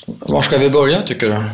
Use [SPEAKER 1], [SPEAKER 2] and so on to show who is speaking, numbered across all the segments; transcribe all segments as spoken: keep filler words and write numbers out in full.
[SPEAKER 1] Var ska vi börja tycker du?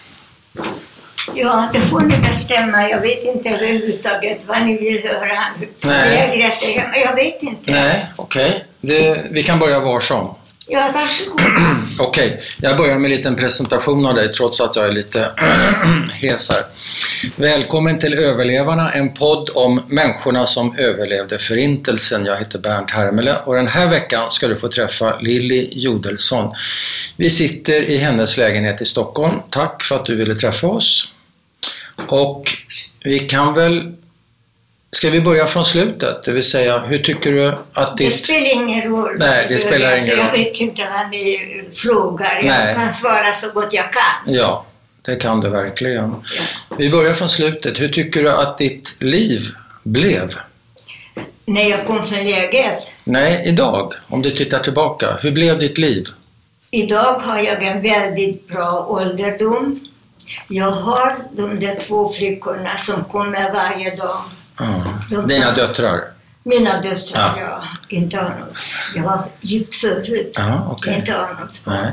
[SPEAKER 2] Ja, det får ni bestämma. Jag vet inte överhuvudtaget vad ni vill höra.
[SPEAKER 1] Nej.
[SPEAKER 2] Jag, jag vet inte.
[SPEAKER 1] Nej, okej. Okay. Vi kan börja var som.
[SPEAKER 2] Ja, varsågod.
[SPEAKER 1] Okej, okay. Jag börjar med en liten presentation av dig trots att jag är lite hes här. Välkommen till Överlevarna, en podd om människorna som överlevde förintelsen. Jag heter Bernt Hermele och den här veckan ska du få träffa Lilly Jodelsson. Vi sitter i hennes lägenhet i Stockholm. Tack för att du ville träffa oss. Och vi kan väl... Ska vi börja från slutet? Det vill säga, hur tycker du att ditt...
[SPEAKER 2] Det spelar ingen roll.
[SPEAKER 1] Nej, det spelar ingen roll.
[SPEAKER 2] Jag vet inte vad ni frågar. Jag
[SPEAKER 1] Nej.
[SPEAKER 2] kan svara så gott jag kan.
[SPEAKER 1] Ja, det kan du verkligen.
[SPEAKER 2] Ja.
[SPEAKER 1] Vi börjar från slutet. Hur tycker du att ditt liv blev?
[SPEAKER 2] När jag kom från läget.
[SPEAKER 1] Nej, idag. Om du tittar tillbaka. Hur blev ditt liv?
[SPEAKER 2] Idag har jag en väldigt bra ålderdom. Jag har de där två flickorna som kommer varje dag.
[SPEAKER 1] Mm. Dina döttrar?
[SPEAKER 2] Mina döttrar,
[SPEAKER 1] ja.
[SPEAKER 2] ja. Inte Arnolds. Jag var djupt förut.
[SPEAKER 1] Ja, okay.
[SPEAKER 2] Inte Arnolds.
[SPEAKER 1] Nej.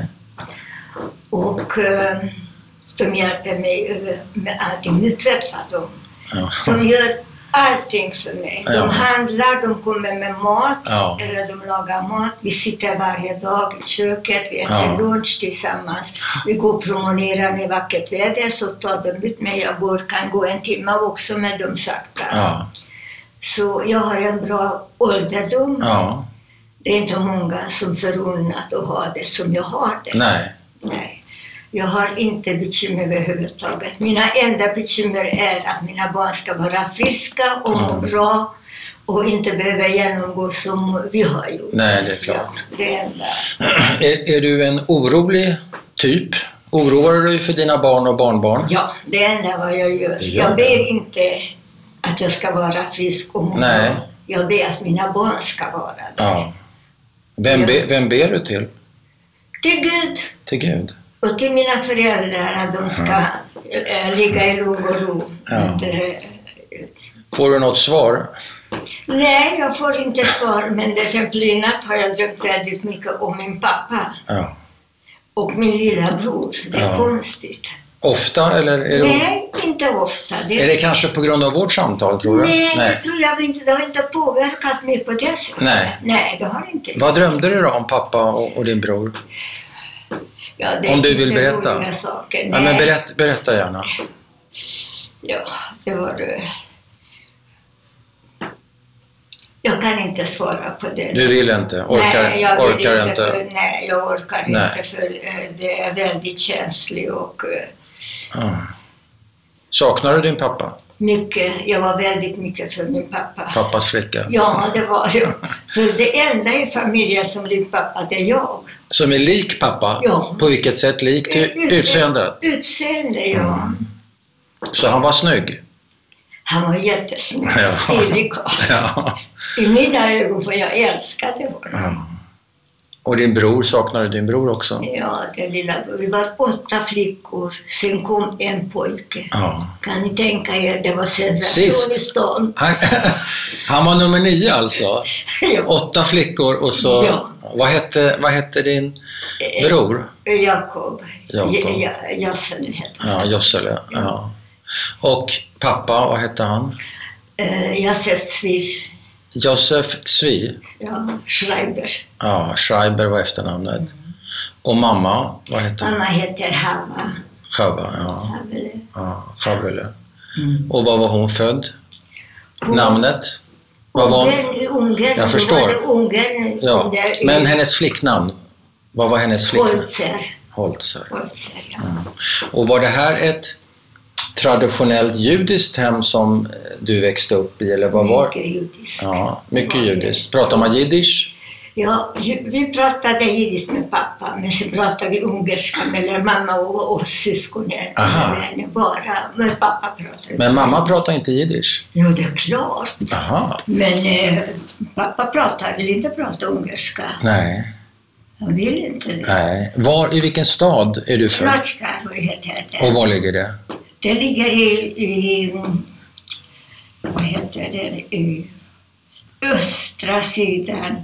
[SPEAKER 2] Och uh, de hjälper mig med allting. Nu tvättar de.
[SPEAKER 1] Ja.
[SPEAKER 2] De gör allting för mig. De
[SPEAKER 1] ja.
[SPEAKER 2] handlar, de kommer med mat.
[SPEAKER 1] Ja.
[SPEAKER 2] Eller de lagar mat. Vi sitter varje dag i köket. Vi äter
[SPEAKER 1] ja.
[SPEAKER 2] lunch tillsammans. Vi går och promenerar med vackert väder. Så tar de ut mig. Jag går, kan gå en timme också med dem sakta.
[SPEAKER 1] Ja.
[SPEAKER 2] Så jag har en bra ålderdom.
[SPEAKER 1] Ja.
[SPEAKER 2] Det är inte många som förunnat att ha det som jag har det.
[SPEAKER 1] Nej.
[SPEAKER 2] Nej. Jag har inte bekymmer överhuvudtaget. Mina enda bekymmer är att mina barn ska vara friska och må
[SPEAKER 1] mm.
[SPEAKER 2] bra. Och inte behöva genomgå som vi har gjort.
[SPEAKER 1] Nej, det är klart.
[SPEAKER 2] Ja, det enda.
[SPEAKER 1] Är, är du en orolig typ? Oroar du dig för dina barn och barnbarn?
[SPEAKER 2] Ja, det enda vad jag gör.
[SPEAKER 1] gör
[SPEAKER 2] jag ber inte att jag ska vara frisk och må
[SPEAKER 1] Nej.
[SPEAKER 2] bra. Jag ber att mina barn ska vara det.
[SPEAKER 1] Ja. Vem,
[SPEAKER 2] ja.
[SPEAKER 1] be, vem ber du till?
[SPEAKER 2] Till Gud.
[SPEAKER 1] Till Gud.
[SPEAKER 2] Och till mina föräldrar att de ska ja. äh, ligga i lugn och ro.
[SPEAKER 1] Ja.
[SPEAKER 2] Att, äh,
[SPEAKER 1] Får du något svar?
[SPEAKER 2] Nej, jag får inte svar. Men till exempel i natt har jag drömt väldigt mycket om min pappa.
[SPEAKER 1] Ja.
[SPEAKER 2] Och min lilla bror. Det är
[SPEAKER 1] ja.
[SPEAKER 2] konstigt.
[SPEAKER 1] Ofta eller? Är det...
[SPEAKER 2] Nej, inte ofta. Det
[SPEAKER 1] är det kanske på grund av vårt samtal tror du?
[SPEAKER 2] Nej,
[SPEAKER 1] Nej.
[SPEAKER 2] det tror jag inte. Det har inte påverkat mig på det sättet.
[SPEAKER 1] Nej.
[SPEAKER 2] Nej, det har inte.
[SPEAKER 1] Vad drömde du då om pappa och, och din bror?
[SPEAKER 2] Ja, det
[SPEAKER 1] om
[SPEAKER 2] är
[SPEAKER 1] du vill berätta.
[SPEAKER 2] roliga saker.
[SPEAKER 1] Ja, men berätta, berätta gärna.
[SPEAKER 2] Ja, det var det. Jag kan inte svara på det.
[SPEAKER 1] Du vill inte? Orkar,
[SPEAKER 2] nej, jag vill
[SPEAKER 1] orkar
[SPEAKER 2] inte.
[SPEAKER 1] inte.
[SPEAKER 2] För, nej, jag orkar
[SPEAKER 1] nej.
[SPEAKER 2] inte för uh, det är väldigt känsligt och... Uh,
[SPEAKER 1] ja. Saknar du din pappa?
[SPEAKER 2] Mycket. Jag var väldigt mycket för min pappa.
[SPEAKER 1] Pappas flicka?
[SPEAKER 2] Ja, det var jag. För det enda i familjen som lik pappa, det är jag.
[SPEAKER 1] Som är lik pappa?
[SPEAKER 2] Ja.
[SPEAKER 1] På vilket sätt lik? Till
[SPEAKER 2] Ut,
[SPEAKER 1] utseendet?
[SPEAKER 2] Utseende, ja. Mm.
[SPEAKER 1] Så han var snygg?
[SPEAKER 2] Han var jättesnygg.
[SPEAKER 1] Ja.
[SPEAKER 2] Stilig.
[SPEAKER 1] Ja.
[SPEAKER 2] I mina ögon, för jag älskade honom.
[SPEAKER 1] Ja. Och din bror, saknade din bror också?
[SPEAKER 2] Ja, det lilla bror. Vi var åtta flickor. Sen kom en pojke.
[SPEAKER 1] Ja.
[SPEAKER 2] Kan ni tänka er, det var sensation i stan.
[SPEAKER 1] Han, han var nummer nio alltså?
[SPEAKER 2] Ja.
[SPEAKER 1] Åtta flickor och så...
[SPEAKER 2] Ja.
[SPEAKER 1] Vad hette, vad hette din bror?
[SPEAKER 2] Jakob.
[SPEAKER 1] Jakob.
[SPEAKER 2] Jossele hette han.
[SPEAKER 1] Ja, Jossele. Ja. Och pappa, vad hette han?
[SPEAKER 2] Uh, Josef Swish.
[SPEAKER 1] Josef Svi?
[SPEAKER 2] Ja, Schreiber.
[SPEAKER 1] Ja, Schreiber var efternamnet. Mm. Och mamma, vad heter hon?
[SPEAKER 2] Mamma heter Hava.
[SPEAKER 1] Hava, ja.
[SPEAKER 2] Havele.
[SPEAKER 1] Ja, Havele.
[SPEAKER 2] Mm.
[SPEAKER 1] Och var var hon född?
[SPEAKER 2] Hon,
[SPEAKER 1] Namnet? Vad var
[SPEAKER 2] Ungern, Ungern.
[SPEAKER 1] Jag förstår.
[SPEAKER 2] Ungern,
[SPEAKER 1] ja.
[SPEAKER 2] Under,
[SPEAKER 1] Men hennes flicknamn? Vad var hennes flicknamn?
[SPEAKER 2] Holzer.
[SPEAKER 1] Holzer.
[SPEAKER 2] Holzer, ja.
[SPEAKER 1] Mm. Och var det här ett traditionellt judiskt hem som du växte upp i? Eller vad var?
[SPEAKER 2] Mycket judiskt.
[SPEAKER 1] Ja, mycket judiskt. Pratar man jiddisch?
[SPEAKER 2] Ja, vi pratade jiddisch med pappa, men så pratade vi ungerska med mamma och, och syskonen. Bara, men pappa pratade.
[SPEAKER 1] Men mamma pratar inte jiddisch?
[SPEAKER 2] Jo, det är klart.
[SPEAKER 1] Aha.
[SPEAKER 2] Men eh, pappa pratar, vill inte prata ungerska.
[SPEAKER 1] Nej.
[SPEAKER 2] Han vill inte det.
[SPEAKER 1] Nej. Var, i vilken stad är du född?
[SPEAKER 2] Platskaro heter det.
[SPEAKER 1] Och var ligger det?
[SPEAKER 2] Det ligger i, i vad heter det, i östra sidan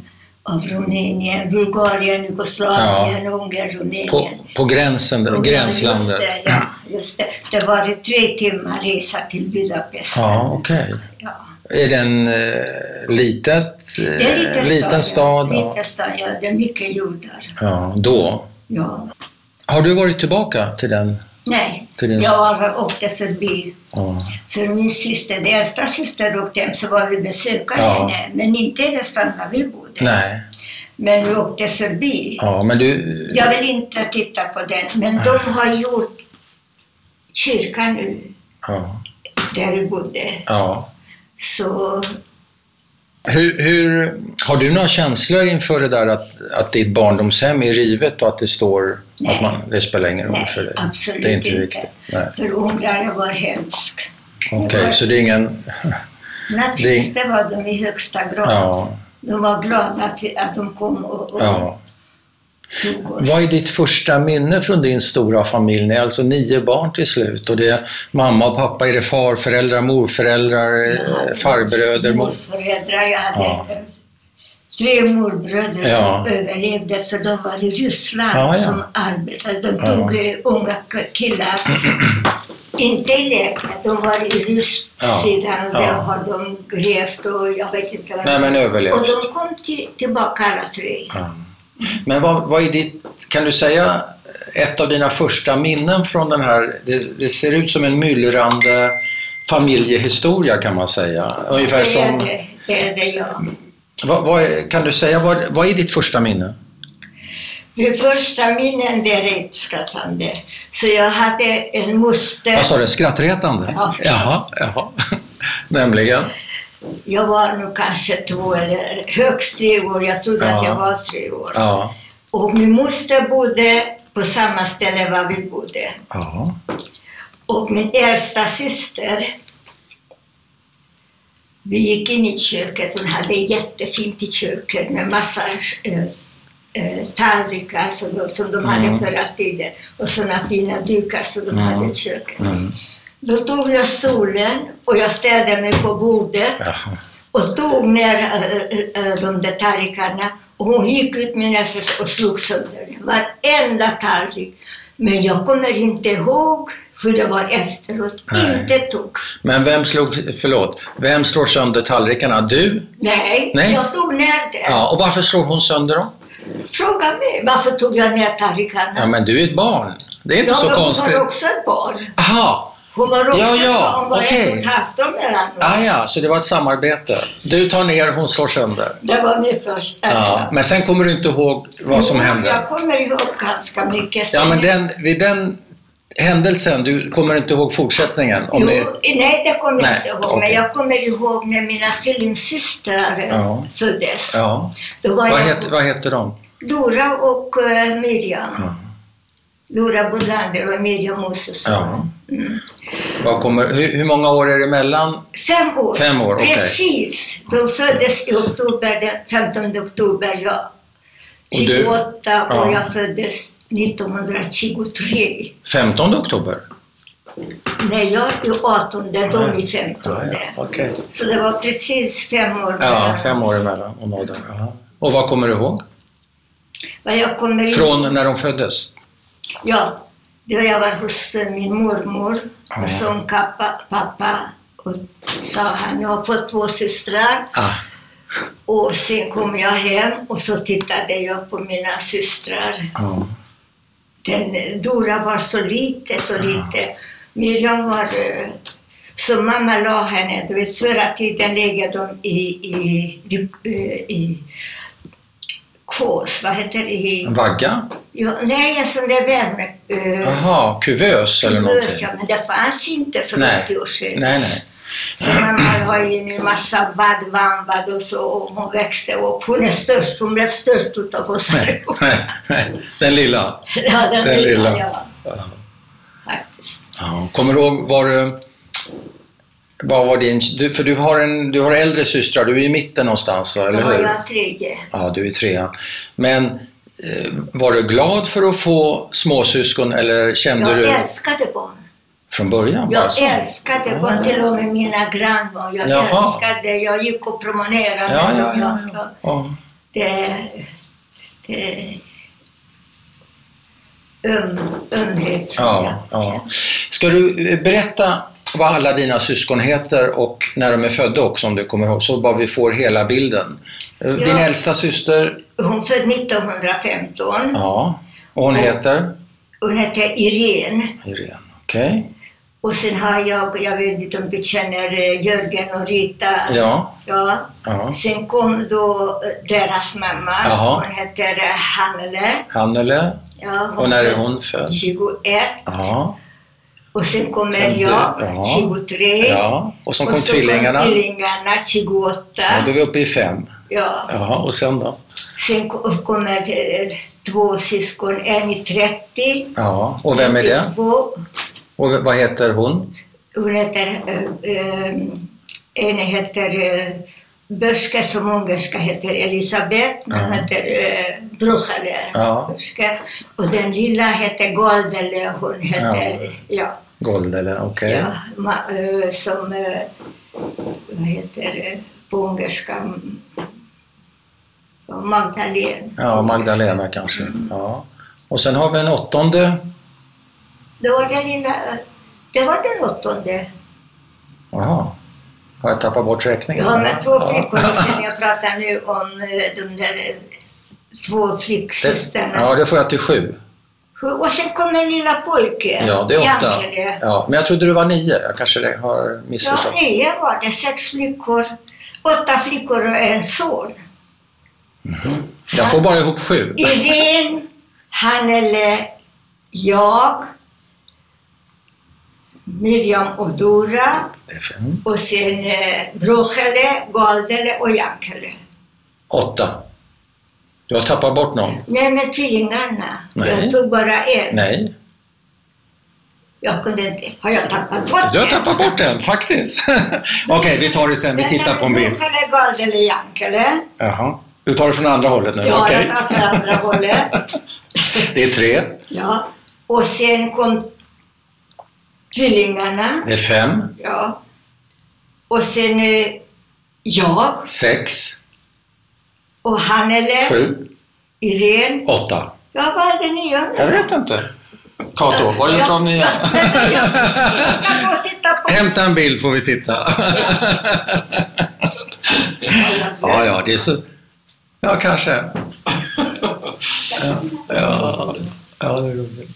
[SPEAKER 2] av Rumänien, Bulgarien, Jugoslavien, ja. Ungern, Rumänien.
[SPEAKER 1] På, på gränsen, där, gränslandet.
[SPEAKER 2] Just det, ja, just det. Det var tre timmar resa till Budapest.
[SPEAKER 1] Ja, okej. Okay.
[SPEAKER 2] Ja.
[SPEAKER 1] Är det en eh, litet, eh,
[SPEAKER 2] det är liten,
[SPEAKER 1] liten stad?
[SPEAKER 2] stad? Ja. Liten stad, ja. Det är mycket judar.
[SPEAKER 1] Ja, då?
[SPEAKER 2] Ja.
[SPEAKER 1] Har du varit tillbaka till den?
[SPEAKER 2] Nej,
[SPEAKER 1] till din...
[SPEAKER 2] jag åkte förbi.
[SPEAKER 1] Ja.
[SPEAKER 2] För min syster, det äldsta syster åkte hem, så var vi besökare ja. henne. Men inte i det stan där vi bodde.
[SPEAKER 1] Nej.
[SPEAKER 2] Men vi åkte förbi.
[SPEAKER 1] Ja, men du...
[SPEAKER 2] Jag vill inte titta på den. Men de har gjort kyrkan nu.
[SPEAKER 1] Ja.
[SPEAKER 2] Där vi bodde.
[SPEAKER 1] Ja.
[SPEAKER 2] Så...
[SPEAKER 1] Hur, hur, har du några känslor inför det där att, att ditt barndomshem är rivet och att det står
[SPEAKER 2] Nej.
[SPEAKER 1] att man, det spelar ingen roll
[SPEAKER 2] Nej,
[SPEAKER 1] för dig?
[SPEAKER 2] absolut
[SPEAKER 1] det är inte.
[SPEAKER 2] inte.
[SPEAKER 1] Viktigt. Nej.
[SPEAKER 2] För ungrarna var hemsk.
[SPEAKER 1] Okej, okay, var... så det är ingen...
[SPEAKER 2] Nazister det... var de i högsta grad.
[SPEAKER 1] Ja.
[SPEAKER 2] De var glada att, vi, att de kom och, och
[SPEAKER 1] ja.
[SPEAKER 2] tog oss.
[SPEAKER 1] Vad är ditt första minne från din stora familj? Ni är alltså nio barn till slut och det är mamma och pappa, är det farföräldrar, morföräldrar, farbröder?
[SPEAKER 2] Morföräldrar, jag hade ja. tre morbröder ja. som överlevde för de var i Ryssland ja, ja. som arbetade. De tog ja. unga killar, inte i läkare, de var i rysksidan och ja. där har de grävt och jag vet inte vad.
[SPEAKER 1] Nej, men överlevt.
[SPEAKER 2] Och de kom till, tillbaka alla tre.
[SPEAKER 1] Ja. Men vad, vad är ditt, kan du säga ett av dina första minnen från den här, det, det ser ut som en myllrande familjehistoria kan man säga. Ungefär
[SPEAKER 2] det är
[SPEAKER 1] som...
[SPEAKER 2] det, det är det, ja.
[SPEAKER 1] Vad, vad, kan du säga, vad, vad är ditt första minne?
[SPEAKER 2] Min första minnen är rättsskattande. Så jag hade en moster...
[SPEAKER 1] Vad sa du, skrattretande?
[SPEAKER 2] Ja.
[SPEAKER 1] Jaha, jaha. Nämligen?
[SPEAKER 2] Jag var nog kanske två eller högst tre år. Jag trodde ja. att jag var tre år.
[SPEAKER 1] Ja.
[SPEAKER 2] Och min moster bodde på samma ställe var vi bodde.
[SPEAKER 1] Ja. Och
[SPEAKER 2] min äldsta syster, vi gick in i köket. Hon hade jättefint i köket med massa äh, äh, tallrikar som de, som de mm. hade förra tiden. Och sådana fina dukar som de mm. hade i köket. Mm. Då tog jag stolen och jag ställde mig på bordet. Jaha. Och tog ner äh, äh, de där tallrikarna. Och hon gick ut med näsan och slog sönder den. Varenda tallrik. Men jag kommer inte ihåg hur det var efteråt. Nej. Inte tog.
[SPEAKER 1] Men vem slog, förlåt, vem slår sönder tallrikarna? Du?
[SPEAKER 2] Nej, Nej. jag tog ner det.
[SPEAKER 1] Ja, och varför slog hon sönder dem?
[SPEAKER 2] Fråga mig, varför tog jag ner tallrikarna?
[SPEAKER 1] Ja, men du är ett barn. Det är inte
[SPEAKER 2] ja,
[SPEAKER 1] så konstigt.
[SPEAKER 2] Hon var också ett barn.
[SPEAKER 1] Aha.
[SPEAKER 2] Hon var också
[SPEAKER 1] ja, ja.
[SPEAKER 2] hon var
[SPEAKER 1] okay.
[SPEAKER 2] ett och ett halvt år mellan oss.
[SPEAKER 1] Ah, ja, så det var ett samarbete. Du tar ner, hon slår sönder.
[SPEAKER 2] Det var min första.
[SPEAKER 1] Ja, men sen kommer du inte ihåg vad som
[SPEAKER 2] jo,
[SPEAKER 1] hände.
[SPEAKER 2] Jag kommer ihåg ganska mycket.
[SPEAKER 1] Sen. Ja, men den, vid den händelsen, du kommer inte ihåg fortsättningen? Om
[SPEAKER 2] jo,
[SPEAKER 1] det...
[SPEAKER 2] nej det kommer jag
[SPEAKER 1] nej,
[SPEAKER 2] inte ihåg.
[SPEAKER 1] okay.
[SPEAKER 2] Men jag kommer ihåg när mina tvillingsystrar
[SPEAKER 1] ja.
[SPEAKER 2] föddes.
[SPEAKER 1] Ja.
[SPEAKER 2] Då var
[SPEAKER 1] vad,
[SPEAKER 2] jag...
[SPEAKER 1] heter, vad heter de?
[SPEAKER 2] Dora och uh, Miriam.
[SPEAKER 1] Ja.
[SPEAKER 2] Dora Bodlander och Miriam Moses.
[SPEAKER 1] Ja. Mm. Vad kommer, hur, hur många år är det emellan?
[SPEAKER 2] Fem år.
[SPEAKER 1] Fem år, okej. Okay.
[SPEAKER 2] Precis. De föddes i oktober, den femtonde oktober. Jag tjugoåtta och, du, ja. och jag föddes nittonhundratjugotre.
[SPEAKER 1] femtonde oktober?
[SPEAKER 2] Nej, jag är artonde, de är femtonde.
[SPEAKER 1] Ja, ja. Okay.
[SPEAKER 2] Så det var precis fem år.
[SPEAKER 1] Ja, fem år emellan. Och, någon, ja. och vad kommer du ihåg?
[SPEAKER 2] Vad jag kommer ihåg?
[SPEAKER 1] Från när de föddes?
[SPEAKER 2] Ja, då jag var hos min mormor
[SPEAKER 1] ja.
[SPEAKER 2] och som pappa, pappa och sa han, jag har fått två systrar.
[SPEAKER 1] Ah.
[SPEAKER 2] Och sen kom jag hem och så tittade jag på mina systrar.
[SPEAKER 1] Ah.
[SPEAKER 2] Den, Dora var så lite, så lite. Miriam var, så mamma la henne, du vet förra tiden lägger de i, i, i, i kås, vad heter det? I,
[SPEAKER 1] vagga?
[SPEAKER 2] Ja, nej, en sån där värme.
[SPEAKER 1] Jaha, uh, kuvös eller någonting.
[SPEAKER 2] Ja, men det fanns inte för något år sedan.
[SPEAKER 1] Nej, nej.
[SPEAKER 2] Så mamma har in en massa vadvambad och så, och hon växte upp. Hon är störst, hon blev störst utav oss.
[SPEAKER 1] Nej, nej, nej. Den lilla.
[SPEAKER 2] Ja, den, den lilla, lilla. Ja.
[SPEAKER 1] Ja.
[SPEAKER 2] Faktiskt.
[SPEAKER 1] Ja. Kommer du ihåg, var du, vad var din, du, för du har en, du har äldre systrar, du är i mitten någonstans, eller hur?
[SPEAKER 2] Ja, jag är tredje.
[SPEAKER 1] Ja, du är trean. Men eh, var du glad för att få småsyskon eller kände
[SPEAKER 2] jag
[SPEAKER 1] du?
[SPEAKER 2] Jag älskade barn.
[SPEAKER 1] Från början?
[SPEAKER 2] Jag
[SPEAKER 1] alltså.
[SPEAKER 2] älskade barn, till och med mina grannbarn. Jag
[SPEAKER 1] Jaha.
[SPEAKER 2] älskade, jag gick och promenerade.
[SPEAKER 1] Ja, ja, ja, ja. Ja.
[SPEAKER 2] det, det öm, ömhet som
[SPEAKER 1] Ja,
[SPEAKER 2] jag
[SPEAKER 1] ja.
[SPEAKER 2] känner.
[SPEAKER 1] Ska du berätta vad alla dina syskon heter och när de är födda också, om du kommer ihåg, så bara vi får hela bilden. Din
[SPEAKER 2] Ja.
[SPEAKER 1] äldsta syster?
[SPEAKER 2] Hon född nittonhundrafemton.
[SPEAKER 1] Ja. Och hon
[SPEAKER 2] Och-
[SPEAKER 1] heter?
[SPEAKER 2] Hon heter Irene.
[SPEAKER 1] Irene, okej.
[SPEAKER 2] Och sen har jag, jag vet inte om du känner eh, Jörgen och Rita.
[SPEAKER 1] Ja.
[SPEAKER 2] Ja.
[SPEAKER 1] Ja.
[SPEAKER 2] Sen kom då eh, deras mamma.
[SPEAKER 1] Jaha.
[SPEAKER 2] Hon heter eh, Hannele.
[SPEAKER 1] Hannele.
[SPEAKER 2] Ja,
[SPEAKER 1] Och när är
[SPEAKER 2] född
[SPEAKER 1] hon född?
[SPEAKER 2] tjugoett.
[SPEAKER 1] Ja.
[SPEAKER 2] Och sen kommer
[SPEAKER 1] Sen du-
[SPEAKER 2] jag,
[SPEAKER 1] ja.
[SPEAKER 2] tjugotre.
[SPEAKER 1] Ja. Och så kom
[SPEAKER 2] och så
[SPEAKER 1] tvillingarna.
[SPEAKER 2] kom tvillingarna, tjugoåtta.
[SPEAKER 1] Ja, då är vi uppe i fem.
[SPEAKER 2] Ja.
[SPEAKER 1] Ja, och sen då?
[SPEAKER 2] Sen ko- kommer eh, två syskon, en i trettio.
[SPEAKER 1] Ja, och vem är det?
[SPEAKER 2] trettiotvå.
[SPEAKER 1] Och vad heter hon?
[SPEAKER 2] Hon heter, äh, äh, en heter äh, Börska, som ungerska heter Elisabeth, men
[SPEAKER 1] Ja.
[SPEAKER 2] heter äh, Bruchale.
[SPEAKER 1] Ja.
[SPEAKER 2] Börska. Och den lilla heter Goldele, hon heter, ja, ja,
[SPEAKER 1] Goldele, okej.
[SPEAKER 2] ja ma, äh, som, äh, vad heter äh, på ungerska, mm, Magdalena.
[SPEAKER 1] Ja, Magdalena kanske. Ja. Och sen har vi en åttonde.
[SPEAKER 2] Det var den lilla, det var den åttonde.
[SPEAKER 1] Jaha. Har jag tappat bort räkningen?
[SPEAKER 2] Ja, men två
[SPEAKER 1] Ja.
[SPEAKER 2] flickor och sen jag pratar nu om eh, de där två flicksystrarna.
[SPEAKER 1] Ja, det får jag till sju.
[SPEAKER 2] Och sen kommer en lilla pojke.
[SPEAKER 1] Ja, det är åtta.
[SPEAKER 2] Jankele.
[SPEAKER 1] Ja, men jag trodde du var nio. Jag kanske har
[SPEAKER 2] Ja,
[SPEAKER 1] missförstått.
[SPEAKER 2] nio var det. Sex flickor. Åtta flickor och en son.
[SPEAKER 1] Mhm. Jag får bara ihop sju.
[SPEAKER 2] Irene, Hannele, jag, Miriam och Dora.
[SPEAKER 1] Det är fem.
[SPEAKER 2] Och sen eh, Bruchele, Goldele och Jankele.
[SPEAKER 1] Åtta. Du har tappat bort någon?
[SPEAKER 2] Nej, men tvillingarna.
[SPEAKER 1] Nej.
[SPEAKER 2] Jag tog bara en.
[SPEAKER 1] Nej.
[SPEAKER 2] Jag kunde inte. Har jag tappat bort
[SPEAKER 1] Du har
[SPEAKER 2] en?
[SPEAKER 1] tappat bort en, faktiskt. Okej, vi tar det sen. Vi tittar på en bild.
[SPEAKER 2] Bruchele, Goldele, Jankele.
[SPEAKER 1] Jaha. Du tar det från andra hållet nu,
[SPEAKER 2] Ja,
[SPEAKER 1] okej?
[SPEAKER 2] jag tar från andra hållet.
[SPEAKER 1] Det är tre.
[SPEAKER 2] Ja. Och sen kom tvillingarna.
[SPEAKER 1] Det är fem.
[SPEAKER 2] Ja. Och sen eh, jag
[SPEAKER 1] Sex.
[SPEAKER 2] och Hannele,
[SPEAKER 1] Sju.
[SPEAKER 2] Irene.
[SPEAKER 1] Åtta.
[SPEAKER 2] Jag valde nionde.
[SPEAKER 1] Jag vet inte. Kato, vad har du gjort av nio?
[SPEAKER 2] Jag, jag, jag ska gå och titta på...
[SPEAKER 1] Hämta en bild får vi titta. Ja, ja, det är så... Ja, kanske. Ja, ja, ja det är roligt.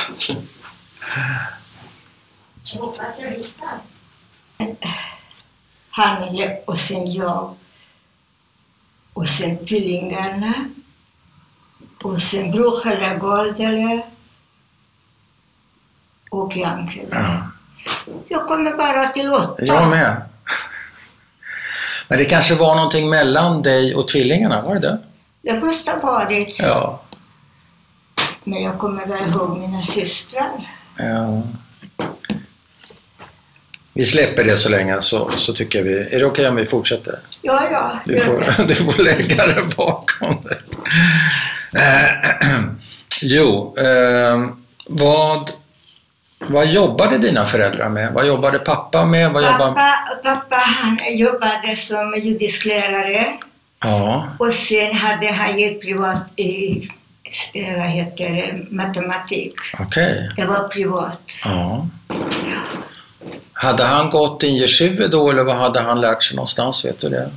[SPEAKER 2] Hannele och sen jag. Och sen tvillingarna. Och sen Bruchele, Goldele. Och Jankele.
[SPEAKER 1] Ja,
[SPEAKER 2] Jag kommer bara till åtta.
[SPEAKER 1] jag med. Men det kanske var någonting mellan dig och tvillingarna, var det det?
[SPEAKER 2] Det måste ha varit.
[SPEAKER 1] Ja.
[SPEAKER 2] Men jag kommer väl ihåg mina systrar.
[SPEAKER 1] Ja. Vi släpper det så länge, så, så tycker vi... Är det okej om vi fortsätter?
[SPEAKER 2] Ja, ja.
[SPEAKER 1] Du
[SPEAKER 2] gör
[SPEAKER 1] får,
[SPEAKER 2] det.
[SPEAKER 1] du får lägga det bakom dig. Eh, jo, eh, vad, vad jobbade dina föräldrar med? Vad jobbade pappa med? Vad jobbade...
[SPEAKER 2] Pappa, pappa han jobbade som judisk lärare.
[SPEAKER 1] Ja,
[SPEAKER 2] Och sen hade han gett privat i, eh, vad heter det, matematik.
[SPEAKER 1] okej.
[SPEAKER 2] Det var privat.
[SPEAKER 1] Ja. Hade han gått in yeshiva då, eller vad hade han lärt sig någonstans, vet du det?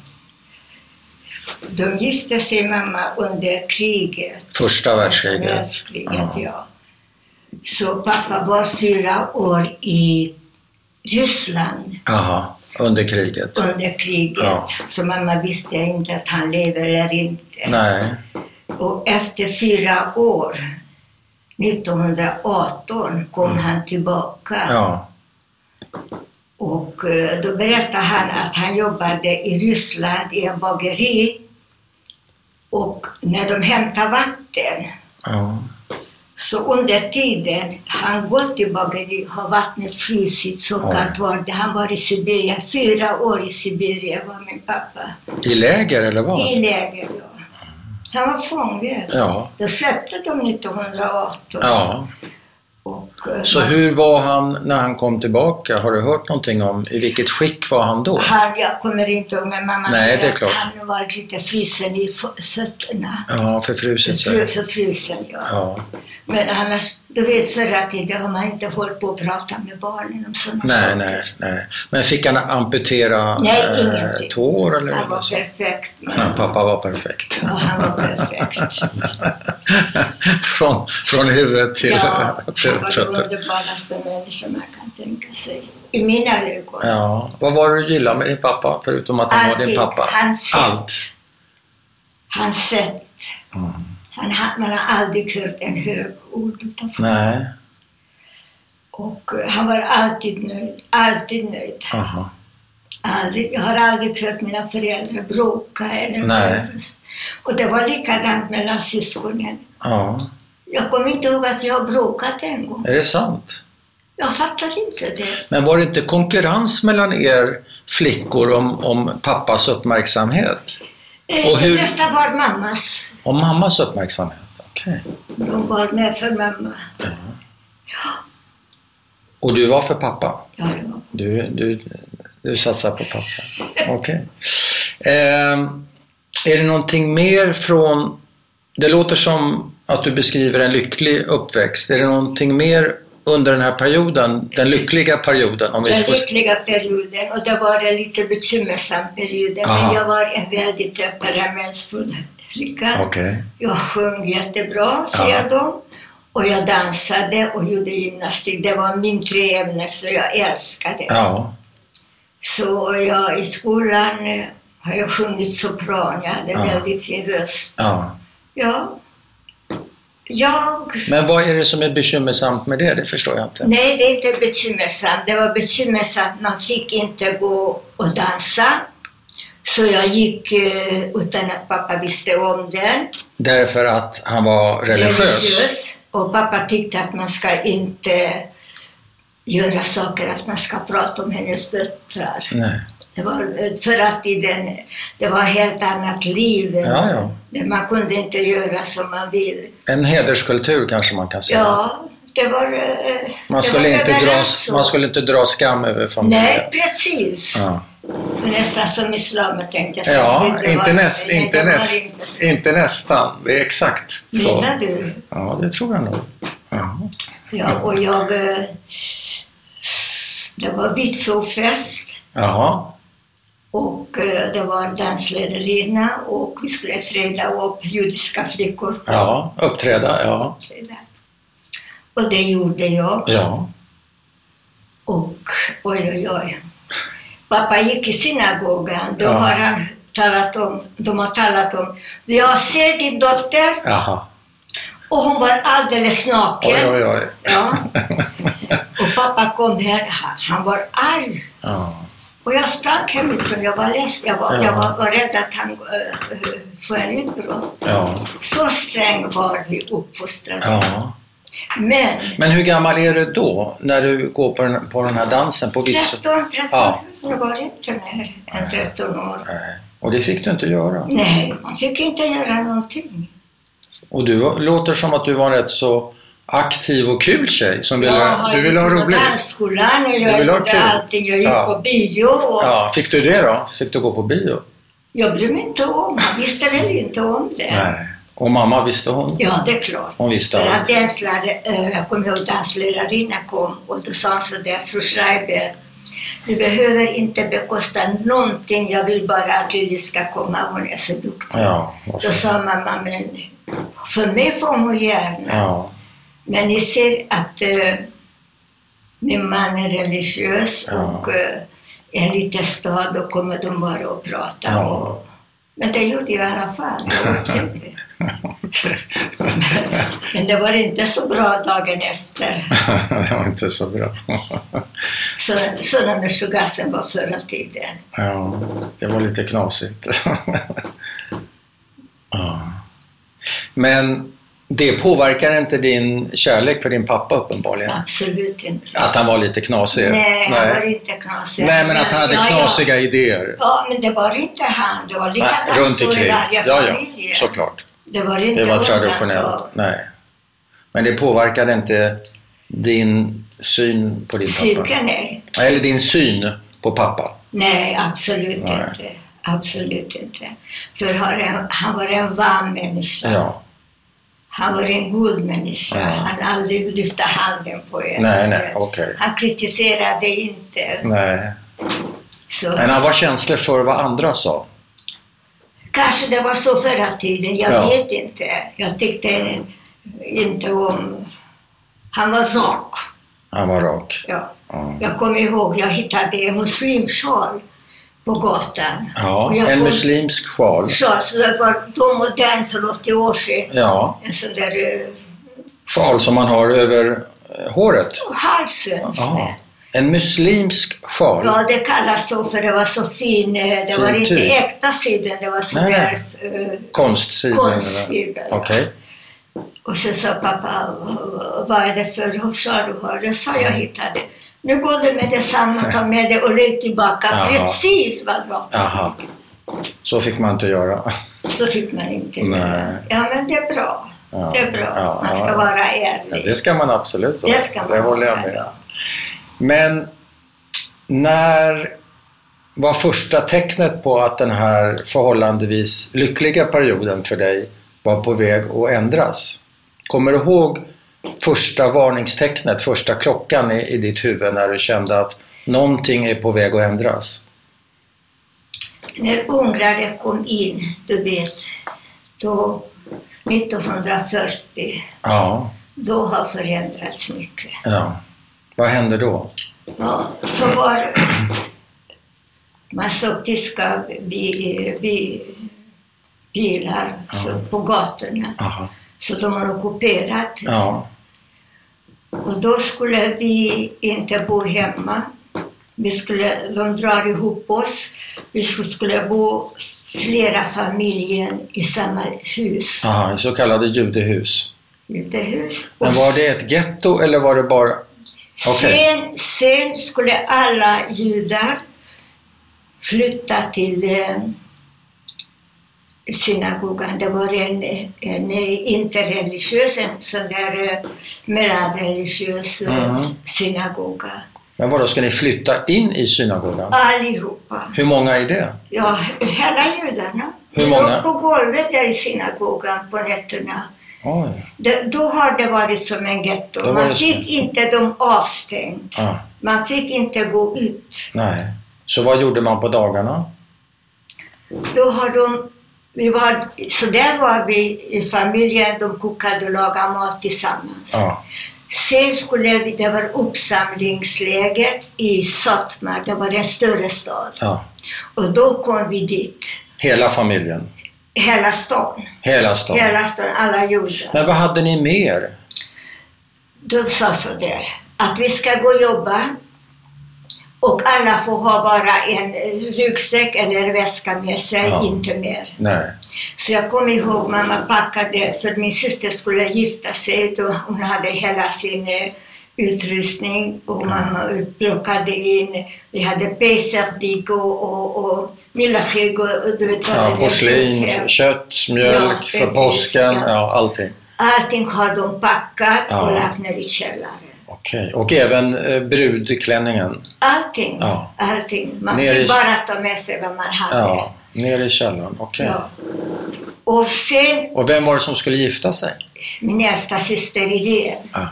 [SPEAKER 2] De gifte sig mamma under kriget.
[SPEAKER 1] Första världskriget.
[SPEAKER 2] Världskriget,
[SPEAKER 1] Ja.
[SPEAKER 2] ja. Så pappa var fyra år i Ryssland
[SPEAKER 1] Aha, under kriget.
[SPEAKER 2] under kriget.
[SPEAKER 1] Ja.
[SPEAKER 2] Så mamma visste inte att han lever eller inte.
[SPEAKER 1] Nej.
[SPEAKER 2] Och efter fyra år, nittonhundraarton, kom
[SPEAKER 1] Mm.
[SPEAKER 2] han tillbaka.
[SPEAKER 1] Ja.
[SPEAKER 2] Och eh, då berättade han att han jobbade i Ryssland i en bageri. Och när de hämtade vatten,
[SPEAKER 1] Ja.
[SPEAKER 2] så under tiden han gått i bageri har vattnet frusit så
[SPEAKER 1] Ja.
[SPEAKER 2] kallt var det. Han var i Sibirien, fyra år i Sibirien var min pappa.
[SPEAKER 1] I läger eller vad?
[SPEAKER 2] I läger då. Han var fånge.
[SPEAKER 1] Ja.
[SPEAKER 2] Då släppte de nittonhundraarton.
[SPEAKER 1] Ja.
[SPEAKER 2] Och
[SPEAKER 1] Så hur var han när han kom tillbaka? Har du hört någonting om i vilket skick var han då?
[SPEAKER 2] Han, jag kommer inte ihåg, men mamma
[SPEAKER 1] Nej,
[SPEAKER 2] säger
[SPEAKER 1] det är klart.
[SPEAKER 2] att han var lite frusen i fötterna.
[SPEAKER 1] Ja, förfruset.
[SPEAKER 2] För, förfrusen, ja.
[SPEAKER 1] ja.
[SPEAKER 2] Men annars, du vet, förra tiden har man inte hållit på att prata med barnen om sådana
[SPEAKER 1] nej,
[SPEAKER 2] saker.
[SPEAKER 1] Nej, nej. Men fick han amputera
[SPEAKER 2] nej,
[SPEAKER 1] äh, tår? Eller
[SPEAKER 2] han var
[SPEAKER 1] så?
[SPEAKER 2] perfekt. Men...
[SPEAKER 1] Ja, pappa var perfekt.
[SPEAKER 2] Ja, han var perfekt.
[SPEAKER 1] från, från huvudet till
[SPEAKER 2] ja,
[SPEAKER 1] till
[SPEAKER 2] han var den underbaraste människan man kan tänka sig. I mina ögon.
[SPEAKER 1] Ja. Vad var det du gillade med din pappa, förutom att han
[SPEAKER 2] Alltid,
[SPEAKER 1] var din pappa?
[SPEAKER 2] Hans sätt.
[SPEAKER 1] Allt.
[SPEAKER 2] Hans sätt.
[SPEAKER 1] Mm.
[SPEAKER 2] Han, man har aldrig hört en hög ord utav honom.
[SPEAKER 1] Nej.
[SPEAKER 2] Och uh, han var alltid nöjd. Alltid nöjd.
[SPEAKER 1] Aha.
[SPEAKER 2] Aldrig, jag har aldrig hört mina föräldrar bråka eller
[SPEAKER 1] Nej.
[SPEAKER 2] Och det var likadant mellan syskonen.
[SPEAKER 1] Ja.
[SPEAKER 2] Jag kommer inte ihåg att vi har bråkat en gång.
[SPEAKER 1] Är det sant?
[SPEAKER 2] Jag fattar inte det.
[SPEAKER 1] Men var det inte konkurrens mellan er flickor om, om pappas uppmärksamhet?
[SPEAKER 2] Eh,
[SPEAKER 1] Och
[SPEAKER 2] det
[SPEAKER 1] hur...
[SPEAKER 2] bästa var mammas.
[SPEAKER 1] Om mammas uppmärksamhet? Okej. Okay.
[SPEAKER 2] De var med för mamma.
[SPEAKER 1] Ja.
[SPEAKER 2] Ja.
[SPEAKER 1] Och du var för pappa?
[SPEAKER 2] Ja, ja.
[SPEAKER 1] Du, du, du satsar på pappa. Okej. Okay. Eh, är det någonting mer från... Det låter som att du beskriver en lycklig uppväxt. Är det någonting mer under den här perioden, den lyckliga perioden? Om vi
[SPEAKER 2] den
[SPEAKER 1] får...
[SPEAKER 2] lyckliga perioden, och det var en lite bekymmersam period. Men jag var en väldigt temperamentsfull flicka.
[SPEAKER 1] Okay.
[SPEAKER 2] Jag sjöng jättebra, säger de. Och jag dansade och gjorde gymnastik. Det var min tre ämnen, så jag älskade.
[SPEAKER 1] Ja.
[SPEAKER 2] Så jag i skolan eh, har jag sjungit sopran. Jag hade
[SPEAKER 1] ja.
[SPEAKER 2] väldigt fin röst.
[SPEAKER 1] Ja.
[SPEAKER 2] Ja. Jag...
[SPEAKER 1] Men vad är det som är bekymmersamt med det? Det förstår jag inte.
[SPEAKER 2] Nej, det är inte bekymmersamt. Det var bekymmersamt. Man fick inte gå och dansa. Så jag gick uh, utan att pappa visste om det.
[SPEAKER 1] Därför att han var religiös? Religiös.
[SPEAKER 2] Och pappa tyckte att man ska inte göra saker, att man ska prata om hennes döttrar.
[SPEAKER 1] Nej.
[SPEAKER 2] Det var för att i den, det var helt annat liv.
[SPEAKER 1] Ja, ja.
[SPEAKER 2] Man kunde inte göra som man vill.
[SPEAKER 1] En hederskultur kanske man kan säga.
[SPEAKER 2] Ja, det var...
[SPEAKER 1] Man,
[SPEAKER 2] det
[SPEAKER 1] skulle,
[SPEAKER 2] var
[SPEAKER 1] inte dra, man skulle inte dra skam över familjen.
[SPEAKER 2] Nej, precis. Ja. Nästan som islam, tänkte jag säga.
[SPEAKER 1] Ja, inte,
[SPEAKER 2] var,
[SPEAKER 1] näst, inte, näst,
[SPEAKER 2] inte,
[SPEAKER 1] inte nästan. Det är exakt så.
[SPEAKER 2] Menar du?
[SPEAKER 1] Ja, det tror jag nog. Ja,
[SPEAKER 2] ja och jag... Det var vitsofest.
[SPEAKER 1] Jaha.
[SPEAKER 2] Och det var en dansledarinna och vi skulle träda upp judiska flickor.
[SPEAKER 1] Ja, uppträda, ja.
[SPEAKER 2] Och det gjorde jag.
[SPEAKER 1] Ja.
[SPEAKER 2] Och oj, oj, oj. Pappa gick i synagogan. Då
[SPEAKER 1] ja.
[SPEAKER 2] har han talat om, de har talat om, vi har sett din dotter.
[SPEAKER 1] Jaha.
[SPEAKER 2] Och hon var alldeles naken.
[SPEAKER 1] Oj, oj, oj.
[SPEAKER 2] Ja. Och pappa kom här, han var arg.
[SPEAKER 1] Ja.
[SPEAKER 2] Och jag sprang hemifrån, jag var ledsen, jag var, ja. jag var, var rädd att han äh, får en utbrott.
[SPEAKER 1] Ja.
[SPEAKER 2] Så sträng var vi uppfostrade.
[SPEAKER 1] Ja.
[SPEAKER 2] Men,
[SPEAKER 1] Men hur gammal är du då, när du går på den, på den här dansen? På
[SPEAKER 2] tretton, tretton,
[SPEAKER 1] ja.
[SPEAKER 2] Jag var inte mer än tretton år.
[SPEAKER 1] Nej. Och det fick du inte göra?
[SPEAKER 2] Nej, man fick inte göra någonting.
[SPEAKER 1] Och du låter som att du var rätt så aktiv och kul tjej som ville,
[SPEAKER 2] jag
[SPEAKER 1] du ville ha roligt.
[SPEAKER 2] Jag dansskolan och jag gjorde allting. Jag gick
[SPEAKER 1] ja.
[SPEAKER 2] på bio. Och
[SPEAKER 1] ja, fick du det då? Fick du gå på bio?
[SPEAKER 2] Jag brydde mig inte om. Han visste väl inte om det.
[SPEAKER 1] Nej. Och mamma visste hon?
[SPEAKER 2] Ja, det är klart.
[SPEAKER 1] Hon visste
[SPEAKER 2] För
[SPEAKER 1] allt.
[SPEAKER 2] att danslärare, jag kommer ihåg danslärarinnan kom och då sa så där, fru Schreiber, du behöver inte bekosta någonting. Jag vill bara att Lili ska komma. Hon är så duktig.
[SPEAKER 1] Ja,
[SPEAKER 2] då sa mamma, men för mig får hon gärna.
[SPEAKER 1] Ja.
[SPEAKER 2] Men ni ser att uh, min man är religiös
[SPEAKER 1] ja.
[SPEAKER 2] och uh, i en liten stad då kommer de bara att prata.
[SPEAKER 1] Ja.
[SPEAKER 2] Och, men det gjorde jag i alla fall. Det
[SPEAKER 1] okay.
[SPEAKER 2] men, men det var inte så bra dagen efter.
[SPEAKER 1] Det var inte så bra.
[SPEAKER 2] så, sådana med sugasen var förra tiden.
[SPEAKER 1] Ja, det var lite knasigt. Ja. Men det påverkar inte din kärlek för din pappa uppenbarligen?
[SPEAKER 2] Absolut inte.
[SPEAKER 1] Att han var lite knasig?
[SPEAKER 2] Nej, han var inte knasig.
[SPEAKER 1] Nej, men att han hade
[SPEAKER 2] ja,
[SPEAKER 1] knasiga
[SPEAKER 2] ja.
[SPEAKER 1] idéer?
[SPEAKER 2] Ja, men det var inte han. Det var likadant
[SPEAKER 1] runt omkring.
[SPEAKER 2] i varje
[SPEAKER 1] ja,
[SPEAKER 2] familj.
[SPEAKER 1] Ja, såklart.
[SPEAKER 2] Det var inte
[SPEAKER 1] det var traditionellt. Nej. Men det påverkade inte din syn på din
[SPEAKER 2] Psyke,
[SPEAKER 1] pappa?
[SPEAKER 2] nej.
[SPEAKER 1] Eller din syn på pappa?
[SPEAKER 2] Nej, absolut
[SPEAKER 1] Nej.
[SPEAKER 2] inte. Absolut inte. För han, han var en varm människa.
[SPEAKER 1] Ja.
[SPEAKER 2] Han var en god människa.
[SPEAKER 1] Ja.
[SPEAKER 2] Han aldrig lyfte handen på en.
[SPEAKER 1] Nej, nej, okej. Okay.
[SPEAKER 2] Han kritiserade inte.
[SPEAKER 1] Nej.
[SPEAKER 2] Så.
[SPEAKER 1] Men han var känslig för vad andra sa?
[SPEAKER 2] Kanske det var så förra tiden, jag
[SPEAKER 1] Ja.
[SPEAKER 2] vet inte. Jag tyckte inte om... Han var rak.
[SPEAKER 1] Han var rak.
[SPEAKER 2] Ja.
[SPEAKER 1] Ja,
[SPEAKER 2] Jag kommer ihåg, jag hittade en muslimsjal på gatan.
[SPEAKER 1] ja
[SPEAKER 2] Och jag
[SPEAKER 1] en
[SPEAKER 2] kom-
[SPEAKER 1] muslimsk sjal.
[SPEAKER 2] Så, så det var då modernt för åttio år sedan.
[SPEAKER 1] Ja,
[SPEAKER 2] En sån där uh,
[SPEAKER 1] sjal som man har över eh, håret.
[SPEAKER 2] halsen.
[SPEAKER 1] Ja. En muslimsk sjal.
[SPEAKER 2] Ja, det kallas så för det var så fin. eh, Det
[SPEAKER 1] Fin
[SPEAKER 2] var inte
[SPEAKER 1] tyg.
[SPEAKER 2] äkta siden, det var så
[SPEAKER 1] Nej,
[SPEAKER 2] där uh,
[SPEAKER 1] Konstsiden.
[SPEAKER 2] konstsiden.
[SPEAKER 1] Okej.
[SPEAKER 2] Och så sa pappa, vad är det för sjal du har? Jag sa, jag hittade. Nu går du med detsamma, ta med det och lägg tillbaka
[SPEAKER 1] Jaha.
[SPEAKER 2] precis vad du har.
[SPEAKER 1] Aha. Så fick man inte göra.
[SPEAKER 2] Så fick man inte
[SPEAKER 1] Nej.
[SPEAKER 2] göra. Ja, men det är bra.
[SPEAKER 1] Ja.
[SPEAKER 2] Det är bra.
[SPEAKER 1] Ja,
[SPEAKER 2] Man ska
[SPEAKER 1] ja.
[SPEAKER 2] vara
[SPEAKER 1] Ja,
[SPEAKER 2] ärlig.
[SPEAKER 1] det ska man absolut vara.
[SPEAKER 2] Det ska man
[SPEAKER 1] det håller jag
[SPEAKER 2] vara,
[SPEAKER 1] med.
[SPEAKER 2] ja.
[SPEAKER 1] Men när var första tecknet på att den här förhållandevis lyckliga perioden för dig var på väg att ändras? Kommer du ihåg första varningstecknet, första klockan i, i ditt huvud när du kände att någonting är på väg att ändras?
[SPEAKER 2] När ungrare kom in, du vet, då nittonhundrafyrtio,
[SPEAKER 1] Ja,
[SPEAKER 2] då har förändrats mycket.
[SPEAKER 1] ja. Vad hände då?
[SPEAKER 2] Ja, så var man såg tyska bil, bil, bilar så,
[SPEAKER 1] Ja.
[SPEAKER 2] på gatorna.
[SPEAKER 1] Aha.
[SPEAKER 2] Så de har ockuperat.
[SPEAKER 1] Ja,
[SPEAKER 2] Och då skulle vi inte bo hemma. Vi skulle, de drar ihop oss. Vi skulle bo flera familjer i samma hus.
[SPEAKER 1] aha, så kallade judehus.
[SPEAKER 2] Judehus.
[SPEAKER 1] Men var det ett getto eller var det bara... Okej.
[SPEAKER 2] Sen, sen skulle alla judar flytta till eh, synagogan. Det var en, en interreligiös, en sån där eh, mellanreligiös eh,
[SPEAKER 1] Mhm.
[SPEAKER 2] synagoga.
[SPEAKER 1] Men vadå, ska ni flytta in i synagogan?
[SPEAKER 2] Allihopa.
[SPEAKER 1] Hur många är det?
[SPEAKER 2] Ja, hela judarna.
[SPEAKER 1] Hur
[SPEAKER 2] De
[SPEAKER 1] många?
[SPEAKER 2] låg på golvet där i synagogan på nätterna.
[SPEAKER 1] Oj.
[SPEAKER 2] Det, då har det varit som en getto.
[SPEAKER 1] Då var
[SPEAKER 2] Man
[SPEAKER 1] det-
[SPEAKER 2] fick inte dem avstängt.
[SPEAKER 1] Ja,
[SPEAKER 2] Man fick inte gå ut.
[SPEAKER 1] nej. Så vad gjorde man på dagarna?
[SPEAKER 2] Då har de, vi var, så där var vi i familjen, de kokade och lagade mat tillsammans.
[SPEAKER 1] Ja,
[SPEAKER 2] Sen skulle vi, det var uppsamlingsläger i Satmar, det var en större stad.
[SPEAKER 1] ja.
[SPEAKER 2] Och då kom vi dit,
[SPEAKER 1] Hela familjen?
[SPEAKER 2] hela stan.
[SPEAKER 1] Hela stan?
[SPEAKER 2] Hela stan, alla judar.
[SPEAKER 1] Men vad hade ni mer?
[SPEAKER 2] De sa så där, att vi ska gå och jobba och alla får ha bara en ryggsäck eller väska med sig,
[SPEAKER 1] Ja.
[SPEAKER 2] inte mer.
[SPEAKER 1] Nej.
[SPEAKER 2] Så jag kommer ihåg mamma packade, för min syster skulle gifta sig, då hon hade hela sin eh, utrustning och mamma plockade in, vi hade pesardigg och, och, och millaskigg och du vet vad
[SPEAKER 1] Ja,
[SPEAKER 2] det är,
[SPEAKER 1] porslin,
[SPEAKER 2] hem.
[SPEAKER 1] kött, mjölk
[SPEAKER 2] Ja,
[SPEAKER 1] för
[SPEAKER 2] precis,
[SPEAKER 1] påsken,
[SPEAKER 2] ja.
[SPEAKER 1] ja, allting.
[SPEAKER 2] Allting har de packat
[SPEAKER 1] Ja.
[SPEAKER 2] och lagt ner i källaren.
[SPEAKER 1] Okej. Och även eh, brudklänningen?
[SPEAKER 2] Allting,
[SPEAKER 1] Ja.
[SPEAKER 2] allting. Man
[SPEAKER 1] Ner i-
[SPEAKER 2] fick bara ta med sig vad man hade.
[SPEAKER 1] Ja, ner i källaren. Okej.
[SPEAKER 2] Ja. Och sen,
[SPEAKER 1] Och vem var det som skulle gifta sig?
[SPEAKER 2] min äldsta syster Irene.
[SPEAKER 1] Ja.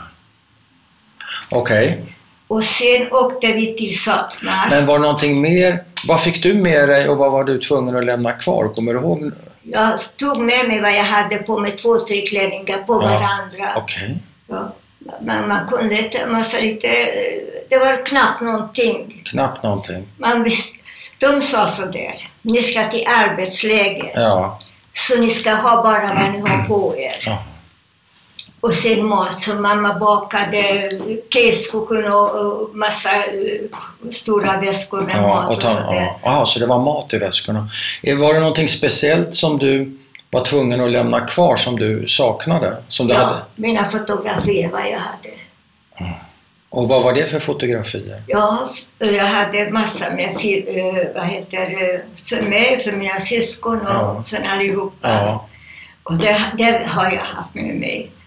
[SPEAKER 1] Okej.
[SPEAKER 2] Och sen åkte vi till Satmar.
[SPEAKER 1] Men var det någonting mer? Vad fick du med dig och vad var du tvungen att lämna kvar? Kommer du ihåg?
[SPEAKER 2] Jag tog med mig vad jag hade på mig, två, tre klänningar på
[SPEAKER 1] Ja.
[SPEAKER 2] varandra.
[SPEAKER 1] Okej.
[SPEAKER 2] Ja. Man, man kunde inte, man sa lite, det var knappt någonting.
[SPEAKER 1] Knappt någonting.
[SPEAKER 2] Man visste, de sa så där, ni ska till arbetsläger,
[SPEAKER 1] Ja.
[SPEAKER 2] så ni ska ha bara vad ni har på er.
[SPEAKER 1] Ja.
[SPEAKER 2] Och sen mat, så mamma bakade käskokon och, och massa eh, stora väskor med
[SPEAKER 1] Ja,
[SPEAKER 2] mat
[SPEAKER 1] och
[SPEAKER 2] och
[SPEAKER 1] ta,
[SPEAKER 2] sådär.
[SPEAKER 1] ja. Aha, så det var mat i väskorna. Eh, Var det någonting speciellt som du var tvungen att lämna kvar som du saknade? Som du
[SPEAKER 2] Ja,
[SPEAKER 1] hade?
[SPEAKER 2] mina fotografier vad jag hade.
[SPEAKER 1] Och vad var det för fotografier?
[SPEAKER 2] Ja, jag hade massa med fil, eh, vad heter det, för mig, för mina syskon och
[SPEAKER 1] Ja.
[SPEAKER 2] för allihopa.
[SPEAKER 1] Ja.
[SPEAKER 2] Och det, det har jag haft med mig.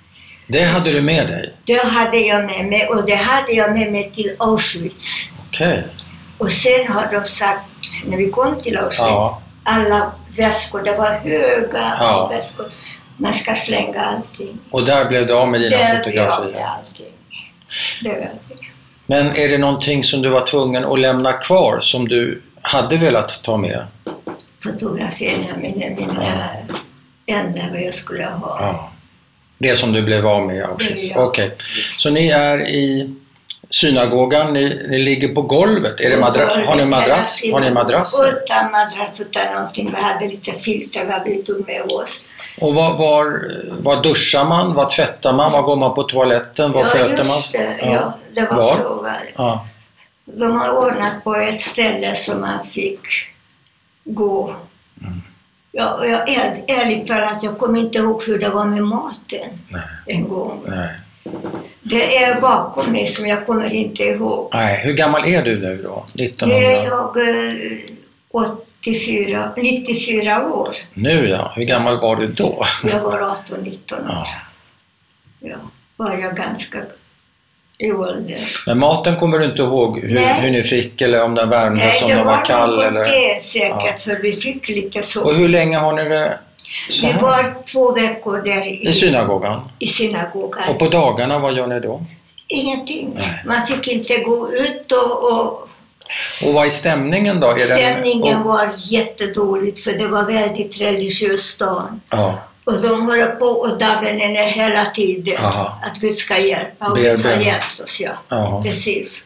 [SPEAKER 1] Det hade du med dig?
[SPEAKER 2] Det hade jag med mig, och det hade jag med mig till Auschwitz.
[SPEAKER 1] Okej. Okay.
[SPEAKER 2] Och sen har de sagt, när vi kom till Auschwitz,
[SPEAKER 1] ja.
[SPEAKER 2] alla väskor, det var höga
[SPEAKER 1] ja.
[SPEAKER 2] väskor. Man ska slänga allting.
[SPEAKER 1] Och där blev det av med dina
[SPEAKER 2] där
[SPEAKER 1] fotografier?
[SPEAKER 2] Blev allting. Det var allting.
[SPEAKER 1] Men är det någonting som du var tvungen att lämna kvar som du hade velat ta med?
[SPEAKER 2] Fotografierna, mina, mina ja. enda vad jag skulle ha.
[SPEAKER 1] Ja. Det som du blev av med i Auschwitz. Okej. Okay. Så ni är i synagogan, ni, ni ligger på golvet. Är det madra- har ni madrass? Har ni madrass?
[SPEAKER 2] Utan madrass, utan någonting. Vi hade lite filter vad vi tog med oss.
[SPEAKER 1] Och var, var, var duschar man? Var tvättar man? Var går man på toaletten? Var
[SPEAKER 2] ja,
[SPEAKER 1] sköter man?
[SPEAKER 2] Just det. Ja. ja, det var, var? frågan.
[SPEAKER 1] Ja.
[SPEAKER 2] De har ordnat på ett ställe som man fick gå. Mm. Ja, jag är ärligt talat, jag kommer inte ihåg hur det var med maten. Nej. En gång.
[SPEAKER 1] Nej.
[SPEAKER 2] Det är bakom mig som jag kommer inte ihåg.
[SPEAKER 1] Nej, hur gammal är du nu då? nittonhundra?
[SPEAKER 2] Nu är jag eh, åttiofyra, nittiofyra år.
[SPEAKER 1] Nu ja, hur gammal var du då?
[SPEAKER 2] Jag var arton nitton år.
[SPEAKER 1] Ja.
[SPEAKER 2] Ja, var jag ganska i ålder.
[SPEAKER 1] Men maten kommer du inte ihåg hur, hur ni fick, eller om den värmde som den var kall?
[SPEAKER 2] Nej,
[SPEAKER 1] det var
[SPEAKER 2] det säkert, ja. För vi fick lite så.
[SPEAKER 1] Och hur länge har ni det så
[SPEAKER 2] Vi
[SPEAKER 1] här?
[SPEAKER 2] var två veckor där i,
[SPEAKER 1] I synagogan?
[SPEAKER 2] I synagogan.
[SPEAKER 1] Och på dagarna, vad gör ni då?
[SPEAKER 2] Ingenting.
[SPEAKER 1] Nej.
[SPEAKER 2] Man fick inte gå ut och... och
[SPEAKER 1] Och vad är stämningen då? Är
[SPEAKER 2] stämningen
[SPEAKER 1] den, och...
[SPEAKER 2] var jättedåligt, för det var väldigt religiös stan.
[SPEAKER 1] Ja.
[SPEAKER 2] Och de håller på och dagen är hela tiden.
[SPEAKER 1] Aha.
[SPEAKER 2] Att Gud ska hjälpa. Och
[SPEAKER 1] Ber,
[SPEAKER 2] Gud har
[SPEAKER 1] ber.
[SPEAKER 2] hjälpt oss, ja.
[SPEAKER 1] Aha.
[SPEAKER 2] Precis.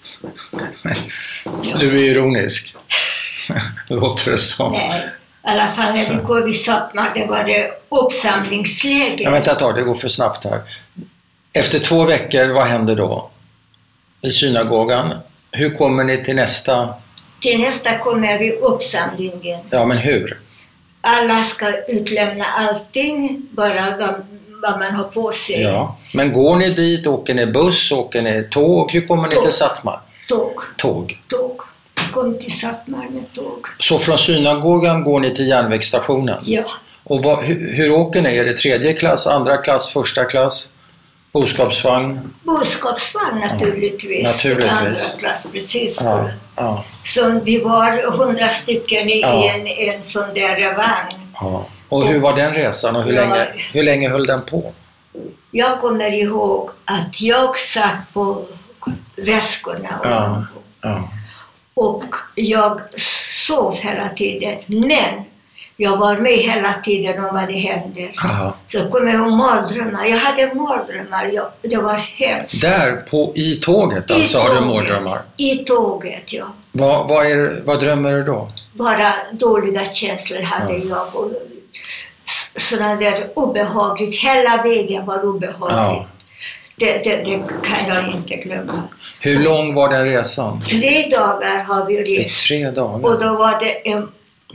[SPEAKER 2] Ja.
[SPEAKER 1] Du är ironisk. Låter det så.
[SPEAKER 2] Nej. I alla fall när vi går vid Satmar, det var det uppsamlingsläger.
[SPEAKER 1] Jag vänta ett tag, det går för snabbt här. Efter två veckor, vad händer då? I synagogan. Hur kommer ni till nästa?
[SPEAKER 2] Till nästa kommer vi uppsamlingen.
[SPEAKER 1] Ja, men hur?
[SPEAKER 2] Alla ska utlämna allting, bara vad man har på sig.
[SPEAKER 1] Ja, men går ni dit? Åker ni buss? Åker ni tåg? Hur kommer ni
[SPEAKER 2] tåg.
[SPEAKER 1] till Satmar?
[SPEAKER 2] Tåg.
[SPEAKER 1] Tåg.
[SPEAKER 2] Tåg. Kom till Satmar med tåg.
[SPEAKER 1] Så från synagogan går ni till järnvägsstationen?
[SPEAKER 2] Ja.
[SPEAKER 1] Och vad, hur, hur åker ni? Är det tredje klass, andra klass, första klass? Boskapsvagn?
[SPEAKER 2] Boskapsvagn naturligtvis.
[SPEAKER 1] Ja, naturligtvis.
[SPEAKER 2] Andra klass, precis.
[SPEAKER 1] Ja, ja.
[SPEAKER 2] Så vi var hundra stycken i
[SPEAKER 1] ja.
[SPEAKER 2] en, en sån där vagn.
[SPEAKER 1] Ja. Och hur var den resan och hur,
[SPEAKER 2] ja.
[SPEAKER 1] länge, hur länge höll den på?
[SPEAKER 2] Jag kommer ihåg att jag satt på väskorna och,
[SPEAKER 1] ja. Ja.
[SPEAKER 2] och jag sov hela tiden. Men jag var med hela tiden om vad det hände.
[SPEAKER 1] Aha.
[SPEAKER 2] Så jag kommer ihåg mardrömmar. Jag hade mardrömmar. Jag, det var hemskt.
[SPEAKER 1] Där på, i tåget alltså
[SPEAKER 2] I
[SPEAKER 1] har
[SPEAKER 2] tåget,
[SPEAKER 1] du mardrömmar?
[SPEAKER 2] I tåget, ja.
[SPEAKER 1] Vad, vad, är, vad drömmer du då?
[SPEAKER 2] Bara dåliga känslor hade
[SPEAKER 1] ja.
[SPEAKER 2] jag. Och sådana där obehagligt. Hela vägen var obehagligt. Ja. Det, det, det kan jag inte glömma.
[SPEAKER 1] Hur lång var den resan?
[SPEAKER 2] Tre dagar har vi rest.
[SPEAKER 1] I tre dagar?
[SPEAKER 2] Och då var det en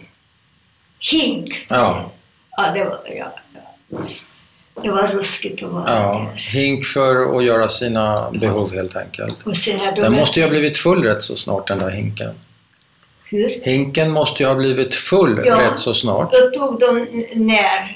[SPEAKER 2] hink.
[SPEAKER 1] Ja.
[SPEAKER 2] Ja, det var, ja, ja. Det var ruskigt att vara
[SPEAKER 1] ja.
[SPEAKER 2] där.
[SPEAKER 1] Hink för att göra sina behov helt enkelt.
[SPEAKER 2] Och sen de
[SPEAKER 1] den måste ju ha blivit full rätt så snart, den där hinken.
[SPEAKER 2] Hur?
[SPEAKER 1] Hinken måste ju ha blivit full
[SPEAKER 2] ja,
[SPEAKER 1] rätt så snart.
[SPEAKER 2] Då tog de ner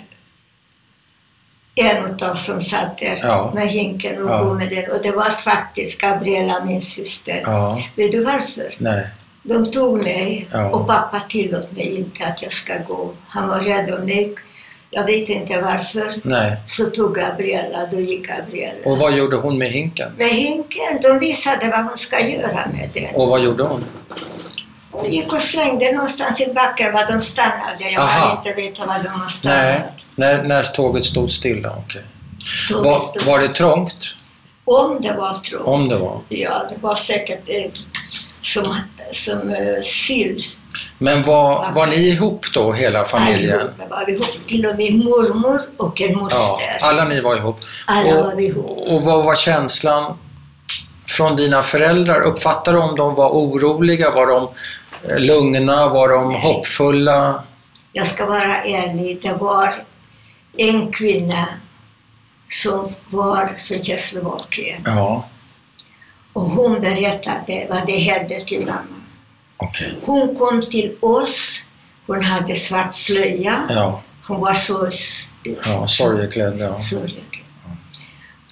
[SPEAKER 2] en av som satt där
[SPEAKER 1] ja.
[SPEAKER 2] med hinken och
[SPEAKER 1] ja.
[SPEAKER 2] gå med den. Och det var faktiskt Gabriella, min syster.
[SPEAKER 1] Ja.
[SPEAKER 2] Vet du varför?
[SPEAKER 1] Nej.
[SPEAKER 2] De tog mig
[SPEAKER 1] ja.
[SPEAKER 2] och pappa tillåt mig inte att jag ska gå. Han var rädd om mig. Jag vet inte varför.
[SPEAKER 1] Nej.
[SPEAKER 2] Så tog Gabriella, då gick Gabriella.
[SPEAKER 1] Och vad gjorde hon med hinken?
[SPEAKER 2] Med hinken, de visade vad hon ska göra med den.
[SPEAKER 1] Och vad gjorde hon?
[SPEAKER 2] Hon gick och slängde någonstans i backen var de stannade. Jag kan inte veta vad de har stannat.
[SPEAKER 1] Nej, när, när tåget stod stilla, okej. Okay. Var, stod var det trångt?
[SPEAKER 2] Om det var trångt.
[SPEAKER 1] Om det var?
[SPEAKER 2] Ja, det var säkert eh, som, som uh, sill.
[SPEAKER 1] Men var, var ni ihop då, hela familjen?
[SPEAKER 2] Allihopa var vi ihop. Till och med mormor och en moster.
[SPEAKER 1] Ja, alla ni var ihop.
[SPEAKER 2] Alla
[SPEAKER 1] och,
[SPEAKER 2] var vi ihop.
[SPEAKER 1] Och vad var känslan från dina föräldrar? Uppfattade de om de var oroliga? Var de lugna? Var de Nej. hoppfulla?
[SPEAKER 2] Jag ska vara ärlig. Det var en kvinna som var från Tjeckoslovakien.
[SPEAKER 1] Ja.
[SPEAKER 2] Och hon berättade vad det hände till mamma.
[SPEAKER 1] Okay.
[SPEAKER 2] Hon kom till oss. Hon hade svart slöja.
[SPEAKER 1] Ja.
[SPEAKER 2] Hon var så...
[SPEAKER 1] Ja, sorgeklädd. Ja.
[SPEAKER 2] Sorgeklädd.
[SPEAKER 1] Ja.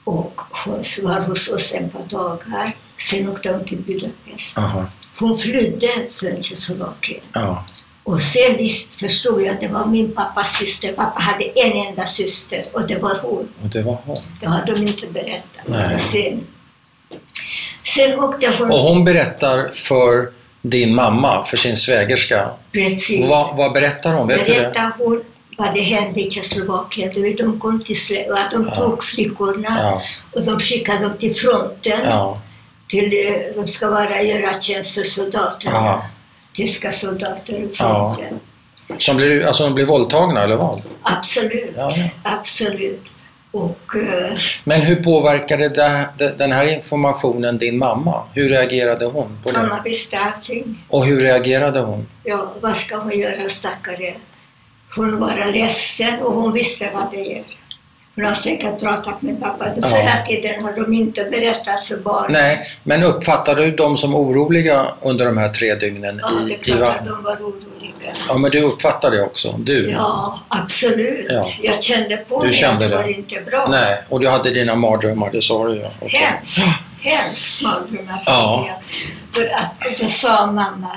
[SPEAKER 2] Och hon var hos oss en par dagar. Sen åkte hon till Budapest.
[SPEAKER 1] Aha.
[SPEAKER 2] Hon flydde från Tjeckoslovakien.
[SPEAKER 1] Ja.
[SPEAKER 2] Och sen visst förstod jag att det var min pappas syster. Pappa hade en enda syster och det var hon.
[SPEAKER 1] Och det var hon.
[SPEAKER 2] Det hade de inte berättat.
[SPEAKER 1] Nej.
[SPEAKER 2] Och sen, sen åkte hon...
[SPEAKER 1] Och hon berättar för din mamma, för sin svägerska.
[SPEAKER 2] Precis.
[SPEAKER 1] Vad, vad berättar hon? Vet
[SPEAKER 2] Berättar hon vad det hände i Tjeckoslovakien. Du vet, de kom till Sverige och att de
[SPEAKER 1] Ja.
[SPEAKER 2] tog flickorna
[SPEAKER 1] Ja.
[SPEAKER 2] och de skickade dem till fronten.
[SPEAKER 1] Ja.
[SPEAKER 2] Till, eh, de ska bara göra tjänst för soldaterna.
[SPEAKER 1] Ja.
[SPEAKER 2] Tyska soldater i
[SPEAKER 1] Ja.
[SPEAKER 2] fronten.
[SPEAKER 1] Som blir, alltså de blir våldtagna eller vad?
[SPEAKER 2] Absolut,
[SPEAKER 1] Ja, ja.
[SPEAKER 2] absolut. Och eh,
[SPEAKER 1] Men hur påverkade det, det, den här informationen din mamma? Hur reagerade hon på det?
[SPEAKER 2] mamma visste allting.
[SPEAKER 1] Och hur reagerade hon?
[SPEAKER 2] Ja, vad ska hon göra, stackare? Hon var ledsen och hon visste vad det är. Hon har säkert pratat med pappa.
[SPEAKER 1] Ja.
[SPEAKER 2] Förra tiden har de inte berättat för barnen.
[SPEAKER 1] Nej, men uppfattade du dem som oroliga under de här tre dygnen?
[SPEAKER 2] Ja, det är
[SPEAKER 1] i, i
[SPEAKER 2] klart
[SPEAKER 1] va-
[SPEAKER 2] att de var oroliga.
[SPEAKER 1] Ja, men du uppfattade det också? Du?
[SPEAKER 2] Ja, absolut.
[SPEAKER 1] Ja.
[SPEAKER 2] Jag kände på
[SPEAKER 1] Du
[SPEAKER 2] mig
[SPEAKER 1] kände
[SPEAKER 2] att det
[SPEAKER 1] det?
[SPEAKER 2] var inte bra.
[SPEAKER 1] Nej, och du hade dina mardrömmar, det sa du ju. Okej.
[SPEAKER 2] Hemskt, hemskt mardrömmar.
[SPEAKER 1] Ja.
[SPEAKER 2] För att då sa mamma,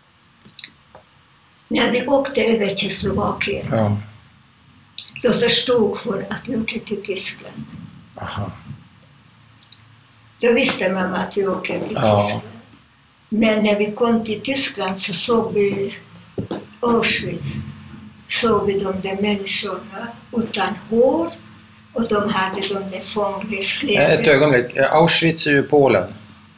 [SPEAKER 2] när vi åkte över Tjeckoslovakien,
[SPEAKER 1] Ja.
[SPEAKER 2] då förstod hon att vi åkte till Tyskland.
[SPEAKER 1] Aha.
[SPEAKER 2] Då visste mamma att vi åkte till
[SPEAKER 1] Ja.
[SPEAKER 2] Tyskland. Men när vi kom till Tyskland så såg vi Auschwitz. Såg vi de där människorna utan hår och de hade de där fångläskläder.
[SPEAKER 1] Ett ögonblick. Auschwitz är ju Polen.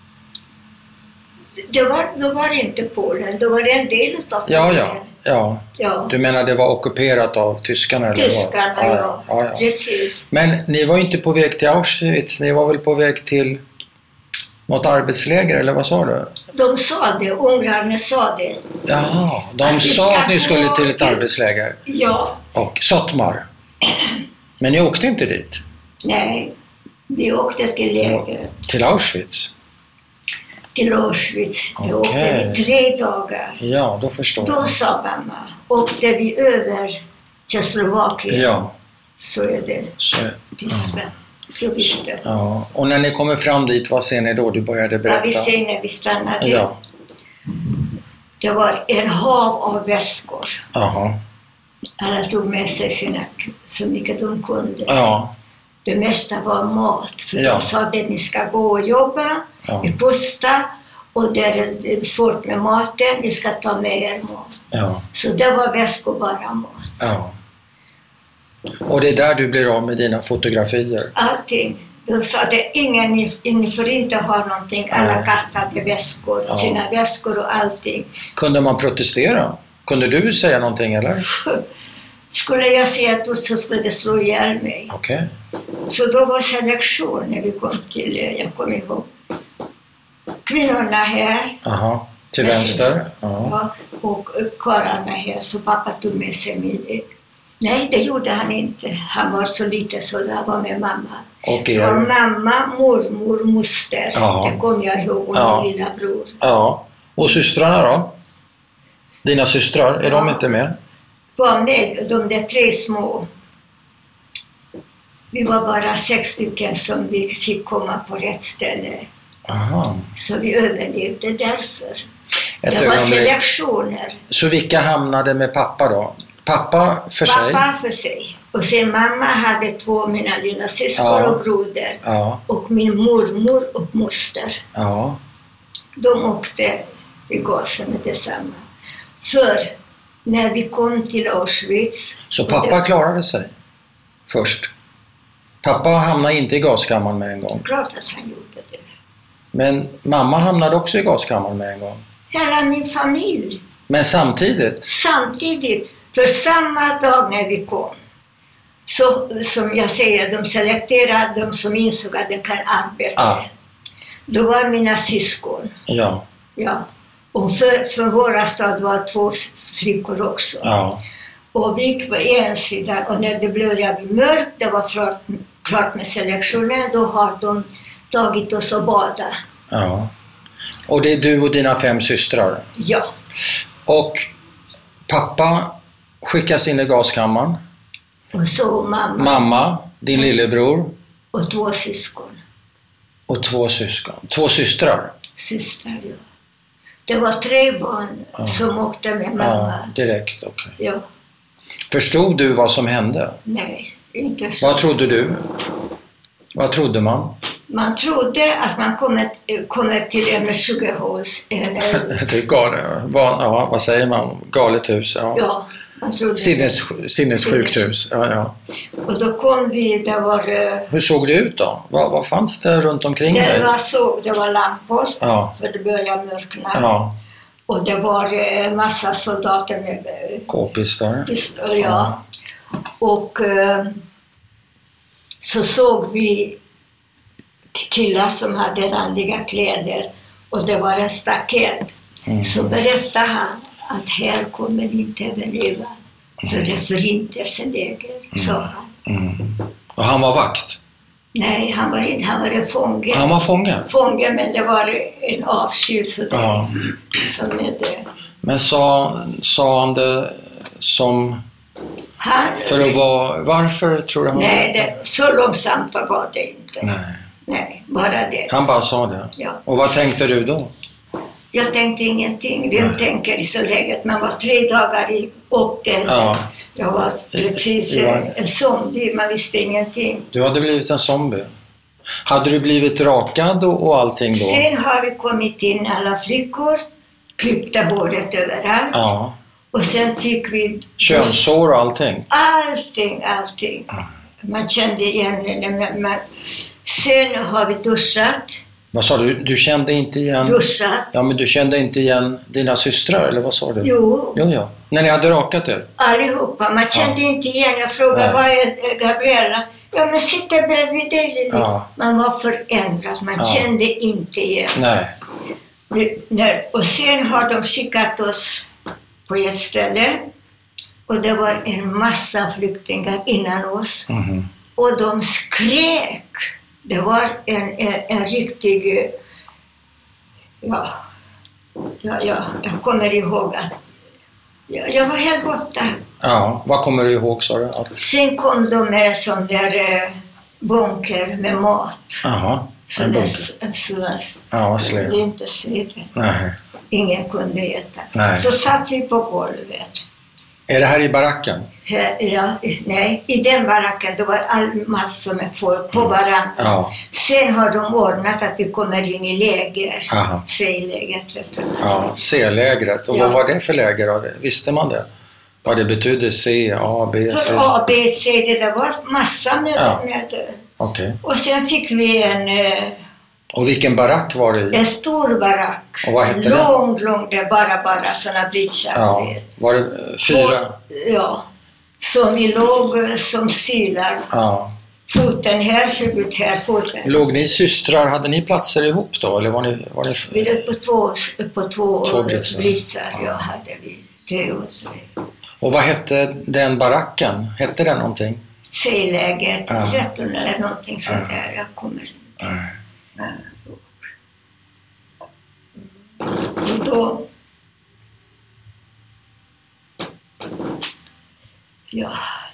[SPEAKER 2] Det var, det var inte Polen, det var en del av Polen.
[SPEAKER 1] Ja, ja, ja.
[SPEAKER 2] Ja.
[SPEAKER 1] Du menar det var ockuperat av tyskarna? Eller vad?
[SPEAKER 2] Tyskarna, ja.
[SPEAKER 1] Ja, ja, ja.
[SPEAKER 2] Precis.
[SPEAKER 1] Men ni var ju inte på väg till Auschwitz, ni var väl på väg till något arbetsläger, eller vad sa du?
[SPEAKER 2] De sa det, ungrarna sa det.
[SPEAKER 1] Jaha, de
[SPEAKER 2] Att vi
[SPEAKER 1] sa
[SPEAKER 2] ska
[SPEAKER 1] att ni skulle till ett
[SPEAKER 2] till-
[SPEAKER 1] arbetsläger.
[SPEAKER 2] Ja,
[SPEAKER 1] Och Sottmar. Men ni åkte inte dit?
[SPEAKER 2] nej. Vi åkte till läger,
[SPEAKER 1] Till Auschwitz?
[SPEAKER 2] till Auschwitz. Då
[SPEAKER 1] Okej.
[SPEAKER 2] åkte vi tre dagar.
[SPEAKER 1] Ja, då förstår
[SPEAKER 2] Då
[SPEAKER 1] jag.
[SPEAKER 2] sa mamma, åkte vi över Tjeckoslovakien
[SPEAKER 1] Ja,
[SPEAKER 2] så är det
[SPEAKER 1] så,
[SPEAKER 2] Tyskland. Jag visste.
[SPEAKER 1] ja. Och när ni kommer fram dit, vad ser ni då? Du började
[SPEAKER 2] Vad
[SPEAKER 1] berätta.
[SPEAKER 2] vi ser när vi stannade.
[SPEAKER 1] Ja,
[SPEAKER 2] Det var en hav av väskor.
[SPEAKER 1] jaha.
[SPEAKER 2] Alla tog med sig sina, så mycket de kunde.
[SPEAKER 1] Ja,
[SPEAKER 2] Det mesta var mat. För
[SPEAKER 1] Ja.
[SPEAKER 2] de sa att ni ska gå och jobba
[SPEAKER 1] ja,
[SPEAKER 2] i Pusta. Och där är det svårt med maten. Ni ska ta med er mat.
[SPEAKER 1] ja,
[SPEAKER 2] Så det var väskor bara mat.
[SPEAKER 1] ja. Och det är där du blir av med dina fotografier?
[SPEAKER 2] Allting. De sa att ingen, ni, ni får inte ha någonting. Alla
[SPEAKER 1] Nej.
[SPEAKER 2] kastade väskor,
[SPEAKER 1] Ja.
[SPEAKER 2] sina väskor och allting.
[SPEAKER 1] Kunde man protestera? Kunde du säga någonting eller?
[SPEAKER 2] Skulle jag säga att så skulle det slå ihjäl mig.
[SPEAKER 1] Okej.
[SPEAKER 2] Så då var selektion när vi kom till, jag kommer ihåg, kvinnorna här.
[SPEAKER 1] Aha. Till
[SPEAKER 2] Med
[SPEAKER 1] vänster? Ja.
[SPEAKER 2] Ja, och karlarna här, så pappa tog med sig min... Nej, det gjorde han inte. Han var så liten så jag var med mamma.
[SPEAKER 1] Och
[SPEAKER 2] Det var
[SPEAKER 1] er?
[SPEAKER 2] mamma, mormor, moster.
[SPEAKER 1] Ja.
[SPEAKER 2] Det kommer jag ihåg. Och
[SPEAKER 1] Ja.
[SPEAKER 2] min lilla bror.
[SPEAKER 1] Ja. Och systrarna då? Dina systrar, är de
[SPEAKER 2] Ja.
[SPEAKER 1] inte med?
[SPEAKER 2] Var med de där tre små. Vi var bara sex stycken som vi fick komma på rätt ställe.
[SPEAKER 1] Aha.
[SPEAKER 2] Så vi överlevde därför.
[SPEAKER 1] Ett
[SPEAKER 2] Det var
[SPEAKER 1] ögonblick.
[SPEAKER 2] selektioner.
[SPEAKER 1] Så vilka hamnade med pappa då? Pappa för sig?
[SPEAKER 2] Pappa för sig. Och sen mamma hade två mina lilla syskon
[SPEAKER 1] Ja.
[SPEAKER 2] och broder.
[SPEAKER 1] Ja,
[SPEAKER 2] Och min mormor och moster.
[SPEAKER 1] ja,
[SPEAKER 2] De åkte i gasen med detsamma. För när vi kom till Auschwitz...
[SPEAKER 1] så
[SPEAKER 2] och
[SPEAKER 1] pappa
[SPEAKER 2] det-
[SPEAKER 1] klarade sig först? Pappa hamnade inte i gaskammaren med en gång.
[SPEAKER 2] Klart att han gjorde det.
[SPEAKER 1] Men mamma hamnade också i gaskammaren med en gång.
[SPEAKER 2] Hela min familj.
[SPEAKER 1] Men samtidigt?
[SPEAKER 2] Samtidigt, för samma dag när vi kom, så som jag säger, de selekterade de som insåg att de kan arbeta.
[SPEAKER 1] Ah.
[SPEAKER 2] Då var mina syskon,
[SPEAKER 1] Ja,
[SPEAKER 2] ja. Och för, för våra stad var två flickor också.
[SPEAKER 1] ja,
[SPEAKER 2] Och vi gick på en sida och när det började bli mörkt, det var klart, klart med selektionen, då har de tagit oss och bada.
[SPEAKER 1] ja. Och det är du och dina fem systrar?
[SPEAKER 2] Ja,
[SPEAKER 1] Och pappa skickas in i gaskammaren.
[SPEAKER 2] och så mamma.
[SPEAKER 1] Mamma, din lillebror
[SPEAKER 2] Och två syskon.
[SPEAKER 1] Och två syskon. Två systrar?
[SPEAKER 2] Systrar, ja. Det var tre barn ja. Som åkte med mamma.
[SPEAKER 1] Ja, direkt, okej. Okay.
[SPEAKER 2] Ja.
[SPEAKER 1] Förstod du vad som hände?
[SPEAKER 2] Nej, inte så.
[SPEAKER 1] Vad trodde du? Vad trodde man?
[SPEAKER 2] Man trodde att man kommer, kommer till en sjukhus. Eller...
[SPEAKER 1] det är galet, ja, vad säger man? Galet hus, ja.
[SPEAKER 2] Ja, man trodde
[SPEAKER 1] Sinnes, sinnessjukhus, ja, ja.
[SPEAKER 2] Och då kom vi, det var...
[SPEAKER 1] Hur såg det ut då? Vad, vad fanns det runt omkring
[SPEAKER 2] det
[SPEAKER 1] dig?
[SPEAKER 2] Var så, det var lampor,
[SPEAKER 1] ja.
[SPEAKER 2] För det började mörkna.
[SPEAKER 1] Ja.
[SPEAKER 2] Och det var en massa soldater med...
[SPEAKER 1] K-pistar.
[SPEAKER 2] Pistor, ja. ja. Och så såg vi killar som hade randiga kläder och det var en staket. Mm. Så berättade han att här kommer vi inte överleva för det är förintelseläger, mm. sa han. Mm.
[SPEAKER 1] Och han var vakt?
[SPEAKER 2] Nej, han var inte, han var en fånge.
[SPEAKER 1] Han var fånge?
[SPEAKER 2] Fånge, men det var en avsky sådär.
[SPEAKER 1] Ja.
[SPEAKER 2] Som är det.
[SPEAKER 1] Men sa, sa han det som...
[SPEAKER 2] Han,
[SPEAKER 1] för att vara... Varför tror du han...
[SPEAKER 2] Nej, det, så långsamt var det inte.
[SPEAKER 1] Nej.
[SPEAKER 2] Nej, bara det.
[SPEAKER 1] Han bara sa det?
[SPEAKER 2] Ja.
[SPEAKER 1] Och vad tänkte du då?
[SPEAKER 2] Jag tänkte ingenting. Vem Nej. tänker i så läget? Man var tre dagar i åkte.
[SPEAKER 1] Ja.
[SPEAKER 2] Jag var precis var... en zombie. Man visste ingenting.
[SPEAKER 1] Du hade blivit en zombie. Hade du blivit rakad och, och allting då?
[SPEAKER 2] Sen har vi kommit in alla flickor. Klippte håret överallt.
[SPEAKER 1] Ja.
[SPEAKER 2] Och sen fick vi...
[SPEAKER 1] Könshår och allting?
[SPEAKER 2] Allting, allting. Mm. Man kände igen det. Man... Sen har vi duschat.
[SPEAKER 1] Vad sa du? Du kände inte igen...
[SPEAKER 2] Duschat.
[SPEAKER 1] Ja, men du kände inte igen dina systrar, eller vad sa du?
[SPEAKER 2] Jo.
[SPEAKER 1] Jo, ja. När ni hade rakat er?
[SPEAKER 2] Allihopa. Man kände ja. inte igen. Jag frågade, vad är Gabriella? Ja, men sitter bredvid dig. Ja. Man var förändrad. Man ja. kände inte igen.
[SPEAKER 1] Nej.
[SPEAKER 2] Och sen har de skickat oss på ett ställe. Och det var en massa flyktingar innan oss. Mm-hmm. Och de skrek. Det var en, en, en riktig... Ja, ja, ja, jag kommer ihåg att... Jag, jag var helt borta.
[SPEAKER 1] Ja, vad kommer du ihåg, sa du? Att...
[SPEAKER 2] Sen kom de med en sån där eh, bunker med mat.
[SPEAKER 1] Jaha, en bunker.
[SPEAKER 2] Så,
[SPEAKER 1] ja, släp.
[SPEAKER 2] Det är inte släp.
[SPEAKER 1] Nej.
[SPEAKER 2] Ingen kunde äta.
[SPEAKER 1] Nej.
[SPEAKER 2] Så satt vi på golvet.
[SPEAKER 1] Är det här i baracken?
[SPEAKER 2] Ja, nej, i den baracken det var all massor med folk på varandra.
[SPEAKER 1] Ja.
[SPEAKER 2] Sen har de ordnat att vi kommer in i läger. C-lägret.
[SPEAKER 1] Ja, C-lägret. Och ja. Vad var det för läger då? Visste man det? Vad det betydde C, A, B, C?
[SPEAKER 2] För A, B, C, det var massa med...
[SPEAKER 1] Ja.
[SPEAKER 2] med
[SPEAKER 1] okay.
[SPEAKER 2] Och sen fick vi en...
[SPEAKER 1] Och vilken barack var det i?
[SPEAKER 2] En stor barack.
[SPEAKER 1] Och vad hette
[SPEAKER 2] lång,
[SPEAKER 1] den?
[SPEAKER 2] Lång, lång, det bara, bara sådana britchar.
[SPEAKER 1] Ja. Var det fyra?
[SPEAKER 2] Och, ja. Så vi låg som silar.
[SPEAKER 1] Ja.
[SPEAKER 2] Foten här, huvudet här, foten.
[SPEAKER 1] Låg ni systrar, hade ni platser ihop då? Eller var ni... Var ni...
[SPEAKER 2] Vi låg på två, på två, två britsar.
[SPEAKER 1] Ja.
[SPEAKER 2] Ja, hade vi. Tre och tre.
[SPEAKER 1] Och vad hette den baracken? Hette den någonting?
[SPEAKER 2] C-läget, ja. tretton eller någonting sånt ja. där. Jag kommer inte.
[SPEAKER 1] Ja.
[SPEAKER 2] Och då... Ja...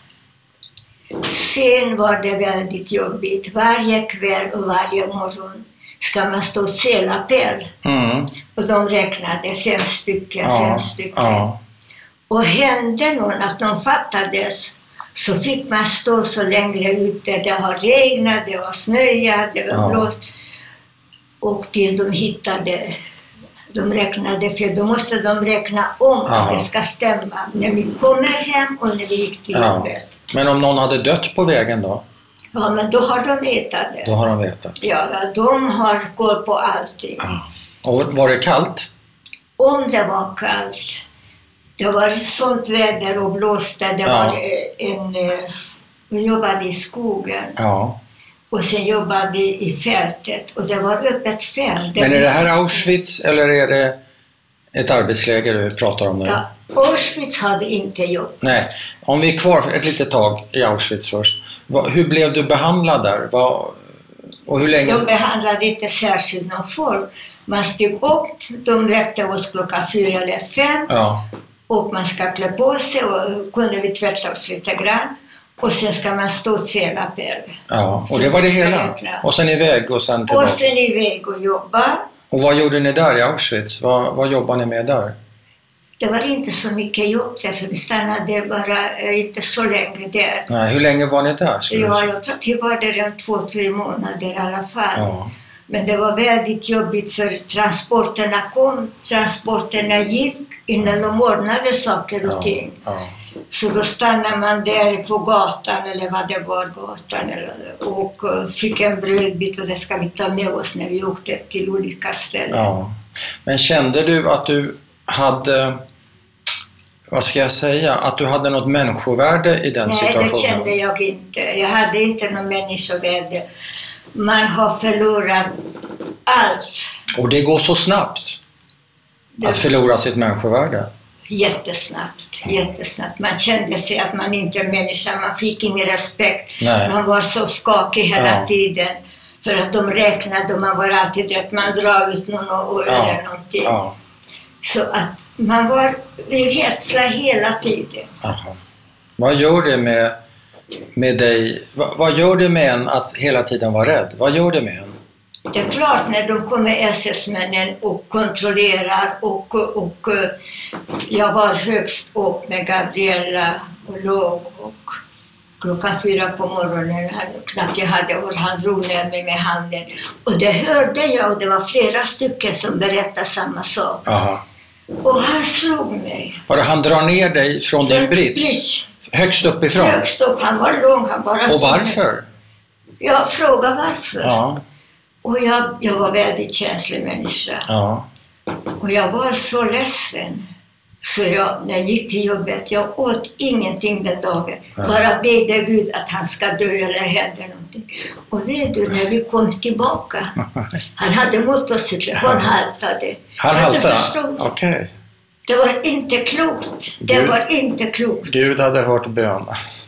[SPEAKER 2] Sen var det väldigt jobbigt. Varje kväll och varje morgon ska man stå och cellapell. Mm. Och de räknade fem stycken, ja, fem stycken. Ja. Och hände någon att de fattades så fick man stå så längre ute. Det har regnat, det har snöat, det var ja. blåst. Och tills de hittade, de räknade fel. Då måste de räkna om ja. att det ska stämma. När vi kommer hem och när vi gick till
[SPEAKER 1] ja.
[SPEAKER 2] jobbet.
[SPEAKER 1] Men om någon hade dött på vägen då?
[SPEAKER 2] Ja, men då har de vetat det.
[SPEAKER 1] Då har de vetat.
[SPEAKER 2] Ja, de har koll på allting.
[SPEAKER 1] Ja. Och var det kallt?
[SPEAKER 2] Om det var kallt. Det var sånt väder och blåste. Det ja. var en... Vi jobbade i skogen.
[SPEAKER 1] Ja.
[SPEAKER 2] Och sen jobbade i fältet. Och det var öppet fält.
[SPEAKER 1] Men är det här Auschwitz eller är det ett arbetsläger du pratar om nu?
[SPEAKER 2] Ja, Auschwitz hade inte jobb.
[SPEAKER 1] Nej, om vi är kvar ett litet tag i Auschwitz först. Hur blev du behandlad där? Och hur länge?
[SPEAKER 2] De behandlade inte särskilt någon folk. Man stod upp, de väckte oss klockan fyra eller fem.
[SPEAKER 1] Ja.
[SPEAKER 2] Och man ska klä på sig och kunde vi tvätta oss lite grann. Och sen ska man stå och sela själv.
[SPEAKER 1] Ja, och det var det hela. Och sen iväg och sen tillbaka.
[SPEAKER 2] Och sen iväg och jobba.
[SPEAKER 1] Och vad gjorde ni där i Auschwitz? Vad, vad jobbade ni med där?
[SPEAKER 2] Det var inte så mycket jobb där, för vi stannade bara inte så länge där.
[SPEAKER 1] Nej, hur länge var ni där?
[SPEAKER 2] Ja, jag tror att vi var där en två, tre månader i alla fall.
[SPEAKER 1] Ja.
[SPEAKER 2] Men det var väldigt jobbigt för transporterna kom, transporterna gick innan de ordnade saker och
[SPEAKER 1] Ja,
[SPEAKER 2] ting.
[SPEAKER 1] ja.
[SPEAKER 2] Så då stannade man där på gatan, eller vad det var, gatan, eller, och fick en brödbit, och det ska vi ta med oss när vi åkte till olika ställen.
[SPEAKER 1] Ja. Men kände du att du hade, vad ska jag säga, att du hade något människovärde i den
[SPEAKER 2] Nej,
[SPEAKER 1] situationen?
[SPEAKER 2] Nej, det kände jag inte. Jag hade inte något människovärde. Man har förlorat allt.
[SPEAKER 1] Och det går så snabbt
[SPEAKER 2] Det
[SPEAKER 1] att förlora sitt människovärde.
[SPEAKER 2] Jättesnabbt, jättesnabbt. Man kände sig att man inte är människa, man fick ingen respekt.
[SPEAKER 1] Nej.
[SPEAKER 2] Man var så skakig hela
[SPEAKER 1] Ja.
[SPEAKER 2] tiden. För att de räknade och man var alltid rätt. Man drar ut någon år
[SPEAKER 1] Ja.
[SPEAKER 2] eller någonting.
[SPEAKER 1] Ja.
[SPEAKER 2] Så att man var i rädsla hela tiden.
[SPEAKER 1] Aha. Vad gör det med, med dig? Vad, vad gör det med en att hela tiden vara rädd? Vad gör det med en?
[SPEAKER 2] Det är klart när de kommer S S-männen och kontrollerar och, och, och jag var högst upp med Gabriella och låg och klockan fyra på morgonen, han, knappt jag hade och han drog ner mig med handen. Och det hörde jag, och det var flera stycken som berättade samma sak.
[SPEAKER 1] Aha.
[SPEAKER 2] Och han slog mig.
[SPEAKER 1] Var det han drar ner dig från din brits? Högst uppifrån?
[SPEAKER 2] Högst upp, han var lång, han bara...
[SPEAKER 1] Och varför?
[SPEAKER 2] Jag frågade varför.
[SPEAKER 1] Ja.
[SPEAKER 2] Och jag, jag var väldigt känslig människa.
[SPEAKER 1] Ja.
[SPEAKER 2] Och jag var så ledsen. Så jag, när jag gick till jobbet, jag åt ingenting den dagen.
[SPEAKER 1] Ja.
[SPEAKER 2] Bara bedde Gud att han ska dö eller hända någonting. Och vet du, när vi kom tillbaka, han hade motorcykel, han haltade.
[SPEAKER 1] Han
[SPEAKER 2] Kan du
[SPEAKER 1] haltade?
[SPEAKER 2] förstå?
[SPEAKER 1] Okej.
[SPEAKER 2] Det var inte klokt. Det
[SPEAKER 1] Gud.
[SPEAKER 2] var inte klokt.
[SPEAKER 1] Gud hade hört bön.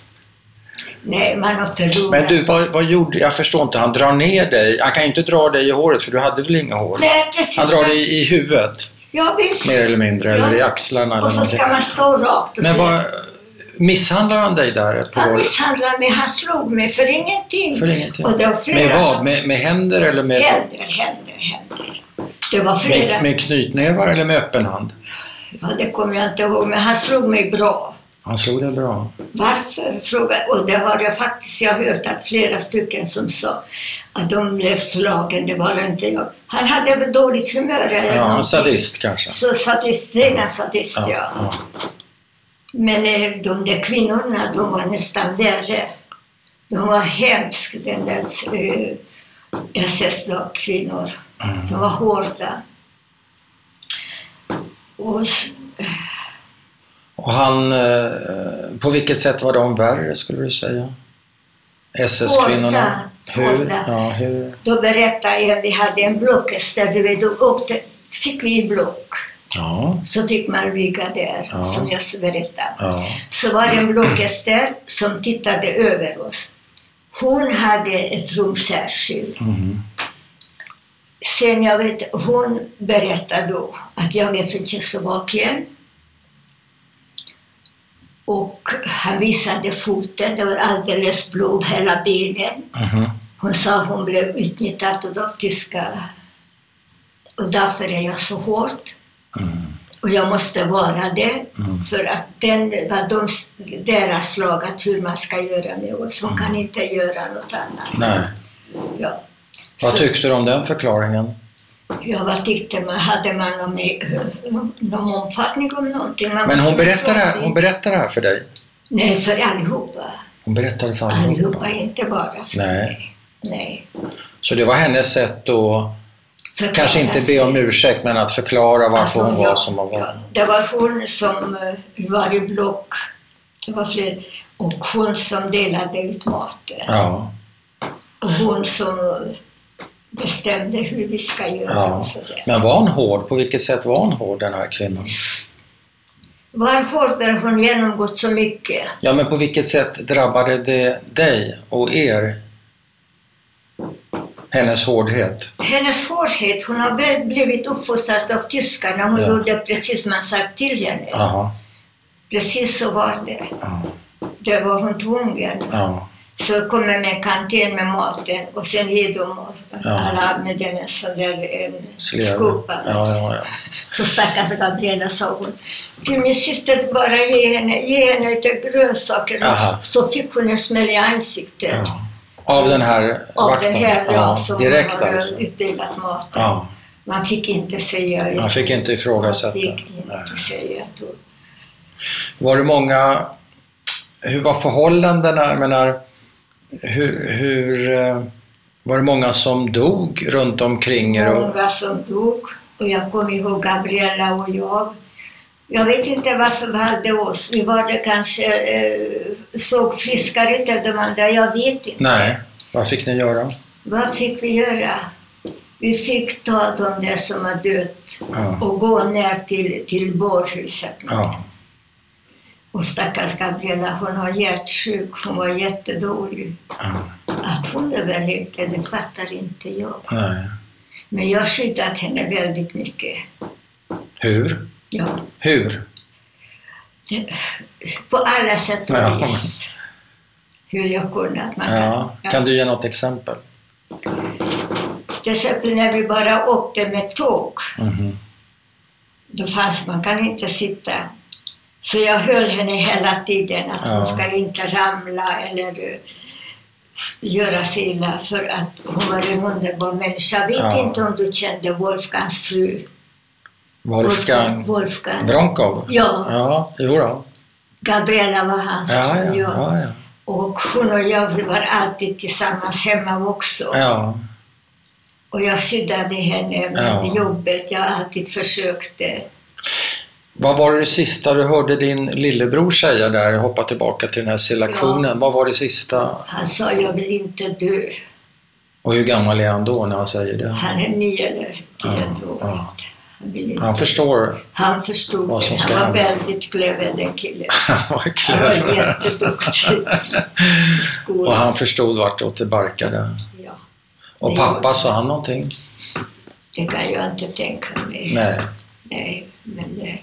[SPEAKER 2] Nej, man har förlorat.
[SPEAKER 1] Men du, vad, vad gjorde, jag förstår inte, han drar ner dig, han kan ju inte dra dig i håret för du hade väl inga hår?
[SPEAKER 2] Nej, precis.
[SPEAKER 1] Han drar dig i, i huvudet,
[SPEAKER 2] Ja, visst.
[SPEAKER 1] mer eller mindre,
[SPEAKER 2] Ja.
[SPEAKER 1] eller i axlarna eller
[SPEAKER 2] Och så
[SPEAKER 1] någonting.
[SPEAKER 2] ska man stå rakt. Och
[SPEAKER 1] Men
[SPEAKER 2] så-
[SPEAKER 1] vad, misshandlar han dig där på
[SPEAKER 2] Han
[SPEAKER 1] håret?
[SPEAKER 2] misshandlade mig, han slog mig för ingenting.
[SPEAKER 1] För ingenting?
[SPEAKER 2] Och det var flera
[SPEAKER 1] Med vad?
[SPEAKER 2] som-
[SPEAKER 1] Med, med händer eller med,
[SPEAKER 2] Händer, händer, händer. Det var flera.
[SPEAKER 1] med, med knytnävar eller med öppen hand?
[SPEAKER 2] Ja, det kommer jag inte ihåg, men han slog mig bra.
[SPEAKER 1] Han slog dig bra.
[SPEAKER 2] Varför? Fråga. Och det har jag faktiskt, jag har hört att flera stycken som sa att de blev slagen, det var inte jag. Han hade väl dåligt humör eller
[SPEAKER 1] Ja, en
[SPEAKER 2] någonting.
[SPEAKER 1] sadist kanske.
[SPEAKER 2] Så sadist, rena sadist, ja.
[SPEAKER 1] Ja, ja.
[SPEAKER 2] Men eh, de där kvinnorna, de var nästan värre. De var hemska, den där eh, S S-kvinnor.
[SPEAKER 1] Mm.
[SPEAKER 2] De var hårda. Och s-
[SPEAKER 1] Och han, eh, på vilket sätt var de värre skulle du säga? S S-kvinnorna?
[SPEAKER 2] Hårda,
[SPEAKER 1] Hur?
[SPEAKER 2] hårda.
[SPEAKER 1] Ja, hur?
[SPEAKER 2] då berättade jag, vi hade en blockes där, du vet, då åkte, fick vi block.
[SPEAKER 1] Ja,
[SPEAKER 2] Så fick man ligga där,
[SPEAKER 1] Ja.
[SPEAKER 2] som jag berättade.
[SPEAKER 1] ja.
[SPEAKER 2] Så var det en blockes där som tittade över oss. Hon hade ett rum särskilt.
[SPEAKER 1] Mm.
[SPEAKER 2] Sen jag vet, hon berättade då att jag är från Tjeckoslovakien. Och han visade foten, det var alldeles blod hela benen.
[SPEAKER 1] Mhm.
[SPEAKER 2] Hon sa hon blev utnyttjad av tyska. Och därför är jag så hård.
[SPEAKER 1] Mm.
[SPEAKER 2] Och jag måste vara det.
[SPEAKER 1] Mm.
[SPEAKER 2] För att den var de, deras lag att hur man ska göra med oss. Hon kan inte göra något annat.
[SPEAKER 1] Nej.
[SPEAKER 2] Ja.
[SPEAKER 1] Vad
[SPEAKER 2] Så-
[SPEAKER 1] tyckte du om den förklaringen?
[SPEAKER 2] Ja, vad tyckte man? Hade man någon, någon omfattning om någonting? Man
[SPEAKER 1] Men hon
[SPEAKER 2] måste
[SPEAKER 1] berättade, det här,
[SPEAKER 2] så-
[SPEAKER 1] hon berättade det här för dig?
[SPEAKER 2] Nej, för allihopa.
[SPEAKER 1] Hon berättade för
[SPEAKER 2] Allihopa,
[SPEAKER 1] allihopa?
[SPEAKER 2] inte bara för
[SPEAKER 1] Nej.
[SPEAKER 2] mig. Nej.
[SPEAKER 1] Så det var hennes sätt att,
[SPEAKER 2] Förklara
[SPEAKER 1] kanske inte be om
[SPEAKER 2] sig.
[SPEAKER 1] ursäkt, men att förklara varför
[SPEAKER 2] Alltså,
[SPEAKER 1] hon var
[SPEAKER 2] ja,
[SPEAKER 1] som hon var?
[SPEAKER 2] ja. Det var hon som eh, var i block. Det var fler. Och hon som delade ut maten.
[SPEAKER 1] Ja.
[SPEAKER 2] Och hon som bestämde hur vi ska göra
[SPEAKER 1] Ja.
[SPEAKER 2] och sådär.
[SPEAKER 1] Men var hon hård? På vilket sätt var hon hård, den här kvinnan?
[SPEAKER 2] Var hård när hon genomgått så mycket.
[SPEAKER 1] Ja, men på vilket sätt drabbade det dig och er? Hennes hårdhet?
[SPEAKER 2] Hennes hårdhet, hon har väl blivit uppfostrad av tyskarna. Hon
[SPEAKER 1] Ja.
[SPEAKER 2] gjorde precis man sagt till henne.
[SPEAKER 1] Jaha.
[SPEAKER 2] Precis så var det.
[SPEAKER 1] Ja.
[SPEAKER 2] det var hon tvungen.
[SPEAKER 1] Ja.
[SPEAKER 2] Så kommer med kantin med maten och sen ger de oss
[SPEAKER 1] Ja.
[SPEAKER 2] alla med den en sån där en
[SPEAKER 1] Slev.
[SPEAKER 2] skopa.
[SPEAKER 1] Ja, ja, ja.
[SPEAKER 2] Så stackars Gabriella, sa hon. Till min syster, bara ge henne, ge henne lite grönsaker.
[SPEAKER 1] Aha.
[SPEAKER 2] Så fick hon en smäll i ansiktet.
[SPEAKER 1] Ja. Av den här
[SPEAKER 2] Av
[SPEAKER 1] vakten?
[SPEAKER 2] den här, ja, som
[SPEAKER 1] direkt
[SPEAKER 2] har
[SPEAKER 1] alltså.
[SPEAKER 2] utdelat maten.
[SPEAKER 1] Ja.
[SPEAKER 2] Man fick inte säga.
[SPEAKER 1] Man fick inte ifrågasätta.
[SPEAKER 2] Man fick inte
[SPEAKER 1] Nej.
[SPEAKER 2] säga att hon...
[SPEAKER 1] Var det många, hur var förhållandena, jag menar, hur, hur eh, var det många som dog runt omkring er? Och,
[SPEAKER 2] Många som dog. Och jag kommer ihåg Gabriella och jag. Jag vet inte varför vi hade oss. Vi var det kanske eh, såg friskare ut än de andra. Jag vet inte.
[SPEAKER 1] nej, vad fick ni göra?
[SPEAKER 2] Vad fick vi göra? Vi fick ta de där som har dött
[SPEAKER 1] Ja.
[SPEAKER 2] och gå ner till, till bårhuset.
[SPEAKER 1] Ja.
[SPEAKER 2] Och stackars Gabriella, hon har hjärtsjuk. Hon var jättedålig.
[SPEAKER 1] Ja.
[SPEAKER 2] Att hon överlevde, det fattar inte jag.
[SPEAKER 1] Nej.
[SPEAKER 2] Men jag har skyddat henne väldigt mycket.
[SPEAKER 1] Hur?
[SPEAKER 2] Ja.
[SPEAKER 1] Hur?
[SPEAKER 2] På alla sätt och
[SPEAKER 1] Ja.
[SPEAKER 2] vis. Hur jag kunnat. Man
[SPEAKER 1] Ja.
[SPEAKER 2] kan,
[SPEAKER 1] Kan du ge något exempel?
[SPEAKER 2] Till exempel när vi bara åkte med tåg.
[SPEAKER 1] Mhm.
[SPEAKER 2] Då fanns man kan inte sitta. Så jag höll henne hela tiden att
[SPEAKER 1] Ja.
[SPEAKER 2] hon ska inte ramla eller uh, göra sig illa, för att hon var en underbar människa. Jag vet
[SPEAKER 1] Ja.
[SPEAKER 2] inte om du kände Wolfgangs fru.
[SPEAKER 1] Wolfgang
[SPEAKER 2] Wolfgang.
[SPEAKER 1] Bronkov?
[SPEAKER 2] Ja.
[SPEAKER 1] Ja, jo då.
[SPEAKER 2] Gabriella var hans
[SPEAKER 1] Ja,
[SPEAKER 2] fru.
[SPEAKER 1] ja, ja, ja.
[SPEAKER 2] Och hon och jag, vi var alltid tillsammans hemma också.
[SPEAKER 1] Ja,
[SPEAKER 2] Och jag skyddade henne med
[SPEAKER 1] Ja.
[SPEAKER 2] jobbet. Jag alltid försökte.
[SPEAKER 1] vad var det sista du hörde din lillebror säga där? Jag hoppar tillbaka till den här selektionen.
[SPEAKER 2] Ja.
[SPEAKER 1] Vad var det sista?
[SPEAKER 2] Han sa, jag vill inte dö.
[SPEAKER 1] Och hur gammal är han då när han säger det?
[SPEAKER 2] Han är nio eller tio
[SPEAKER 1] Ja,
[SPEAKER 2] år.
[SPEAKER 1] ja.
[SPEAKER 2] Han, vill inte.
[SPEAKER 1] Han förstår.
[SPEAKER 2] Han förstod
[SPEAKER 1] vad
[SPEAKER 2] det.
[SPEAKER 1] som ska
[SPEAKER 2] Han var
[SPEAKER 1] hända.
[SPEAKER 2] väldigt clever, den killen.
[SPEAKER 1] Han var
[SPEAKER 2] Han var
[SPEAKER 1] clever.
[SPEAKER 2] jätteduktig i skolan.
[SPEAKER 1] Och han förstod vart åt det barkade.
[SPEAKER 2] Ja,
[SPEAKER 1] Och
[SPEAKER 2] Det
[SPEAKER 1] pappa,
[SPEAKER 2] gjorde-
[SPEAKER 1] sa han någonting?
[SPEAKER 2] det kan jag inte tänka mig.
[SPEAKER 1] Nej,
[SPEAKER 2] Nej, men eh,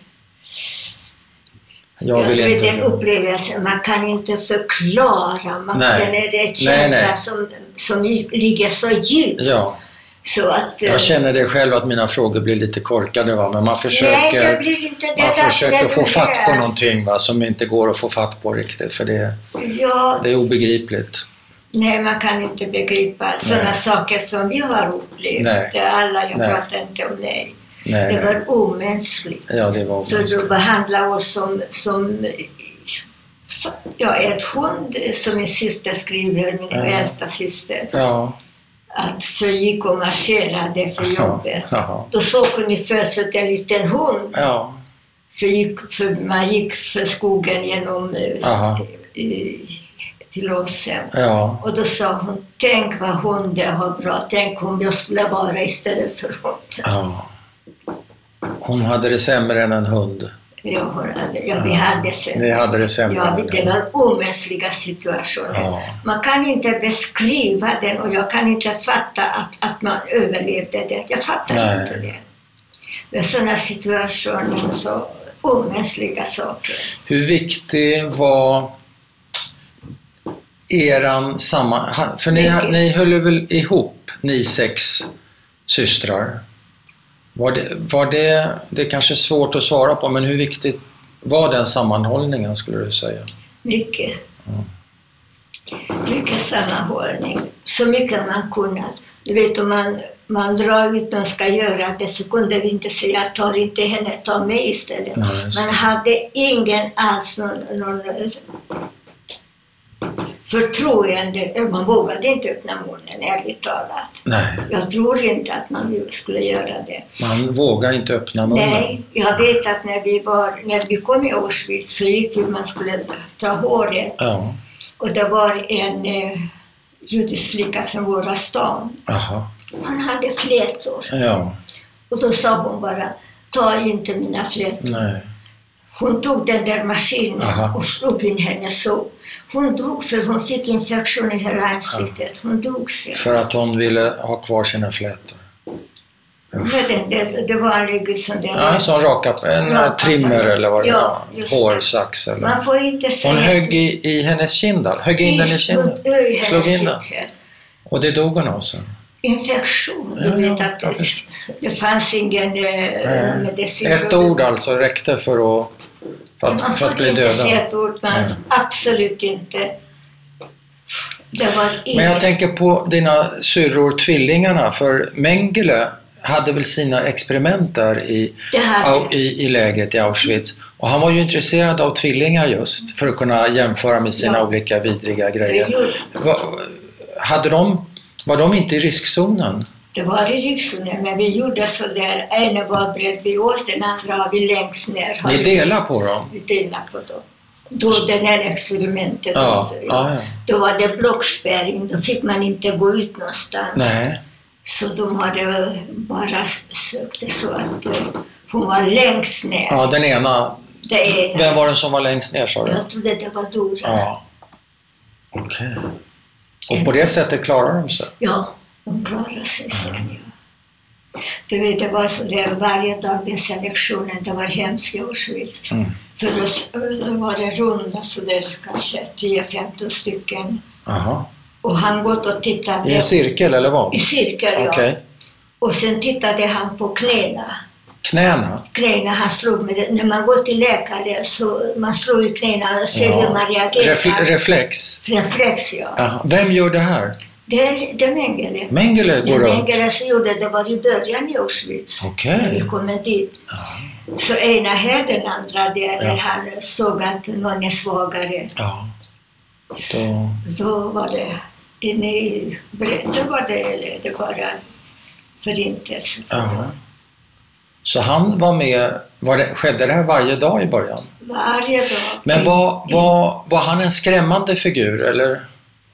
[SPEAKER 1] jag vill
[SPEAKER 2] jag vet,
[SPEAKER 1] inte.
[SPEAKER 2] den upplevelsen, man kan inte förklara. Man,
[SPEAKER 1] Nej.
[SPEAKER 2] Den är det
[SPEAKER 1] Nej,
[SPEAKER 2] känsla
[SPEAKER 1] nej.
[SPEAKER 2] Som, som ligger så djupt.
[SPEAKER 1] Ja,
[SPEAKER 2] Så att, eh,
[SPEAKER 1] jag känner det själv att mina frågor blir lite korkade, va? Men man
[SPEAKER 2] nej, det
[SPEAKER 1] försöker,
[SPEAKER 2] blir inte det.
[SPEAKER 1] man
[SPEAKER 2] därför
[SPEAKER 1] försöker
[SPEAKER 2] att
[SPEAKER 1] få
[SPEAKER 2] det
[SPEAKER 1] fatt på
[SPEAKER 2] är-
[SPEAKER 1] någonting, va? Som inte går att få fatt på riktigt, för det,
[SPEAKER 2] Ja,
[SPEAKER 1] det är obegripligt.
[SPEAKER 2] nej, man kan inte begripa sådana
[SPEAKER 1] Nej.
[SPEAKER 2] saker som vi har upplevt.
[SPEAKER 1] Nej.
[SPEAKER 2] Det är alla, jag
[SPEAKER 1] Nej.
[SPEAKER 2] pratar inte om nej.
[SPEAKER 1] Nej,
[SPEAKER 2] Det
[SPEAKER 1] nej.
[SPEAKER 2] var omänskligt.
[SPEAKER 1] Ja, det var
[SPEAKER 2] För de behandlade oss som, som, som ja, ett hund, som min syster skriver, min
[SPEAKER 1] Ja.
[SPEAKER 2] äldsta syster.
[SPEAKER 1] Ja,
[SPEAKER 2] Att förgick och marscherade för jobbet.
[SPEAKER 1] ja,
[SPEAKER 2] Då såg ungefär så att en liten hund
[SPEAKER 1] ja,
[SPEAKER 2] förgick, för man gick för skogen genom eh,
[SPEAKER 1] Aha.
[SPEAKER 2] i, till Åsen.
[SPEAKER 1] ja,
[SPEAKER 2] Och då sa hon, tänk vad hunden har bra, tänk om jag skulle vara istället för hunden.
[SPEAKER 1] ja. Hon hade det sämre än en hund.
[SPEAKER 2] Ja, hon hade, ja, vi hade sen.
[SPEAKER 1] Ni hade det sämre
[SPEAKER 2] Ja,
[SPEAKER 1] än en
[SPEAKER 2] det
[SPEAKER 1] hund.
[SPEAKER 2] var omänskliga situationer.
[SPEAKER 1] Ja.
[SPEAKER 2] Man kan inte beskriva den och jag kan inte fatta att, att man överlevde det. Jag fattar
[SPEAKER 1] Nej.
[SPEAKER 2] inte det. Men sådana situationer, så omänskliga saker.
[SPEAKER 1] Hur viktig var eran samman... För ni,
[SPEAKER 2] Mycket.
[SPEAKER 1] ni höll väl ihop, ni sex systrar? Var det, var det, det är kanske svårt att svara på, men hur viktigt var den sammanhållningen, skulle du säga?
[SPEAKER 2] Mycket.
[SPEAKER 1] Mm.
[SPEAKER 2] Mycket sammanhållning. Så mycket man kunnat. Du vet, om man, man drar ut och ska göra det, så kunde vi inte säga, ta inte henne, ta mig istället.
[SPEAKER 1] Nej, just det.
[SPEAKER 2] Man hade ingen alls någon, någon förtroende. Man vågade inte öppna munnen, ärligt talat.
[SPEAKER 1] Nej,
[SPEAKER 2] Jag tror inte att man skulle göra det.
[SPEAKER 1] man vågar inte öppna munnen.
[SPEAKER 2] Nej, jag vet att när vi, var, när vi kom i Auschwitz så gick vi, man skulle ta håret.
[SPEAKER 1] Ja,
[SPEAKER 2] Och det var en eh, judisk flicka från våra stan.
[SPEAKER 1] aha.
[SPEAKER 2] Hon hade flätor.
[SPEAKER 1] Ja,
[SPEAKER 2] Och då sa hon bara, ta inte mina flätor.
[SPEAKER 1] nej.
[SPEAKER 2] Hon tog den där maskinen
[SPEAKER 1] Aha.
[SPEAKER 2] och slog in henne så. Hon dog för hon fick infektion i hela ansiktet. Hon dog sen.
[SPEAKER 1] För att hon ville ha kvar sina flätor.
[SPEAKER 2] Men det, det var en sån där...
[SPEAKER 1] Ja, en sån raka, en
[SPEAKER 2] raka,
[SPEAKER 1] trimmer eller vad det
[SPEAKER 2] ja,
[SPEAKER 1] var. Hårsax eller...
[SPEAKER 2] Man får inte säga...
[SPEAKER 1] Hon högg i, i hennes kinda, högg in den i kinden. Slog in den. Och det dog hon av sen.
[SPEAKER 2] Infektion, du
[SPEAKER 1] ja,
[SPEAKER 2] vet
[SPEAKER 1] ja,
[SPEAKER 2] att det, det fanns ingen äh, medicin.
[SPEAKER 1] Ett ord alltså räckte för att, för att,
[SPEAKER 2] man
[SPEAKER 1] för att bli döda.
[SPEAKER 2] Man får inte säga ett ord, man ja. absolut inte. Det var inget.
[SPEAKER 1] Men jag tänker på dina syrror, tvillingarna, för Mengele hade väl sina experiment där i, i, i lägret i Auschwitz. Och han var ju intresserad av tvillingar just för att kunna jämföra med sina ja. olika vidriga grejer. Var, hade de, var de inte i riskzonen?
[SPEAKER 2] Det var i riskzonen, men vi gjorde så där. En var bredvid oss, den andra har vi längst ner.
[SPEAKER 1] Ni delar på dem?
[SPEAKER 2] Vi delar på dem. Då det här experimentet
[SPEAKER 1] ja,
[SPEAKER 2] också, ja.
[SPEAKER 1] Ja, ja.
[SPEAKER 2] Då var det blockspärring, då fick man inte gå ut någonstans.
[SPEAKER 1] Nej.
[SPEAKER 2] Så de hade bara sökt så att uh, hon var längst ner.
[SPEAKER 1] Ja, den ena.
[SPEAKER 2] Det ena.
[SPEAKER 1] Vem var den som var längst ner, sa du?
[SPEAKER 2] Jag trodde det var Dora.
[SPEAKER 1] Ja. Okej. Okay. Och på det sättet klarar de sig?
[SPEAKER 2] Ja, de klarar sig sen, ja. Du vet, det var så där varje dag den selektionen, det var hemskt i Auschwitz. Mm. För oss var det runda så där kanske tio femton stycken.
[SPEAKER 1] Aha.
[SPEAKER 2] Och han gått och tittade.
[SPEAKER 1] I en cirkel eller vad?
[SPEAKER 2] I cirkel, ja.
[SPEAKER 1] Okay.
[SPEAKER 2] Och sen tittade han på knäna.
[SPEAKER 1] Knäna?
[SPEAKER 2] Knäna, han slog med det. När man går till läkare så man slår i knäna och ser ja. hur man reagerar.
[SPEAKER 1] Refle- reflex?
[SPEAKER 2] Reflex, ja.
[SPEAKER 1] Aha. Vem gör det här?
[SPEAKER 2] Det är, det är Mengele.
[SPEAKER 1] Mengele går
[SPEAKER 2] det
[SPEAKER 1] runt?
[SPEAKER 2] Mengele så gjorde det var i början i Auschwitz.
[SPEAKER 1] Okej. Okay.
[SPEAKER 2] När vi kom dit.
[SPEAKER 1] Ja.
[SPEAKER 2] Så ena här, den andra där,
[SPEAKER 1] ja.
[SPEAKER 2] där han såg att någon är svagare.
[SPEAKER 1] Ja.
[SPEAKER 2] Då, då var det inne i då var det, det bara förintelse.
[SPEAKER 1] Ja. Så han var med, var det, skedde det här varje dag i början?
[SPEAKER 2] Varje dag.
[SPEAKER 1] Men var, var, var han en skrämmande figur eller?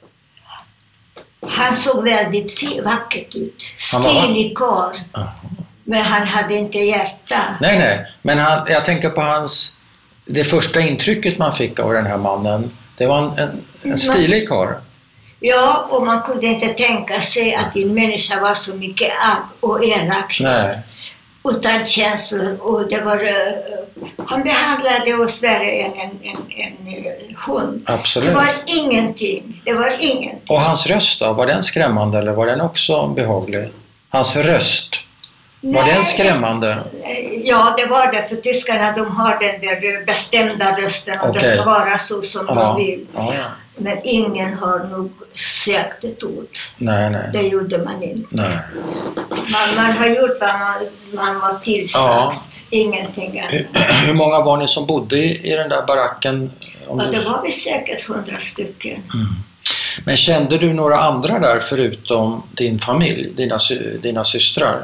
[SPEAKER 2] Han såg väldigt fin, vackert ut. Stilig karl. Men han hade inte hjärta.
[SPEAKER 1] Nej, nej. Men han, jag tänker på hans, det första intrycket man fick av den här mannen. Det var en, en, en stilig karl.
[SPEAKER 2] Ja, och man kunde inte tänka sig att en människa var så mycket agg och elak.
[SPEAKER 1] Nej.
[SPEAKER 2] Utan känslor. Och det var, uh, han behandlade oss värre än en, en, en, en hund.
[SPEAKER 1] Absolut.
[SPEAKER 2] Det var ingenting. Det var ingenting.
[SPEAKER 1] Och hans röst då? Var den skrämmande eller var den också behaglig? Hans röst? Var
[SPEAKER 2] Nej,
[SPEAKER 1] den skrämmande?
[SPEAKER 2] Ja, det var det. För tyskarna, de har den där bestämda rösten och
[SPEAKER 1] okay.
[SPEAKER 2] det ska vara så som ja. de vill.
[SPEAKER 1] Ja, ja.
[SPEAKER 2] Men ingen har nog sagt ett ord.
[SPEAKER 1] Nej, nej.
[SPEAKER 2] Det gjorde man inte.
[SPEAKER 1] Nej.
[SPEAKER 2] Man, man har gjort vad man, man var tillsagt. Ja. Ingenting annat.
[SPEAKER 1] Hur, hur många var ni som bodde i, i den där baracken?
[SPEAKER 2] Om ja, det var vi säkert hundra stycken.
[SPEAKER 1] Mm. Men kände du några andra där förutom din familj, dina, dina systrar?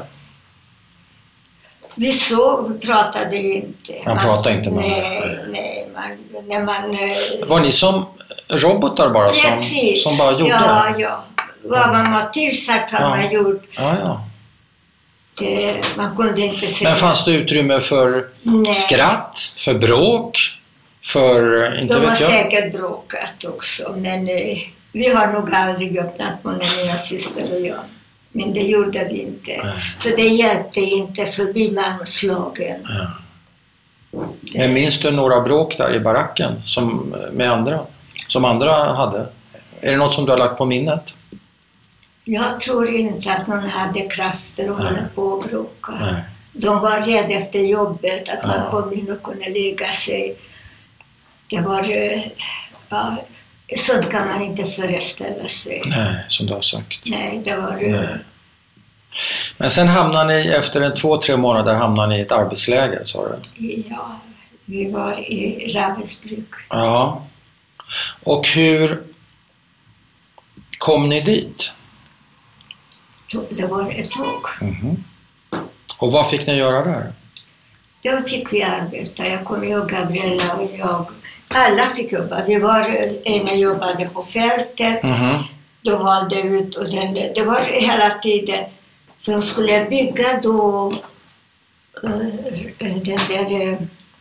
[SPEAKER 2] Vi så pratade inte.
[SPEAKER 1] Man, man pratade inte med
[SPEAKER 2] Nej, nej. Man, när man,
[SPEAKER 1] var ni som robotar bara som, som bara gjorde?
[SPEAKER 2] Ja, ja. Vad man var tillsagt har ja. man gjort.
[SPEAKER 1] Ja, ja.
[SPEAKER 2] Det, man kunde inte se.
[SPEAKER 1] Men fanns det utrymme för nej. skratt, för bråk, för inte
[SPEAKER 2] De
[SPEAKER 1] vet
[SPEAKER 2] har
[SPEAKER 1] jag?
[SPEAKER 2] säkert bråkat också, men eh, vi har nog aldrig öppnat munnen, mina syster och jag. Men det gjorde vi inte. Nej. För det hjälpte inte förbi manslagen.
[SPEAKER 1] Ja. Men minns du några bråk där i baracken som, med andra, som andra hade? Är det något som du har lagt på minnet?
[SPEAKER 2] Jag tror inte att någon hade krafter att hålla på och bråka. Nej. De var rädda efter jobbet, att ja. man kom in och kunde lägga sig. Det var... Ja, sånt kan man inte föreställa sig.
[SPEAKER 1] Nej, som du har sagt.
[SPEAKER 2] Nej, det var...
[SPEAKER 1] Nej. Men sen hamnade ni, efter en två, tre månader hamnade ni i ett arbetsläger, sa du?
[SPEAKER 2] Ja, vi var i Ravensbrück.
[SPEAKER 1] Ja. Och hur kom ni dit?
[SPEAKER 2] Det var ett tåg.
[SPEAKER 1] Mm-hmm. Och vad fick ni göra där?
[SPEAKER 2] Då fick vi arbeta. Jag kommer ihåg Gabriella och jag. Alla fick jobba. Vi var, ena jobbade på fältet. Mm-hmm. De valde ut och den, det var hela tiden. Så de skulle bygga då uh, den där uh,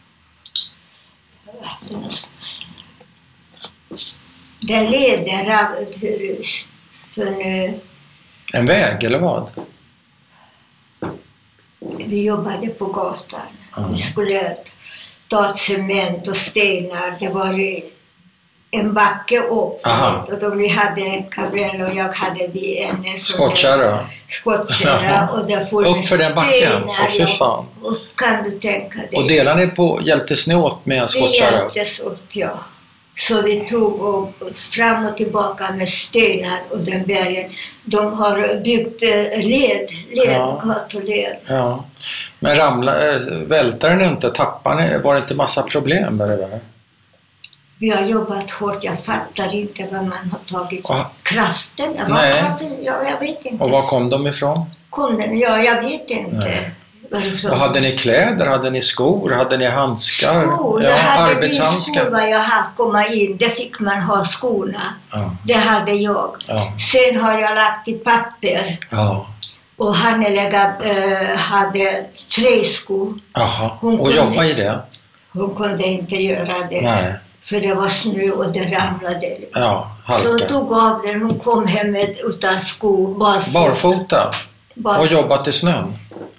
[SPEAKER 2] den leder av för uh,
[SPEAKER 1] en väg eller vad?
[SPEAKER 2] vi jobbade på gatan.
[SPEAKER 1] Mm.
[SPEAKER 2] Vi skulle ta cement och stenar. Det var en backe upp. Och då vi hade, Gabriel och jag hade vi en
[SPEAKER 1] skottkärra.
[SPEAKER 2] Skottkärra och där får
[SPEAKER 1] upp för den backen. Och fy fan.
[SPEAKER 2] Och kan du tänka dig.
[SPEAKER 1] Och delade ni på, hjälptes ni åt med en skottkärra?
[SPEAKER 2] Vi hjälptes åt, ja. Så vi tog och fram och tillbaka med stenar och den bergen. De har byggt led, led,
[SPEAKER 1] ja.
[SPEAKER 2] gatuled.
[SPEAKER 1] Ja. Men ramla, vältade ni inte, tappade ni? Var det inte massa problem med det där?
[SPEAKER 2] Vi har jobbat hårt, jag fattar inte vad man har tagit.
[SPEAKER 1] Och,
[SPEAKER 2] kraften, var,
[SPEAKER 1] nej.
[SPEAKER 2] Ja, jag vet inte.
[SPEAKER 1] Och var kom de ifrån?
[SPEAKER 2] Kom den? Ja, jag vet inte.
[SPEAKER 1] Nej. Och hade ni kläder, hade ni skor, hade ni handskar?
[SPEAKER 2] Skor,
[SPEAKER 1] ja,
[SPEAKER 2] jag hade
[SPEAKER 1] arbetshandskar.
[SPEAKER 2] skor vad jag hade komma in, det fick man ha skorna.
[SPEAKER 1] Ja.
[SPEAKER 2] Det hade jag.
[SPEAKER 1] Ja.
[SPEAKER 2] Sen har jag lagt i papper.
[SPEAKER 1] Ja.
[SPEAKER 2] Och Hannelega äh, hade träskor.
[SPEAKER 1] Jaha, och jobba i det?
[SPEAKER 2] Hon kunde inte göra det.
[SPEAKER 1] Nej.
[SPEAKER 2] För det var snö och det ramlade.
[SPEAKER 1] Ja, halka.
[SPEAKER 2] Så hon tog av den, hon kom hem med utan skor, barfota.
[SPEAKER 1] Barfota?
[SPEAKER 2] barfota.
[SPEAKER 1] Och jobbat i snön?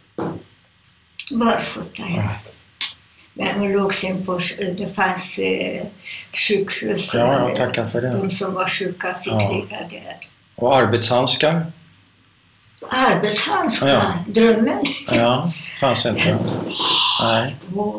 [SPEAKER 2] Barfota, ja. Men hon låg sen på, det fanns eh, sjukhus.
[SPEAKER 1] Ja, jag tackar för det.
[SPEAKER 2] De som var sjuka fick
[SPEAKER 1] ja.
[SPEAKER 2] ligga där.
[SPEAKER 1] Och arbetshandskar?
[SPEAKER 2] Arbetshandskar?
[SPEAKER 1] Ja.
[SPEAKER 2] Drömmen?
[SPEAKER 1] Ja, fanns inte. Nej.
[SPEAKER 2] Oh,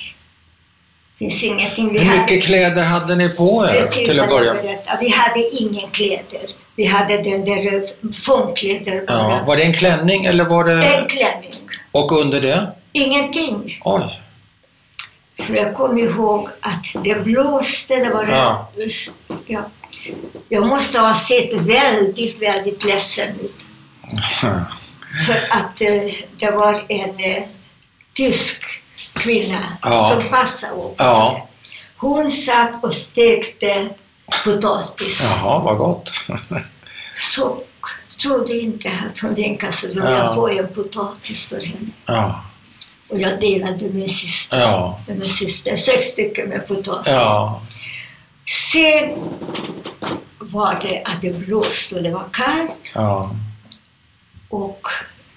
[SPEAKER 2] finns ingenting. Vi
[SPEAKER 1] Hur mycket
[SPEAKER 2] hade,
[SPEAKER 1] kläder hade ni på er till, till att börja med?
[SPEAKER 2] Vi hade ingen kläder. Vi hade den där fångkläder bara.
[SPEAKER 1] Ja, var det en klänning eller var det...
[SPEAKER 2] En klänning.
[SPEAKER 1] Och under det?
[SPEAKER 2] Ingenting.
[SPEAKER 1] Oj.
[SPEAKER 2] Så jag kom ihåg att det blåste, det var
[SPEAKER 1] ja.
[SPEAKER 2] ja. Jag måste ha sett väldigt, väldigt ledsen ut.
[SPEAKER 1] Mm.
[SPEAKER 2] För att eh, det var en eh, tysk kvinna
[SPEAKER 1] ja.
[SPEAKER 2] som passade upp.
[SPEAKER 1] Ja.
[SPEAKER 2] Hon satt och stekte potatis.
[SPEAKER 1] Jaha, vad gott.
[SPEAKER 2] Så trodde inte att hon tänkte så då
[SPEAKER 1] ja.
[SPEAKER 2] jag får en potatis för henne.
[SPEAKER 1] Ja.
[SPEAKER 2] Och jag delade med min syster.
[SPEAKER 1] Ja.
[SPEAKER 2] Med min syster. Sex stycken med potatis.
[SPEAKER 1] Ja.
[SPEAKER 2] Sen var det att det blåste och det var kallt.
[SPEAKER 1] Ja.
[SPEAKER 2] Och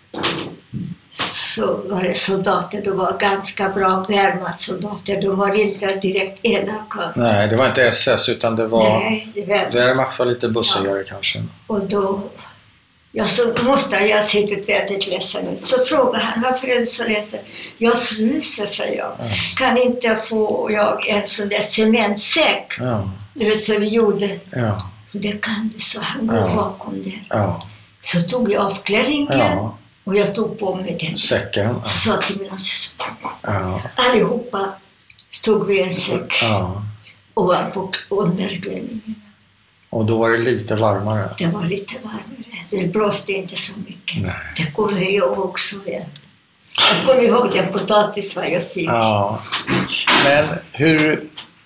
[SPEAKER 2] så var det soldater, de var ganska bra Wehrmacht-soldater. De var inte direkt elaka.
[SPEAKER 1] Nej, det var inte S S utan det var...
[SPEAKER 2] Nej, det var...
[SPEAKER 1] Wehrmacht var lite bussigare ja. kanske.
[SPEAKER 2] Och då... Ja, så måste jag ha sett väldigt ledsen ut. Så frågade han, varför är du så ledsen? Jag fryser, sa jag. Ja. Kan inte få jag en sån där cementsäck?
[SPEAKER 1] Ja.
[SPEAKER 2] Du vet, för vi gjorde...
[SPEAKER 1] Ja.
[SPEAKER 2] Och det kan du, så han går ja. bakom det.
[SPEAKER 1] Ja.
[SPEAKER 2] Så tog jag av klänningen. Ja. Och jag tog på mig den.
[SPEAKER 1] Säcken.
[SPEAKER 2] Ja. Så till mina syskon.
[SPEAKER 1] Ja.
[SPEAKER 2] Allihopa stod vid en säck.
[SPEAKER 1] Ja.
[SPEAKER 2] Och var på underklänningen.
[SPEAKER 1] Och då var det lite varmare?
[SPEAKER 2] Det var lite varmare. Det blåste inte så mycket.
[SPEAKER 1] Nej.
[SPEAKER 2] Det kommer jag också igen. Jag kommer ihåg den potatis vad jag fick.
[SPEAKER 1] Ja. Men hur,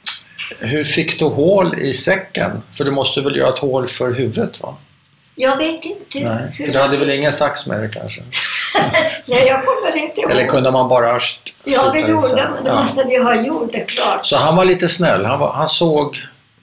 [SPEAKER 1] hur fick du hål i säcken? För du måste väl göra ett hål för huvudet, va?
[SPEAKER 2] Jag vet inte.
[SPEAKER 1] Nej, för du hade väl ingen sax med dig kanske?
[SPEAKER 2] Nej, jag kommer inte ihåg.
[SPEAKER 1] Eller kunde man bara...
[SPEAKER 2] Ja, vi gjorde det. Det ja. måste vi ha gjort, det klart.
[SPEAKER 1] Så han var lite snäll. Han, var, han, såg,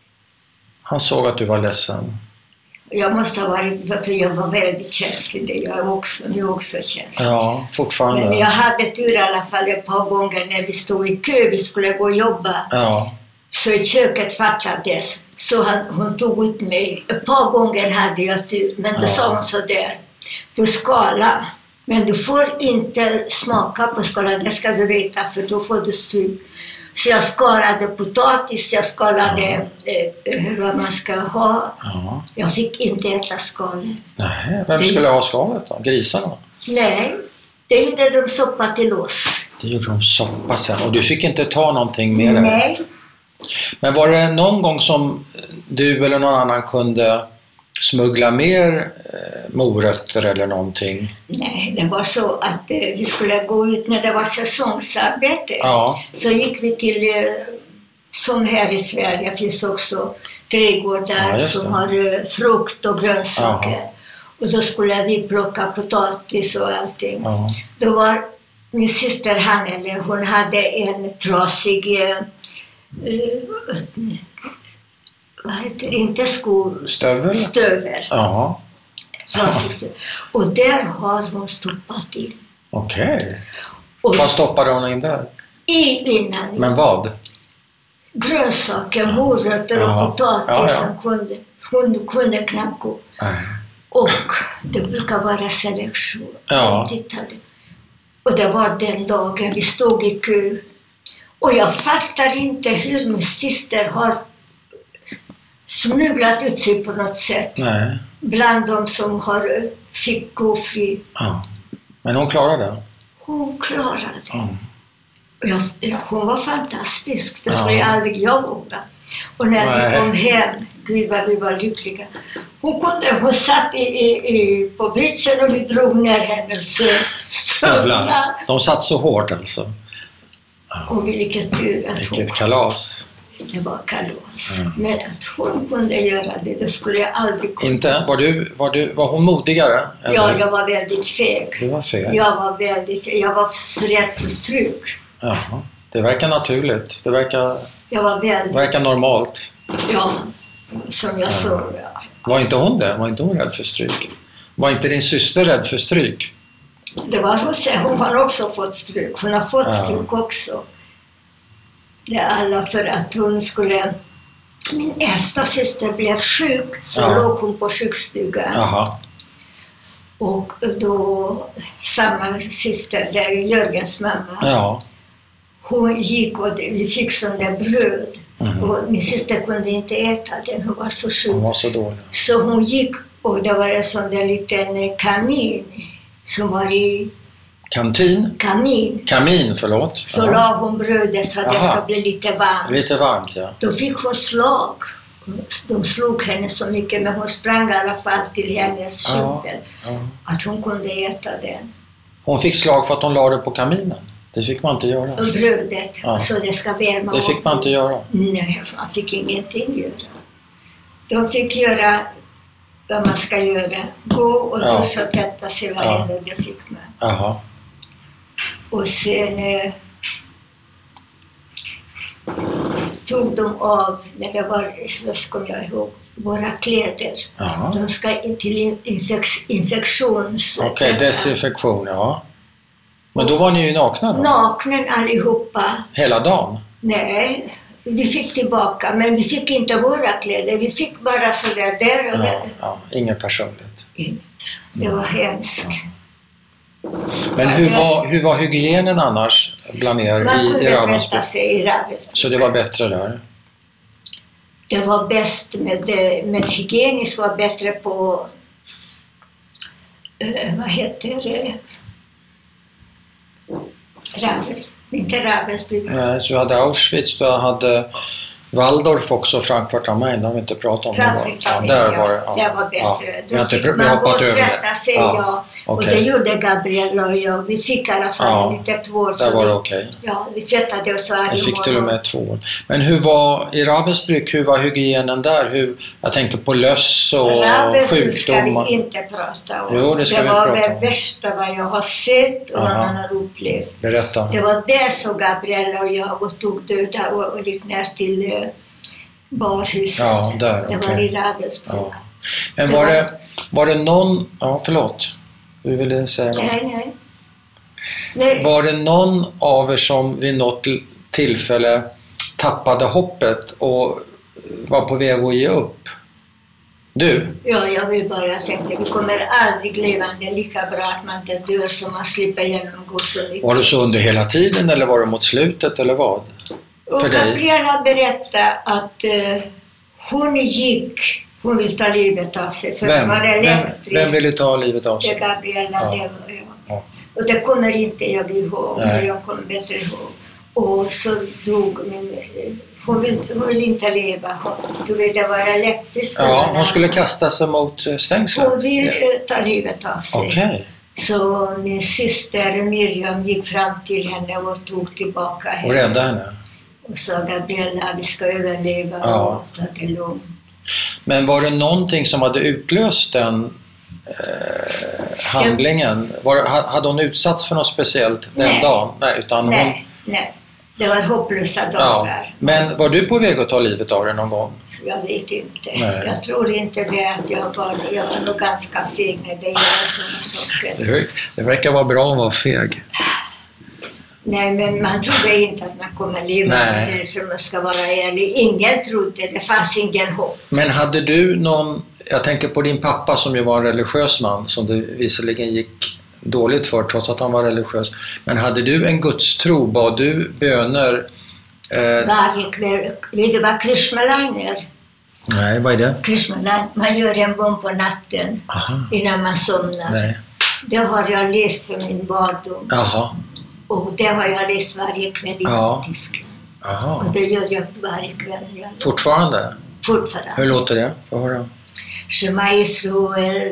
[SPEAKER 1] han såg att du var ledsen.
[SPEAKER 2] Jag måste ha varit... För jag var väldigt känslig. Det jag är också, nu också känslig.
[SPEAKER 1] Ja, fortfarande.
[SPEAKER 2] Men jag hade tur i alla fall ett par gånger när vi stod i kö. Vi skulle gå och jobba.
[SPEAKER 1] Ja.
[SPEAKER 2] Så i köket fattades. Så han, hon tog ut mig. Ett par gånger hade jag tur. Men då ja. sa hon så där. Du skala. Men du får inte smaka på skalan. Det ska du veta. För då får du stryk. Så jag skalade potatis. Jag skalade ja. eh, vad man ska ha.
[SPEAKER 1] Ja.
[SPEAKER 2] Jag fick inte äta skalet.
[SPEAKER 1] Nej, vem det... skulle ha skalet då? Grisarna?
[SPEAKER 2] Nej. Det gjorde de soppa till oss.
[SPEAKER 1] Det gjorde de soppa sen. Och du fick inte ta någonting med det?
[SPEAKER 2] Nej.
[SPEAKER 1] Men var det någon gång som du eller någon annan kunde smuggla mer eh, morötter eller någonting?
[SPEAKER 2] Nej, det var så att eh, vi skulle gå ut när det var säsongsarbete.
[SPEAKER 1] Ja.
[SPEAKER 2] Så gick vi till, eh, som här i Sverige finns också trädgårdar ja, som har eh, frukt och grönsaker. Aha. Och då skulle vi plocka potatis och allting. Ja. Då var min syster Hannele, hon hade en trasig... Eh, Uh, vad heter det? Inte skor...
[SPEAKER 1] Stövel?
[SPEAKER 2] Stövel.
[SPEAKER 1] Ja.
[SPEAKER 2] Och där har hon stoppat in
[SPEAKER 1] Okej. Okay. Vad stoppade hon in där?
[SPEAKER 2] I innan.
[SPEAKER 1] Men vad?
[SPEAKER 2] Grönsaker, morötter och
[SPEAKER 1] ja.
[SPEAKER 2] potatis
[SPEAKER 1] ja, ja.
[SPEAKER 2] som kunde, hon kunde knappt gå.
[SPEAKER 1] Nej.
[SPEAKER 2] Och det brukar vara selektion.
[SPEAKER 1] Ja.
[SPEAKER 2] Jag tittade. Och det var den dagen vi stod i kö. Och jag fattar inte hur min syster har smuglat ut sig på något sätt.
[SPEAKER 1] Nej.
[SPEAKER 2] Bland de som har fick gå fri.
[SPEAKER 1] Ja. Men hon klarade det?
[SPEAKER 2] Hon klarade det.
[SPEAKER 1] Mm.
[SPEAKER 2] Ja, ja, hon var fantastisk. Det skulle
[SPEAKER 1] ja.
[SPEAKER 2] jag aldrig jag våga. Och när
[SPEAKER 1] Nej.
[SPEAKER 2] vi kom hem, gud vad vi var lyckliga. Hon, kunde, hon satt i, i, i, på britsen och vi drog ner hennes stövlar.
[SPEAKER 1] De satt så hårt alltså.
[SPEAKER 2] Ja. Och vilket tur att
[SPEAKER 1] vilket
[SPEAKER 2] hon...
[SPEAKER 1] kalas.
[SPEAKER 2] Det var kalas.
[SPEAKER 1] Mm.
[SPEAKER 2] Men att hon kunde göra det, det skulle jag aldrig kunna.
[SPEAKER 1] Inte? Var, du, var, du, var hon modigare? Eller?
[SPEAKER 2] Ja, jag var väldigt feg.
[SPEAKER 1] Du var feg?
[SPEAKER 2] Jag var väldigt feg. Jag var så rädd för stryk.
[SPEAKER 1] Jaha. Det verkar naturligt. Det verkar,
[SPEAKER 2] jag var väldigt...
[SPEAKER 1] verkar normalt.
[SPEAKER 2] Ja, som jag ja. såg. Ja.
[SPEAKER 1] Var inte hon det? Var inte hon rädd för stryk? Var inte din syster rädd för stryk?
[SPEAKER 2] Det var hon. Hon har också fått stryk. Hon har fått
[SPEAKER 1] ja.
[SPEAKER 2] stryk också. Det är alla för att hon skulle... Min äldsta syster blev sjuk, så ja. låg hon på sjukstugan.
[SPEAKER 1] Aha.
[SPEAKER 2] Och då samma syster, där Jörgens mamma,
[SPEAKER 1] ja.
[SPEAKER 2] hon gick och vi fick sån där bröd.
[SPEAKER 1] Mm-hmm.
[SPEAKER 2] Och min syster kunde inte äta den, hon var så sjuk.
[SPEAKER 1] Hon var så dålig.
[SPEAKER 2] Så hon gick och det var en sån där liten kanin som var i...
[SPEAKER 1] Kantin?
[SPEAKER 2] Kamin.
[SPEAKER 1] Kamin, förlåt.
[SPEAKER 2] Så ja. la hon brödet så att Aha. det ska bli lite varmt.
[SPEAKER 1] Lite varmt, ja.
[SPEAKER 2] Då fick hon slag. De slog henne så mycket, men hon sprang i alla fall till hennes kypel. Ja. Ja. Att hon kunde äta den.
[SPEAKER 1] Hon fick slag för att hon la det på kaminen? Det fick man inte göra.
[SPEAKER 2] Och brödet,
[SPEAKER 1] ja.
[SPEAKER 2] så det ska värma.
[SPEAKER 1] Det fick man inte göra?
[SPEAKER 2] Nej, man fick ingenting göra. De fick göra vad man ska göra. Gå och
[SPEAKER 1] ja.
[SPEAKER 2] duscha och tvätta sig varenda, ja. det fick man.
[SPEAKER 1] Aha.
[SPEAKER 2] Och sen eh, tog de av, när det var, vad ska jag ihåg, våra kläder.
[SPEAKER 1] Aha.
[SPEAKER 2] De ska in till infek- infektions...
[SPEAKER 1] Okej, okay, desinfektion, ja. Men då var ni ju nakna då?
[SPEAKER 2] Nakna allihopa.
[SPEAKER 1] Hela dagen?
[SPEAKER 2] Nej, vi fick tillbaka, men vi fick inte våra kläder. Vi fick bara sådär där och
[SPEAKER 1] ja,
[SPEAKER 2] där.
[SPEAKER 1] Ja, inget personligt.
[SPEAKER 2] Inget. Det var hemskt.
[SPEAKER 1] Ja. Men hur var, hur var hygienen annars bland er
[SPEAKER 2] man
[SPEAKER 1] i, i
[SPEAKER 2] kunde
[SPEAKER 1] Ravensbrück?
[SPEAKER 2] tvätta sig i Ravensbrück.
[SPEAKER 1] Så det var bättre där?
[SPEAKER 2] Det var bäst med, med hygieniskt var bättre på uh, vad heter det? Ravensbrück, inte Ravensbrück.
[SPEAKER 1] Nej, så du hade Auschwitz, du hade Waldorf också, Frankfurt am Main, det har vi inte pratat om.
[SPEAKER 2] Frankfurt am Main,
[SPEAKER 1] ja, där
[SPEAKER 2] ja,
[SPEAKER 1] var det. Ja.
[SPEAKER 2] Det var bättre.
[SPEAKER 1] Ja.
[SPEAKER 2] Då fick
[SPEAKER 1] vi
[SPEAKER 2] man gå och
[SPEAKER 1] över
[SPEAKER 2] tvätta sig, ja. ja. Och
[SPEAKER 1] okay.
[SPEAKER 2] det gjorde Gabriella och jag. Vi fick i alla fall
[SPEAKER 1] ja.
[SPEAKER 2] lite tvål.
[SPEAKER 1] Där var det okej. Okay.
[SPEAKER 2] Ja, vi tvättade oss varje morgon.
[SPEAKER 1] Vi fick till och med tvål. Men hur var, i Ravensbrück, hur var hygienen där? Hur, jag tänker på löss och
[SPEAKER 2] Ravensbrück
[SPEAKER 1] sjukdomar.
[SPEAKER 2] ska vi inte prata om.
[SPEAKER 1] Jo, det ska
[SPEAKER 2] det
[SPEAKER 1] vi
[SPEAKER 2] var
[SPEAKER 1] prata
[SPEAKER 2] det
[SPEAKER 1] om.
[SPEAKER 2] värsta vad jag har sett och vad man har upplevt.
[SPEAKER 1] Berätta.
[SPEAKER 2] Det var där så Gabriella och jag och tog döda och, och gick ner till uh, barhuset.
[SPEAKER 1] Ja, där,
[SPEAKER 2] det
[SPEAKER 1] okay.
[SPEAKER 2] var i Ravensbrück.
[SPEAKER 1] Ja. Men var det, var det, var det någon... Ja, förlåt. Du ville säga något.
[SPEAKER 2] Nej, nej. nej.
[SPEAKER 1] Var det någon av er som vid något tillfälle tappade hoppet och var på väg att ge upp? Du?
[SPEAKER 2] Ja, jag vill bara säga att vi kommer aldrig levande lika bra att man inte dör så man slipper genomgå så mycket.
[SPEAKER 1] Var det så under hela tiden eller var det mot slutet eller vad?
[SPEAKER 2] Och
[SPEAKER 1] För dig?
[SPEAKER 2] Gabriella berättade att uh, hon gick, hon vill ta livet av sig. För
[SPEAKER 1] vem?
[SPEAKER 2] Var
[SPEAKER 1] Vem, vem ville ta livet av sig?
[SPEAKER 2] Det Gabriella,
[SPEAKER 1] ja.
[SPEAKER 2] det var jag.
[SPEAKER 1] Ja.
[SPEAKER 2] Och det kommer inte jag ihåg,
[SPEAKER 1] Nej.
[SPEAKER 2] men jag kommer bättre ihåg. Och så dog min... Hon vill, hon vill inte leva. Hon, du vet, det var elektriskt.
[SPEAKER 1] Ja, hon skulle kasta sig mot stängslet.
[SPEAKER 2] Hon vill ta livet av sig.
[SPEAKER 1] Okay.
[SPEAKER 2] Så min syster Miriam gick fram till henne och tog tillbaka henne.
[SPEAKER 1] Och räddade henne?
[SPEAKER 2] Och sa Gabriella, vi ska överleva.
[SPEAKER 1] Ja.
[SPEAKER 2] Och så det är lugnt.
[SPEAKER 1] Men var det någonting som hade utlöst den eh, handlingen? Var, hade hon utsatts för något speciellt den
[SPEAKER 2] nej.
[SPEAKER 1] dagen? Nej, utan
[SPEAKER 2] nej,
[SPEAKER 1] hon...
[SPEAKER 2] nej. Det var hopplösa dagar.
[SPEAKER 1] Ja. Men var du på väg att ta livet av dig någon gång?
[SPEAKER 2] Jag vet inte.
[SPEAKER 1] Nej.
[SPEAKER 2] Jag tror inte det att jag var, jag var nog ganska feg när det gäller sådana saker.
[SPEAKER 1] Det, det verkar vara bra att vara feg.
[SPEAKER 2] Nej, men man trodde inte att man kommer leva
[SPEAKER 1] Nej.
[SPEAKER 2] det, som man ska vara ärlig. Ingen trodde, det fanns ingen hopp.
[SPEAKER 1] Men hade du någon, jag tänker på din pappa som ju var en religiös man som det visserligen gick dåligt för trots att han var religiös. Men hade du en gudstro, bad du böner? Eh...
[SPEAKER 2] Varje kväll, vet du vad Krishmaliner?
[SPEAKER 1] Nej, vad är det?
[SPEAKER 2] Krishmaliner, man gör en bomb på natten.
[SPEAKER 1] Aha.
[SPEAKER 2] Innan man somnar.
[SPEAKER 1] Nej.
[SPEAKER 2] Det har jag läst för min barndom.
[SPEAKER 1] Jaha.
[SPEAKER 2] Och det har jag läst varje kväll i
[SPEAKER 1] Ja.
[SPEAKER 2] Tyskland.
[SPEAKER 1] Jaha.
[SPEAKER 2] Och det gör jag varje kväll. Jag
[SPEAKER 1] Fortfarande?
[SPEAKER 2] Fortfarande.
[SPEAKER 1] Hur låter det? Få höra.
[SPEAKER 2] Shema Yisrael.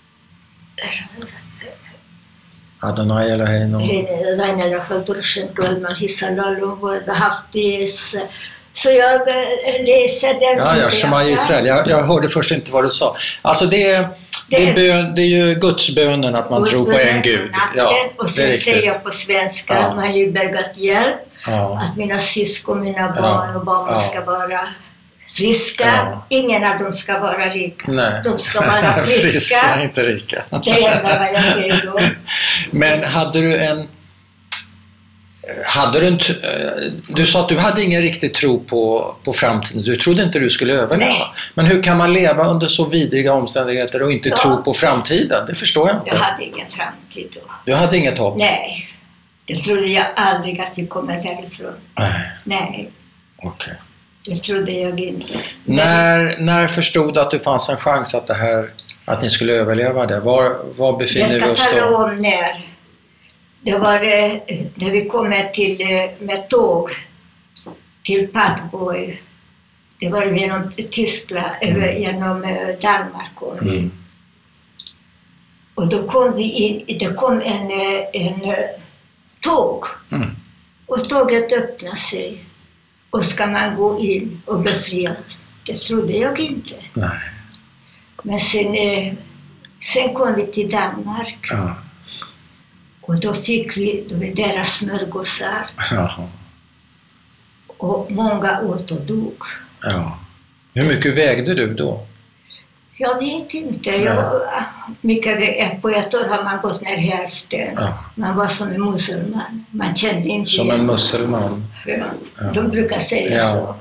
[SPEAKER 1] Adonai Eloheinu.
[SPEAKER 2] Reina Lachal Burschen, Goldman Hissalalom, Vårda Haftis. Så jag äh, läser den.
[SPEAKER 1] Ja, ja, Shema Israel. Jag, jag hörde först inte vad du sa. Alltså det är, det är, bön, det är ju Guds bönen att man tror på en Gud. Ja,
[SPEAKER 2] och sen
[SPEAKER 1] det är
[SPEAKER 2] säger jag på svenska,
[SPEAKER 1] Ja.
[SPEAKER 2] man ju bergat hjälp.
[SPEAKER 1] Ja.
[SPEAKER 2] Att mina syskon, mina barn
[SPEAKER 1] Ja.
[SPEAKER 2] och barn
[SPEAKER 1] Ja.
[SPEAKER 2] ska vara friska.
[SPEAKER 1] Ja.
[SPEAKER 2] Ingen av dem ska vara rika.
[SPEAKER 1] Nej.
[SPEAKER 2] De ska vara friska.
[SPEAKER 1] Friska, inte rika.
[SPEAKER 2] Det är vad jag vill då.
[SPEAKER 1] Men hade du en... Hade du, en t- du sa att du hade ingen riktig tro på, på framtiden. Du trodde inte du skulle överleva.
[SPEAKER 2] Nej.
[SPEAKER 1] Men hur kan man leva under så vidriga omständigheter och inte
[SPEAKER 2] Ja.
[SPEAKER 1] tro på framtiden? Det förstår jag inte.
[SPEAKER 2] Jag hade ingen framtid då.
[SPEAKER 1] Du hade inget hopp?
[SPEAKER 2] Nej. Det trodde jag aldrig att vi kommer därifrån.
[SPEAKER 1] Nej.
[SPEAKER 2] Nej.
[SPEAKER 1] Okej.
[SPEAKER 2] Det trodde jag inte.
[SPEAKER 1] När, när förstod du att det fanns en chans att, det här, att ni skulle överleva det? Var, var befinner
[SPEAKER 2] Jag
[SPEAKER 1] vi oss
[SPEAKER 2] ska tala
[SPEAKER 1] då?
[SPEAKER 2] om när. Det var eh, när vi kommer till, eh, med tåg till Padborg. Det var genom Tyskland,
[SPEAKER 1] Mm.
[SPEAKER 2] eh, genom eh, Danmark. kom vi.
[SPEAKER 1] Mm.
[SPEAKER 2] Och då kom vi in, det kom en, eh, en eh, tåg.
[SPEAKER 1] Mm.
[SPEAKER 2] Och tåget öppnade sig. Och ska man gå in och befrias? Det trodde jag inte.
[SPEAKER 1] Nej.
[SPEAKER 2] Men sen, eh, sen kom vi till Danmark.
[SPEAKER 1] Ja.
[SPEAKER 2] Och då fick vi då var deras smörgåsar.
[SPEAKER 1] Jaha.
[SPEAKER 2] Och många åt och dog.
[SPEAKER 1] Ja. Hur mycket vägde du då?
[SPEAKER 2] Jag vet inte. Jag, mycket väg, på ett år har man gått ner hälften.
[SPEAKER 1] Ja.
[SPEAKER 2] Man var som en muselman. Man kände inte
[SPEAKER 1] Som en musselman.
[SPEAKER 2] Ja.
[SPEAKER 1] Ja.
[SPEAKER 2] De brukar säga
[SPEAKER 1] Ja.
[SPEAKER 2] så.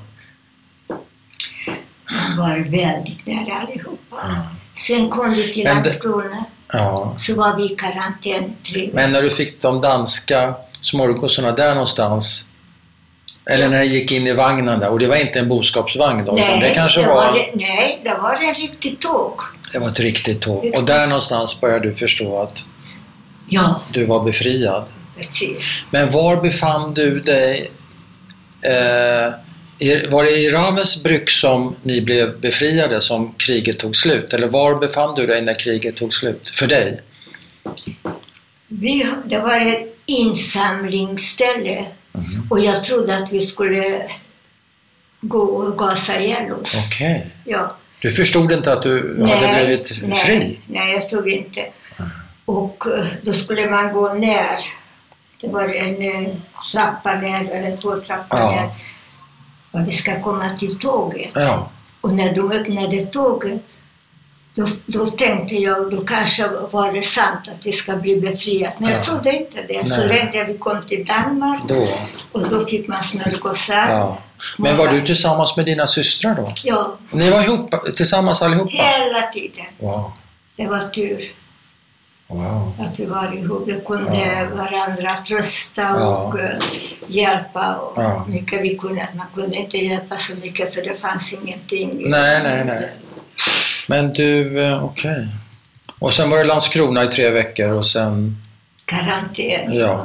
[SPEAKER 2] Man var väldigt nära allihopa.
[SPEAKER 1] Ja.
[SPEAKER 2] Sen kom vi till
[SPEAKER 1] Men det-
[SPEAKER 2] Landskrona.
[SPEAKER 1] Ja.
[SPEAKER 2] Så var vi i karantän i tre veckor.
[SPEAKER 1] Men när du fick de danska smörgåsarna där någonstans, eller när du gick in i vagnen där, och det var inte en boskapsvagn då, utan det kanske
[SPEAKER 2] det
[SPEAKER 1] var,
[SPEAKER 2] var det, nej, det var en riktig tåg.
[SPEAKER 1] det var ett riktigt tåg. Och där någonstans började du förstå att
[SPEAKER 2] Ja,
[SPEAKER 1] du var befriad.
[SPEAKER 2] precis.
[SPEAKER 1] Men var befann du dig? Eh, i- var det i Ravensbrück som ni blev befriade som kriget tog slut? Eller var befann du dig när kriget tog slut? För dig?
[SPEAKER 2] Vi, det var ett insamlingsställe.
[SPEAKER 1] Mhm.
[SPEAKER 2] Och jag trodde att vi skulle gå och gasa ihjäl oss.
[SPEAKER 1] Okej.
[SPEAKER 2] Ja.
[SPEAKER 1] Du förstod inte att du hade blivit
[SPEAKER 2] nej,
[SPEAKER 1] fri?
[SPEAKER 2] Nej, jag trodde inte.
[SPEAKER 1] Mm.
[SPEAKER 2] Och eh, då skulle man gå ner. Det var en eh, trappa ner, eller två trappor
[SPEAKER 1] Ja.
[SPEAKER 2] ner. Och vi ska komma till tåget.
[SPEAKER 1] Ja.
[SPEAKER 2] Och när de öppnade tåget, då, då tänkte jag, då kanske var det sant att vi ska bli befriade. Men
[SPEAKER 1] Ja.
[SPEAKER 2] jag trodde inte det. Så
[SPEAKER 1] Nej.
[SPEAKER 2] länge vi kom till Danmark,
[SPEAKER 1] Då.
[SPEAKER 2] och då fick man smörgåsar.
[SPEAKER 1] Ja. Men var du tillsammans med dina systrar då?
[SPEAKER 2] Ja,
[SPEAKER 1] Ni var ihop, tillsammans allihopa?
[SPEAKER 2] hela tiden.
[SPEAKER 1] Wow.
[SPEAKER 2] Det var tur
[SPEAKER 1] Wow.
[SPEAKER 2] att vi var ihop. Vi kunde
[SPEAKER 1] Ja.
[SPEAKER 2] varandra trösta
[SPEAKER 1] Ja.
[SPEAKER 2] och eh, hjälpa. Och
[SPEAKER 1] Ja.
[SPEAKER 2] mycket vi kunde. Man kunde inte hjälpa så mycket för det fanns ingenting.
[SPEAKER 1] Nej, nej, nej. Men du, eh, okej. Och sen var det Landskrona i tre veckor och sen...
[SPEAKER 2] Karantän.
[SPEAKER 1] Ja.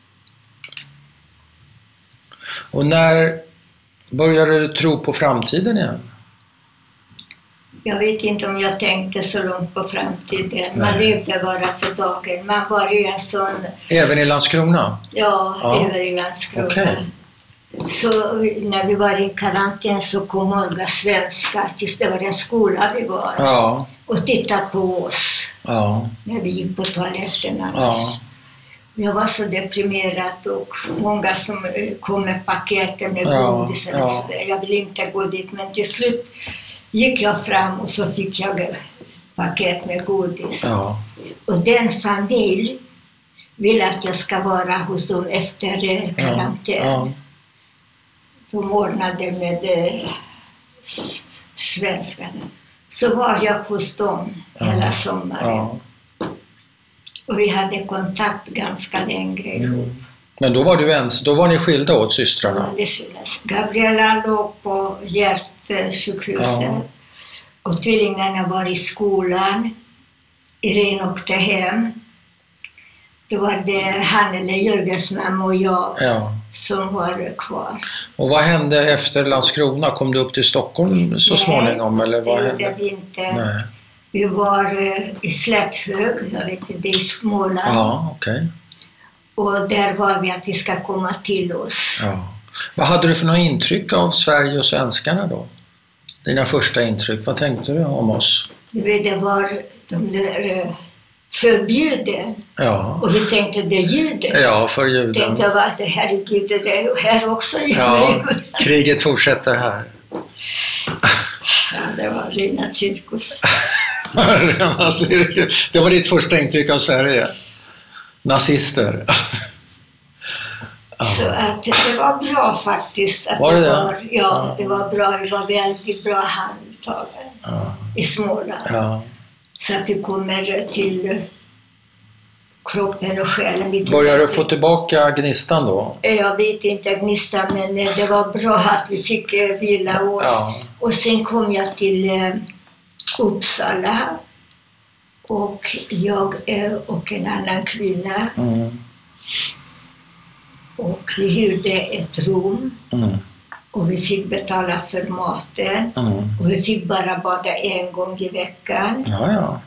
[SPEAKER 1] Och när började du tro på framtiden igen?
[SPEAKER 2] Jag vet inte om jag tänkte så långt på framtiden. Man
[SPEAKER 1] Nej.
[SPEAKER 2] levde bara för dagen. Man var ju en sån,
[SPEAKER 1] Även i Landskrona?
[SPEAKER 2] ja,
[SPEAKER 1] Ja.
[SPEAKER 2] över i Landskrona.
[SPEAKER 1] Okej.
[SPEAKER 2] Så när vi var i karantän så kom många svenskar, tills det var en skola vi var,
[SPEAKER 1] Ja.
[SPEAKER 2] och tittade på oss
[SPEAKER 1] Ja.
[SPEAKER 2] när vi gick på toaletten annars.
[SPEAKER 1] Ja.
[SPEAKER 2] jag var så deprimerad och många som kom med paketer med
[SPEAKER 1] Ja,
[SPEAKER 2] godis.
[SPEAKER 1] ja.
[SPEAKER 2] Så där. Jag ville inte gå dit, men till slut gick jag fram och så fick jag paket med godis.
[SPEAKER 1] Ja.
[SPEAKER 2] Och den familj vill att jag ska vara hos dem efter eh, karantän.
[SPEAKER 1] Ja.
[SPEAKER 2] De ordnade med eh, s- svenskarna. Så var jag hos dem
[SPEAKER 1] Ja.
[SPEAKER 2] hela sommaren.
[SPEAKER 1] Ja.
[SPEAKER 2] Och vi hade kontakt ganska länge ihop.
[SPEAKER 1] Mm. Men då var du ens, då var ni skilda åt systrarna?
[SPEAKER 2] Ja, det skildes. Gabriella låg på hjärtsjukhuset.
[SPEAKER 1] Ja.
[SPEAKER 2] Och tvillingarna var i skolan. Irene åkte hem. Då var det han eller Jörgens mamma och jag
[SPEAKER 1] Ja.
[SPEAKER 2] som var kvar.
[SPEAKER 1] Och vad hände efter Landskrona? Kom du upp till Stockholm så
[SPEAKER 2] Nej,
[SPEAKER 1] småningom? Eller vad
[SPEAKER 2] det gjorde
[SPEAKER 1] hände?
[SPEAKER 2] vi inte.
[SPEAKER 1] Nej.
[SPEAKER 2] Vi var eh, i Slätthög, jag vet inte, i Småland.
[SPEAKER 1] Ja, okej.
[SPEAKER 2] Och där var vi att vi ska komma till oss.
[SPEAKER 1] Ja. Vad hade du för några intryck av Sverige och svenskarna då? Dina första intryck, vad tänkte du om oss?
[SPEAKER 2] Du vet, det var de där eh, förbjuden.
[SPEAKER 1] Ja,
[SPEAKER 2] Och vi tänkte, det är juden.
[SPEAKER 1] ja för juden.
[SPEAKER 2] Tänkte jag, att herregud, det är här också juden.
[SPEAKER 1] Ja, kriget fortsätter här.
[SPEAKER 2] Ja, det var rena cirkus.
[SPEAKER 1] Det var ditt första intryck av Sverige? Nazister?
[SPEAKER 2] Så att det var bra faktiskt. Att
[SPEAKER 1] Var det
[SPEAKER 2] det
[SPEAKER 1] det?
[SPEAKER 2] var, ja,
[SPEAKER 1] Ja.
[SPEAKER 2] det var bra. Det var väldigt bra handtagare
[SPEAKER 1] Ja.
[SPEAKER 2] i Småland.
[SPEAKER 1] Ja.
[SPEAKER 2] Så att du kommer till kroppen och själen lite
[SPEAKER 1] Börjar du
[SPEAKER 2] bättre.
[SPEAKER 1] få tillbaka gnistan då?
[SPEAKER 2] Jag vet inte gnistan, men eh, det var bra att vi fick eh, vila oss.
[SPEAKER 1] Ja.
[SPEAKER 2] Och sen kom jag till eh, Uppsala. Och jag eh, och en annan kvinna.
[SPEAKER 1] Mm.
[SPEAKER 2] Och vi hyrde ett rum.
[SPEAKER 1] Mm.
[SPEAKER 2] Och vi fick betala för maten.
[SPEAKER 1] Mm.
[SPEAKER 2] Och vi fick bara bada en gång i veckan.
[SPEAKER 1] Ja, ja.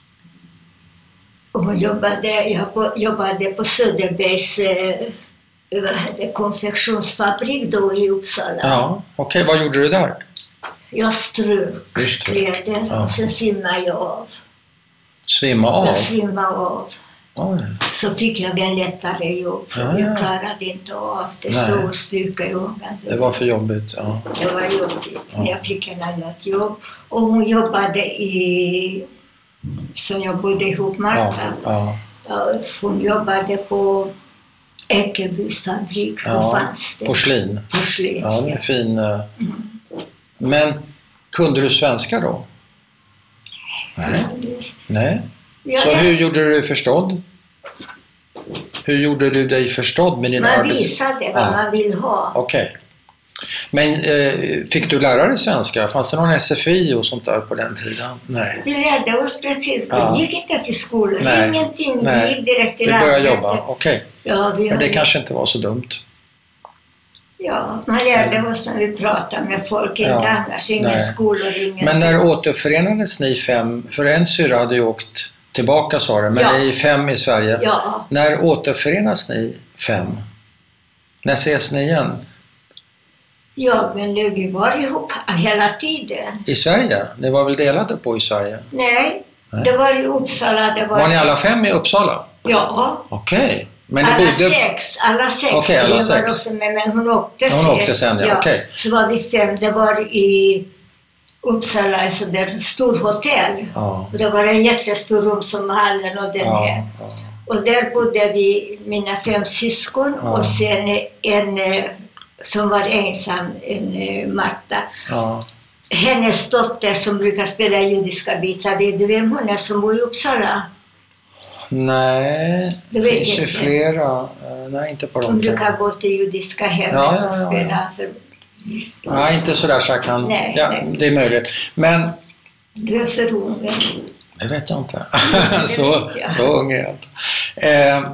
[SPEAKER 2] Och hon jobbade, jag på, jobbade på Söderbergs eh, vad heter det, konfektionsfabrik då i Uppsala.
[SPEAKER 1] Ja, okej. Vad gjorde du där?
[SPEAKER 2] Jag strök
[SPEAKER 1] Just det.
[SPEAKER 2] kläder
[SPEAKER 1] Ja.
[SPEAKER 2] och sen simmade jag av.
[SPEAKER 1] Svimma av?
[SPEAKER 2] Jag simmade av.
[SPEAKER 1] Oj.
[SPEAKER 2] Så fick jag en lättare jobb. För
[SPEAKER 1] Ja, ja.
[SPEAKER 2] Jag klarade inte av det.
[SPEAKER 1] Nej.
[SPEAKER 2] Så stryka i ungan.
[SPEAKER 1] Det var för jobbigt, ja.
[SPEAKER 2] Det var jobbigt.
[SPEAKER 1] Ja.
[SPEAKER 2] Men jag fick en annat jobb. Och hon jobbade i... Som jag bodde ihop med
[SPEAKER 1] Ja,
[SPEAKER 2] Marta.
[SPEAKER 1] ja.
[SPEAKER 2] Ja, hon jobbade på Ekebys fabrik. Då
[SPEAKER 1] Ja,
[SPEAKER 2] fanns det
[SPEAKER 1] porslin.
[SPEAKER 2] porslin.
[SPEAKER 1] Ja, det är fin. eh.
[SPEAKER 2] Mm.
[SPEAKER 1] Men kunde du svenska då? Nej. Nej.
[SPEAKER 2] Ja,
[SPEAKER 1] Så
[SPEAKER 2] det-
[SPEAKER 1] hur gjorde du dig förstådd? Hur gjorde du dig förstådd med dina
[SPEAKER 2] Man
[SPEAKER 1] arbets...
[SPEAKER 2] visade vad
[SPEAKER 1] Ja.
[SPEAKER 2] man vill ha.
[SPEAKER 1] Okej. Men eh, fick du lära dig svenska? Fanns det någon S F I och sånt där på den tiden? Nej.
[SPEAKER 2] Vi lärde oss precis. Vi
[SPEAKER 1] Ja.
[SPEAKER 2] gick inte till skolan.
[SPEAKER 1] Nej.
[SPEAKER 2] Ingenting.
[SPEAKER 1] Nej.
[SPEAKER 2] Vi gick direkt till
[SPEAKER 1] Vi började
[SPEAKER 2] arbetet.
[SPEAKER 1] jobba, okej.
[SPEAKER 2] Ja, vi
[SPEAKER 1] Men det
[SPEAKER 2] har-
[SPEAKER 1] kanske inte var så dumt.
[SPEAKER 2] Ja, man lärde oss när vi pratade med folk. Inte
[SPEAKER 1] Ja.
[SPEAKER 2] annars. Inga
[SPEAKER 1] Nej.
[SPEAKER 2] skolor, inga...
[SPEAKER 1] Men när återförenades ni fem? För en syrra hade ju åkt tillbaka sa du, men
[SPEAKER 2] Ja.
[SPEAKER 1] ni är fem i Sverige.
[SPEAKER 2] Ja,
[SPEAKER 1] När återförenas ni fem? När ses ni igen?
[SPEAKER 2] ja, men nu, vi var ihop hela tiden.
[SPEAKER 1] I Sverige? Ni var väl delade på i Sverige?
[SPEAKER 2] Nej,
[SPEAKER 1] Nej.
[SPEAKER 2] det var i Uppsala. Det var,
[SPEAKER 1] Var ni alla fem i Uppsala?
[SPEAKER 2] Ja,
[SPEAKER 1] Okej. Men ni
[SPEAKER 2] alla
[SPEAKER 1] bodde...
[SPEAKER 2] sex. Alla sex.
[SPEAKER 1] Okej, alla
[SPEAKER 2] Jag var
[SPEAKER 1] sex.
[SPEAKER 2] också med, men hon åkte
[SPEAKER 1] Hon
[SPEAKER 2] sen.
[SPEAKER 1] åkte sen, ja, okej.
[SPEAKER 2] Så var vi fem. Det var i Uppsala, alltså där stor hotell.
[SPEAKER 1] Ja.
[SPEAKER 2] Och det var en jättestor rum som hallen och den här.
[SPEAKER 1] Ja, ja.
[SPEAKER 2] Och där bodde vi, mina fem syskon
[SPEAKER 1] Ja.
[SPEAKER 2] och sen en eh, som var ensam, en eh, Marta.
[SPEAKER 1] Ja.
[SPEAKER 2] Hennes dotter som brukar spela judiska bitar, vet du vem hon är som bor i Uppsala?
[SPEAKER 1] Nej,
[SPEAKER 2] Det
[SPEAKER 1] det
[SPEAKER 2] vet
[SPEAKER 1] finns
[SPEAKER 2] jag
[SPEAKER 1] ju
[SPEAKER 2] inte.
[SPEAKER 1] flera. Eh, Nej, inte på
[SPEAKER 2] Hon
[SPEAKER 1] de
[SPEAKER 2] brukar
[SPEAKER 1] fem.
[SPEAKER 2] gå till judiska hemmet
[SPEAKER 1] Ja, ja, ja,
[SPEAKER 2] och spela. För,
[SPEAKER 1] Nej, inte sådär så jag kan...
[SPEAKER 2] Nej,
[SPEAKER 1] ja,
[SPEAKER 2] nej.
[SPEAKER 1] det är möjligt. Men
[SPEAKER 2] du är för ung.
[SPEAKER 1] det vet jag inte.
[SPEAKER 2] det
[SPEAKER 1] så,
[SPEAKER 2] vet jag.
[SPEAKER 1] så ung är jag inte. Eh,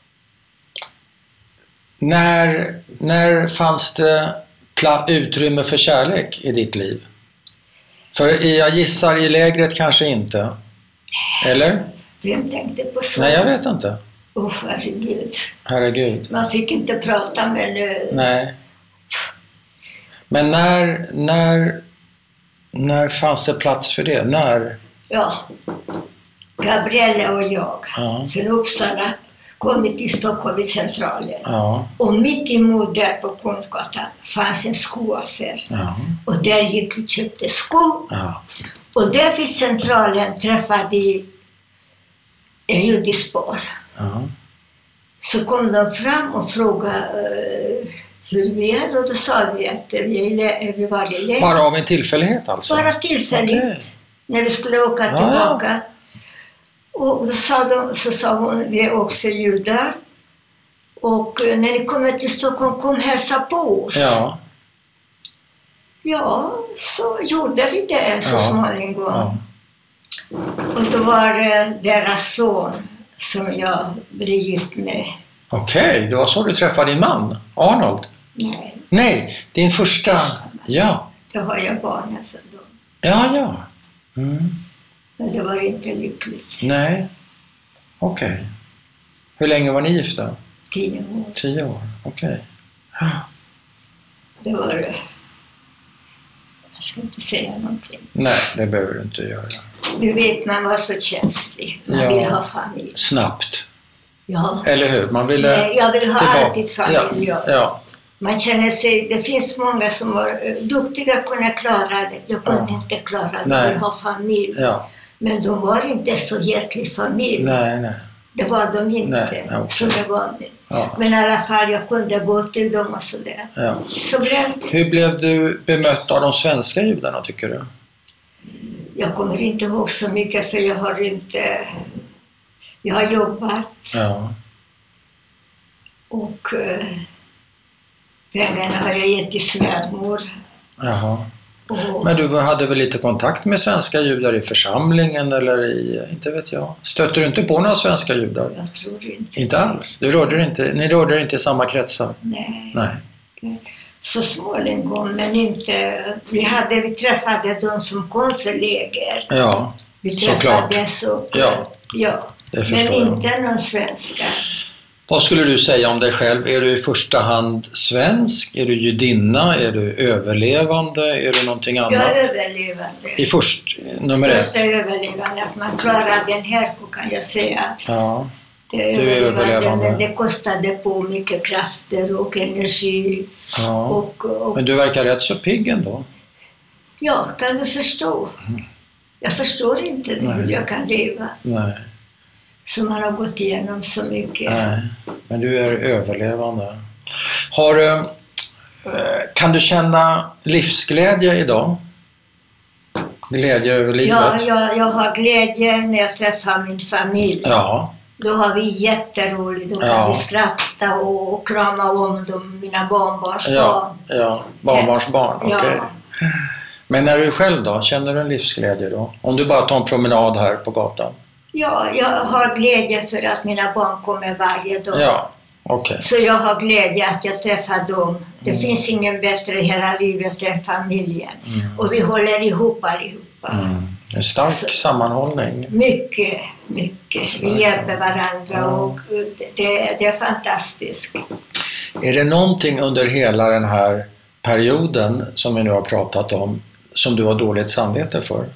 [SPEAKER 1] när, när fanns det pla- utrymme för kärlek i ditt liv? För i- jag gissar i lägret kanske inte. Eller?
[SPEAKER 2] Vem tänkte på så?
[SPEAKER 1] Nej, jag vet inte.
[SPEAKER 2] Åh, herregud.
[SPEAKER 1] Herregud.
[SPEAKER 2] Man fick inte prata med nu.
[SPEAKER 1] Nej. Men när, när, när fanns det plats för det? När?
[SPEAKER 2] Ja, Gabriella och jag
[SPEAKER 1] Ja.
[SPEAKER 2] från Uppsala kommit till Stockholm i centralen.
[SPEAKER 1] Ja.
[SPEAKER 2] Och mitt emot där på Kungsgatan fanns en skoaffär.
[SPEAKER 1] Ja.
[SPEAKER 2] Och där gick vi och köpte skor.
[SPEAKER 1] Ja.
[SPEAKER 2] Och där vid centralen träffade en judisk par.
[SPEAKER 1] Ja.
[SPEAKER 2] Så kom de fram och frågade uh, hur vi är. Och då sa vi att vi, är, vi var i läge.
[SPEAKER 1] Bara av en tillfällighet alltså?
[SPEAKER 2] Bara tillfälligt. Okay. När vi skulle åka
[SPEAKER 1] ja,
[SPEAKER 2] tillbaka.
[SPEAKER 1] Ja.
[SPEAKER 2] Och då sa de, så sa hon, vi är också judar. Och uh, när ni kommer till Stockholm, kom hälsa på oss.
[SPEAKER 1] Ja.
[SPEAKER 2] Ja, så gjorde vi det så
[SPEAKER 1] ja.
[SPEAKER 2] småningom.
[SPEAKER 1] Ja.
[SPEAKER 2] Och då var det deras son som jag blev gift med.
[SPEAKER 1] Okej, okay, det var så du träffade din man, Arnold?
[SPEAKER 2] Nej.
[SPEAKER 1] Nej, din första... Ja.
[SPEAKER 2] Då har jag barnen för dem.
[SPEAKER 1] Ja, ja. Mm.
[SPEAKER 2] Men det var inte lyckligt.
[SPEAKER 1] Nej, okej. Okay. Hur länge var ni gifta?
[SPEAKER 2] Tio år.
[SPEAKER 1] Tio år, okej. Okay. Ja.
[SPEAKER 2] Det var... Jag ska inte säga någonting.
[SPEAKER 1] Nej, det behöver du inte göra.
[SPEAKER 2] Du vet, man var så känslig. Man
[SPEAKER 1] ja.
[SPEAKER 2] vill ha familj.
[SPEAKER 1] Snabbt.
[SPEAKER 2] Ja.
[SPEAKER 1] Eller hur? Man ville
[SPEAKER 2] Nej, jag vill ha
[SPEAKER 1] tillbaka.
[SPEAKER 2] alltid familj.
[SPEAKER 1] Ja. Ja.
[SPEAKER 2] Man känner sig... Det finns många som var duktiga att kunna klara det. Jag kunde
[SPEAKER 1] ja.
[SPEAKER 2] inte klara det.
[SPEAKER 1] Nej.
[SPEAKER 2] Jag vill ha familj.
[SPEAKER 1] Ja.
[SPEAKER 2] Men de var inte så hjärtlig familj.
[SPEAKER 1] Nej, nej.
[SPEAKER 2] Det var de inte.
[SPEAKER 1] Nej, nej, okay.
[SPEAKER 2] Så det var
[SPEAKER 1] ja.
[SPEAKER 2] Men i alla fall, jag kunde gå till dem och sådär.
[SPEAKER 1] Ja.
[SPEAKER 2] Så blev det.
[SPEAKER 1] Hur blev du bemött av de svenska judarna, tycker du?
[SPEAKER 2] Jag kommer inte ihåg så mycket, för jag har inte... Jag har jobbat.
[SPEAKER 1] Ja.
[SPEAKER 2] Och eh, pengarna har jag gett till svärmor.
[SPEAKER 1] Jaha.
[SPEAKER 2] Och,
[SPEAKER 1] men du hade väl lite kontakt med svenska judar i församlingen eller i, inte vet jag. Stötte du inte på några svenska judar?
[SPEAKER 2] Jag tror inte.
[SPEAKER 1] Inte alls? Du rörde inte, ni rörde inte i samma kretsar?
[SPEAKER 2] Nej.
[SPEAKER 1] Nej.
[SPEAKER 2] Så småningom, men inte... Vi, hade, vi träffade de som kom för läger.
[SPEAKER 1] Ja,
[SPEAKER 2] vi
[SPEAKER 1] såklart.
[SPEAKER 2] Så,
[SPEAKER 1] ja,
[SPEAKER 2] ja.
[SPEAKER 1] Det
[SPEAKER 2] men
[SPEAKER 1] jag.
[SPEAKER 2] inte någon svenska.
[SPEAKER 1] Vad skulle du säga om dig själv? Är du i första hand svensk? Är du judinna? Är du överlevande? Är du någonting annat?
[SPEAKER 2] Jag är överlevande.
[SPEAKER 1] I först, nummer ett?
[SPEAKER 2] Första överlevande. Att man klarar den här på, kan jag säga.
[SPEAKER 1] Ja,
[SPEAKER 2] det är
[SPEAKER 1] du är
[SPEAKER 2] överlevande.
[SPEAKER 1] överlevande.
[SPEAKER 2] Men det kostade på mycket krafter och energi.
[SPEAKER 1] Ja.
[SPEAKER 2] Och, och,
[SPEAKER 1] men du verkar rätt så pigg ändå.
[SPEAKER 2] Ja, kan du förstå? Mm. Jag förstår inte det, hur jag kan leva.
[SPEAKER 1] Nej.
[SPEAKER 2] Så man har gått igenom så mycket.
[SPEAKER 1] Nej, men du är överlevande. Har du, kan du känna livsglädje idag? Glädje över livet?
[SPEAKER 2] Ja, jag, jag har glädje när jag träffar min familj.
[SPEAKER 1] Ja.
[SPEAKER 2] Då har vi jätteroligt. Då kan
[SPEAKER 1] ja.
[SPEAKER 2] vi skratta och, och krama om dem, mina barnbarns
[SPEAKER 1] ja.
[SPEAKER 2] barn.
[SPEAKER 1] Ja, barnbarns barn. Okej. Okay.
[SPEAKER 2] Ja.
[SPEAKER 1] Men när du själv då? Känner du en livsglädje då? Om du bara tar en promenad här på gatan?
[SPEAKER 2] Ja, jag har glädje för att mina barn kommer varje dag.
[SPEAKER 1] Ja, okej. Okay.
[SPEAKER 2] Så jag har glädje att jag träffar dem. Det mm. finns ingen bättre i hela livet än familjen. Mm. Och vi håller ihop allihopa. Mm.
[SPEAKER 1] En stark så, sammanhållning.
[SPEAKER 2] Mycket, mycket. Stark vi hjälper varandra ja. och det, det är fantastiskt.
[SPEAKER 1] Är det någonting under hela den här perioden som vi nu har pratat om som du har dåligt samvete för?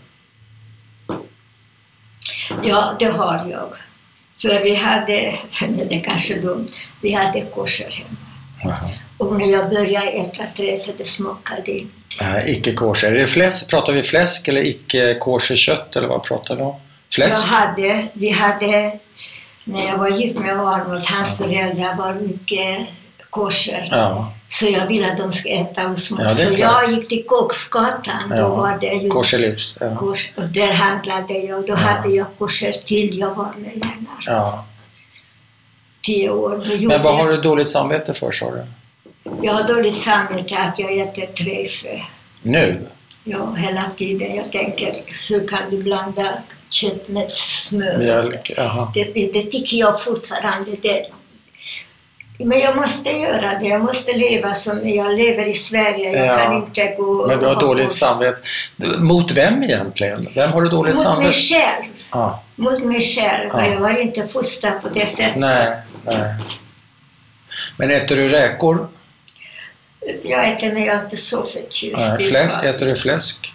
[SPEAKER 2] Ja, det har jag. För vi hade, det är kanske dumt, vi hade kosher hemma. Aha. Och när jag började äta träffet, det smakade inte.
[SPEAKER 1] Äh, icke kosher. Är det fläsk? Pratar vi fläsk eller icke kosher kött eller vad pratar vi om? Fläsk?
[SPEAKER 2] Jag hade, vi hade, när jag var gift med Arnold, hans föräldrar var mycket kosher. Ja. Så jag ville att de skulle äta hos mig. Ja, så jag gick till Koksgatan. Ja. Då var det ju
[SPEAKER 1] kosherlivs. Ja.
[SPEAKER 2] Kors, och där handlade jag. Då ja. hade jag kosher till jag var med Lennart.
[SPEAKER 1] Ja.
[SPEAKER 2] Tio år. Då
[SPEAKER 1] men vad har du dåligt samvete för, sa du?
[SPEAKER 2] Jag har dåligt samvete att jag äter träffel.
[SPEAKER 1] Nu?
[SPEAKER 2] Ja, hela tiden. Jag tänker, hur kan du blanda kött med smör?
[SPEAKER 1] Mjölk, aha.
[SPEAKER 2] Det, det tycker jag fortfarande. Det, men jag måste göra det. Jag måste leva som jag lever i Sverige. Jag ja. kan inte gå...
[SPEAKER 1] Men du har dåligt på. samvete. Mot vem egentligen? Vem har du dåligt
[SPEAKER 2] Mot
[SPEAKER 1] samvete?
[SPEAKER 2] Mot mig själv.
[SPEAKER 1] Ah.
[SPEAKER 2] Mot mig själv. Ah. Jag var inte fostrad på det sättet.
[SPEAKER 1] Nej, nej. Men äter du räkor?
[SPEAKER 2] Jag äter, men jag är inte så förtjust.
[SPEAKER 1] Nej, fläsk? Äter du fläsk?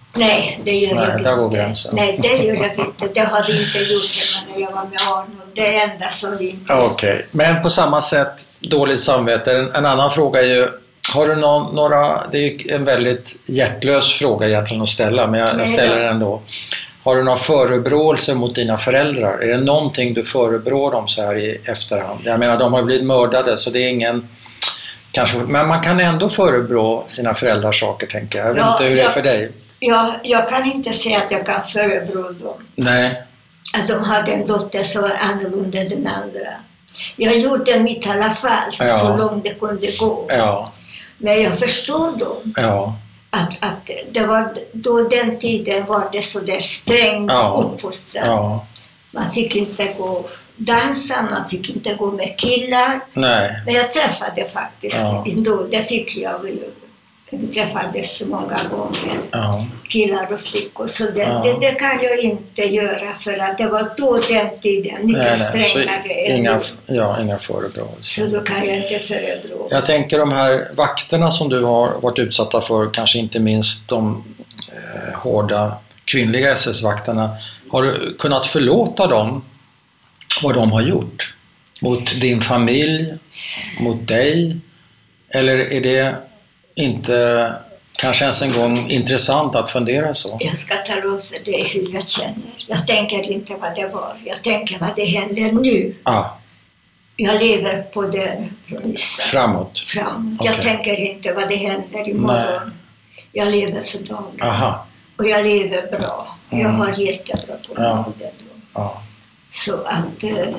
[SPEAKER 2] Nej, det gör
[SPEAKER 1] Nej,
[SPEAKER 2] jag
[SPEAKER 1] där går
[SPEAKER 2] inte.
[SPEAKER 1] gränsen.
[SPEAKER 2] Nej, det gör jag inte. Det har vi inte gjort hemma när jag var med Arnold. Det är enda som vi inte...
[SPEAKER 1] Okej, okay. Men på samma sätt, dåligt samvete. En, en annan fråga är ju, har du någon, några, det är ju en väldigt hjärtlös fråga egentligen att ställa, men jag, jag ställer den ändå. Har du några förebråelser mot dina föräldrar? Är det någonting du förebrår dem så här i efterhand? Jag menar, de har blivit mördade, så det är ingen... Kanske, men man kan ändå förebrå sina föräldrars saker, tänker jag. Jag vet
[SPEAKER 2] Ja,
[SPEAKER 1] inte hur
[SPEAKER 2] jag,
[SPEAKER 1] det är för dig.
[SPEAKER 2] Ja, jag kan inte säga att jag kan förebrå dem.
[SPEAKER 1] Nej.
[SPEAKER 2] Att de hade en dotter som var annorlunda än den andra. Jag gjorde mitt i alla fall,
[SPEAKER 1] ja.
[SPEAKER 2] så långt det kunde gå.
[SPEAKER 1] Ja.
[SPEAKER 2] Men jag förstår dem.
[SPEAKER 1] Ja.
[SPEAKER 2] Att, att det var, då den tiden var det så där strängt
[SPEAKER 1] ja.
[SPEAKER 2] uppfostrat.
[SPEAKER 1] Ja.
[SPEAKER 2] Man fick inte gå dansa, man fick inte gå med killar.
[SPEAKER 1] Nej.
[SPEAKER 2] Men jag träffade faktiskt
[SPEAKER 1] ja.
[SPEAKER 2] ändå, det fick jag ju. Vi träffades många gånger,
[SPEAKER 1] ja.
[SPEAKER 2] killar och flickor, så det,
[SPEAKER 1] ja.
[SPEAKER 2] det, det kan jag inte göra för att det var då den tiden mycket nej, nej. strängare än
[SPEAKER 1] inga,
[SPEAKER 2] nu.
[SPEAKER 1] Ja, inga förebråelser.
[SPEAKER 2] Så då kan jag inte förebrå.
[SPEAKER 1] Jag tänker de här vakterna som du har varit utsatta för, kanske inte minst de eh, hårda kvinnliga S S-vakterna, har du kunnat förlåta dem vad de har gjort? Mot din familj, mot dig? Eller är det inte kanske ens en gång intressant att fundera så?
[SPEAKER 2] Jag ska tala om för dig hur jag känner. Jag tänker inte vad det var. Jag tänker vad det händer nu.
[SPEAKER 1] Ah.
[SPEAKER 2] Jag lever på den premissen.
[SPEAKER 1] Framåt?
[SPEAKER 2] Framåt.
[SPEAKER 1] Okay.
[SPEAKER 2] Jag tänker inte vad det händer imorgon. Nej. Jag lever för dagen.
[SPEAKER 1] Aha.
[SPEAKER 2] Och jag lever bra. Mm. Jag har jättebra på
[SPEAKER 1] ja.
[SPEAKER 2] det då.
[SPEAKER 1] Ja.
[SPEAKER 2] Så att... Eh,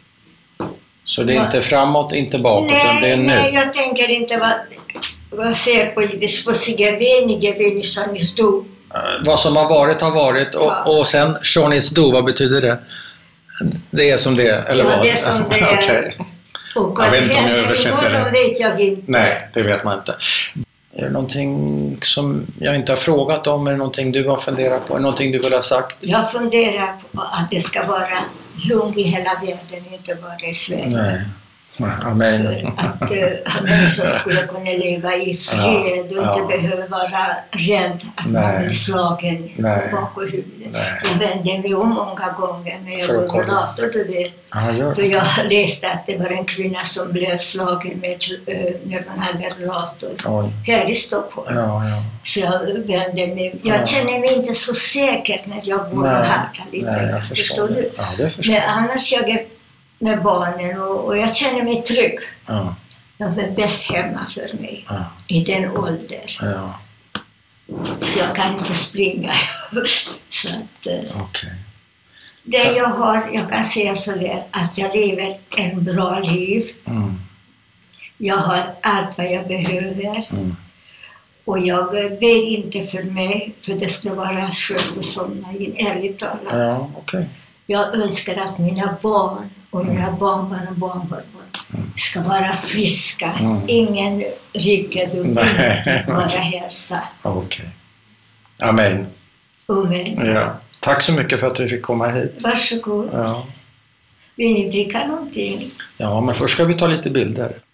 [SPEAKER 1] så det är inte framåt, inte bakåt,
[SPEAKER 2] nej,
[SPEAKER 1] utan det är nu?
[SPEAKER 2] Nej, jag tänker inte vad... Vad säger på jiddisch? På sig vänige vänischanis do.
[SPEAKER 1] Vad som har varit har varit och, ja. och sen shanis do, vad betyder det? Det är som det är, eller
[SPEAKER 2] ja,
[SPEAKER 1] vad?
[SPEAKER 2] det är som det är.
[SPEAKER 1] Okay.
[SPEAKER 2] Och
[SPEAKER 1] jag vet inte om jag översätter det.
[SPEAKER 2] Vet jag inte.
[SPEAKER 1] Nej, det vet man inte. Är det någonting som jag inte har frågat om? Är det någonting du har funderat på? Är det någonting du vill ha sagt?
[SPEAKER 2] Jag funderar på att det ska vara lugnt i hela världen, inte bara i Sverige.
[SPEAKER 1] Nej. Amen.
[SPEAKER 2] För att uh, människor skulle kunna leva i fred ja, och inte ja. behöva vara rädd att Nej. man blir slagen Nej. bakom huvudet. Nej. Jag vände mig om många gånger med rullator, du vet.
[SPEAKER 1] Ja,
[SPEAKER 2] för jag läste att det var en kvinna som blev slagen med, uh, när man hade rullator här i Stockholm.
[SPEAKER 1] Ja, ja.
[SPEAKER 2] Så jag vände mig. Jag ja. känner mig inte så säker när jag går och hatar lite.
[SPEAKER 1] Nej, jag förstår,
[SPEAKER 2] förstår du?
[SPEAKER 1] Ja, det förstår.
[SPEAKER 2] Men annars jag är med barnen och, och jag känner mig trygg.
[SPEAKER 1] Ja.
[SPEAKER 2] De är bäst hemma för mig
[SPEAKER 1] ja.
[SPEAKER 2] i den åldern.
[SPEAKER 1] Ja.
[SPEAKER 2] Så jag kan inte springa. Så att, uh,
[SPEAKER 1] okay.
[SPEAKER 2] Det jag har, jag kan säga så där att jag lever en bra liv.
[SPEAKER 1] Mm.
[SPEAKER 2] Jag har allt vad jag behöver.
[SPEAKER 1] Mm.
[SPEAKER 2] Och jag ber inte för mig, för det skulle vara skönt att somna in, ärligt talat.
[SPEAKER 1] Ja, okay.
[SPEAKER 2] Jag önskar att mina barn och mina mm. barnbarn och barnbarn mm. ska vara friska. Mm. Ingen rikedom, bara hälsa.
[SPEAKER 1] Okej. Okay. Amen.
[SPEAKER 2] Amen.
[SPEAKER 1] Ja. Tack så mycket för att du fick komma hit.
[SPEAKER 2] Varsågod.
[SPEAKER 1] Ja.
[SPEAKER 2] Vill ni dricka någonting?
[SPEAKER 1] Ja, men först ska vi ta lite bilder.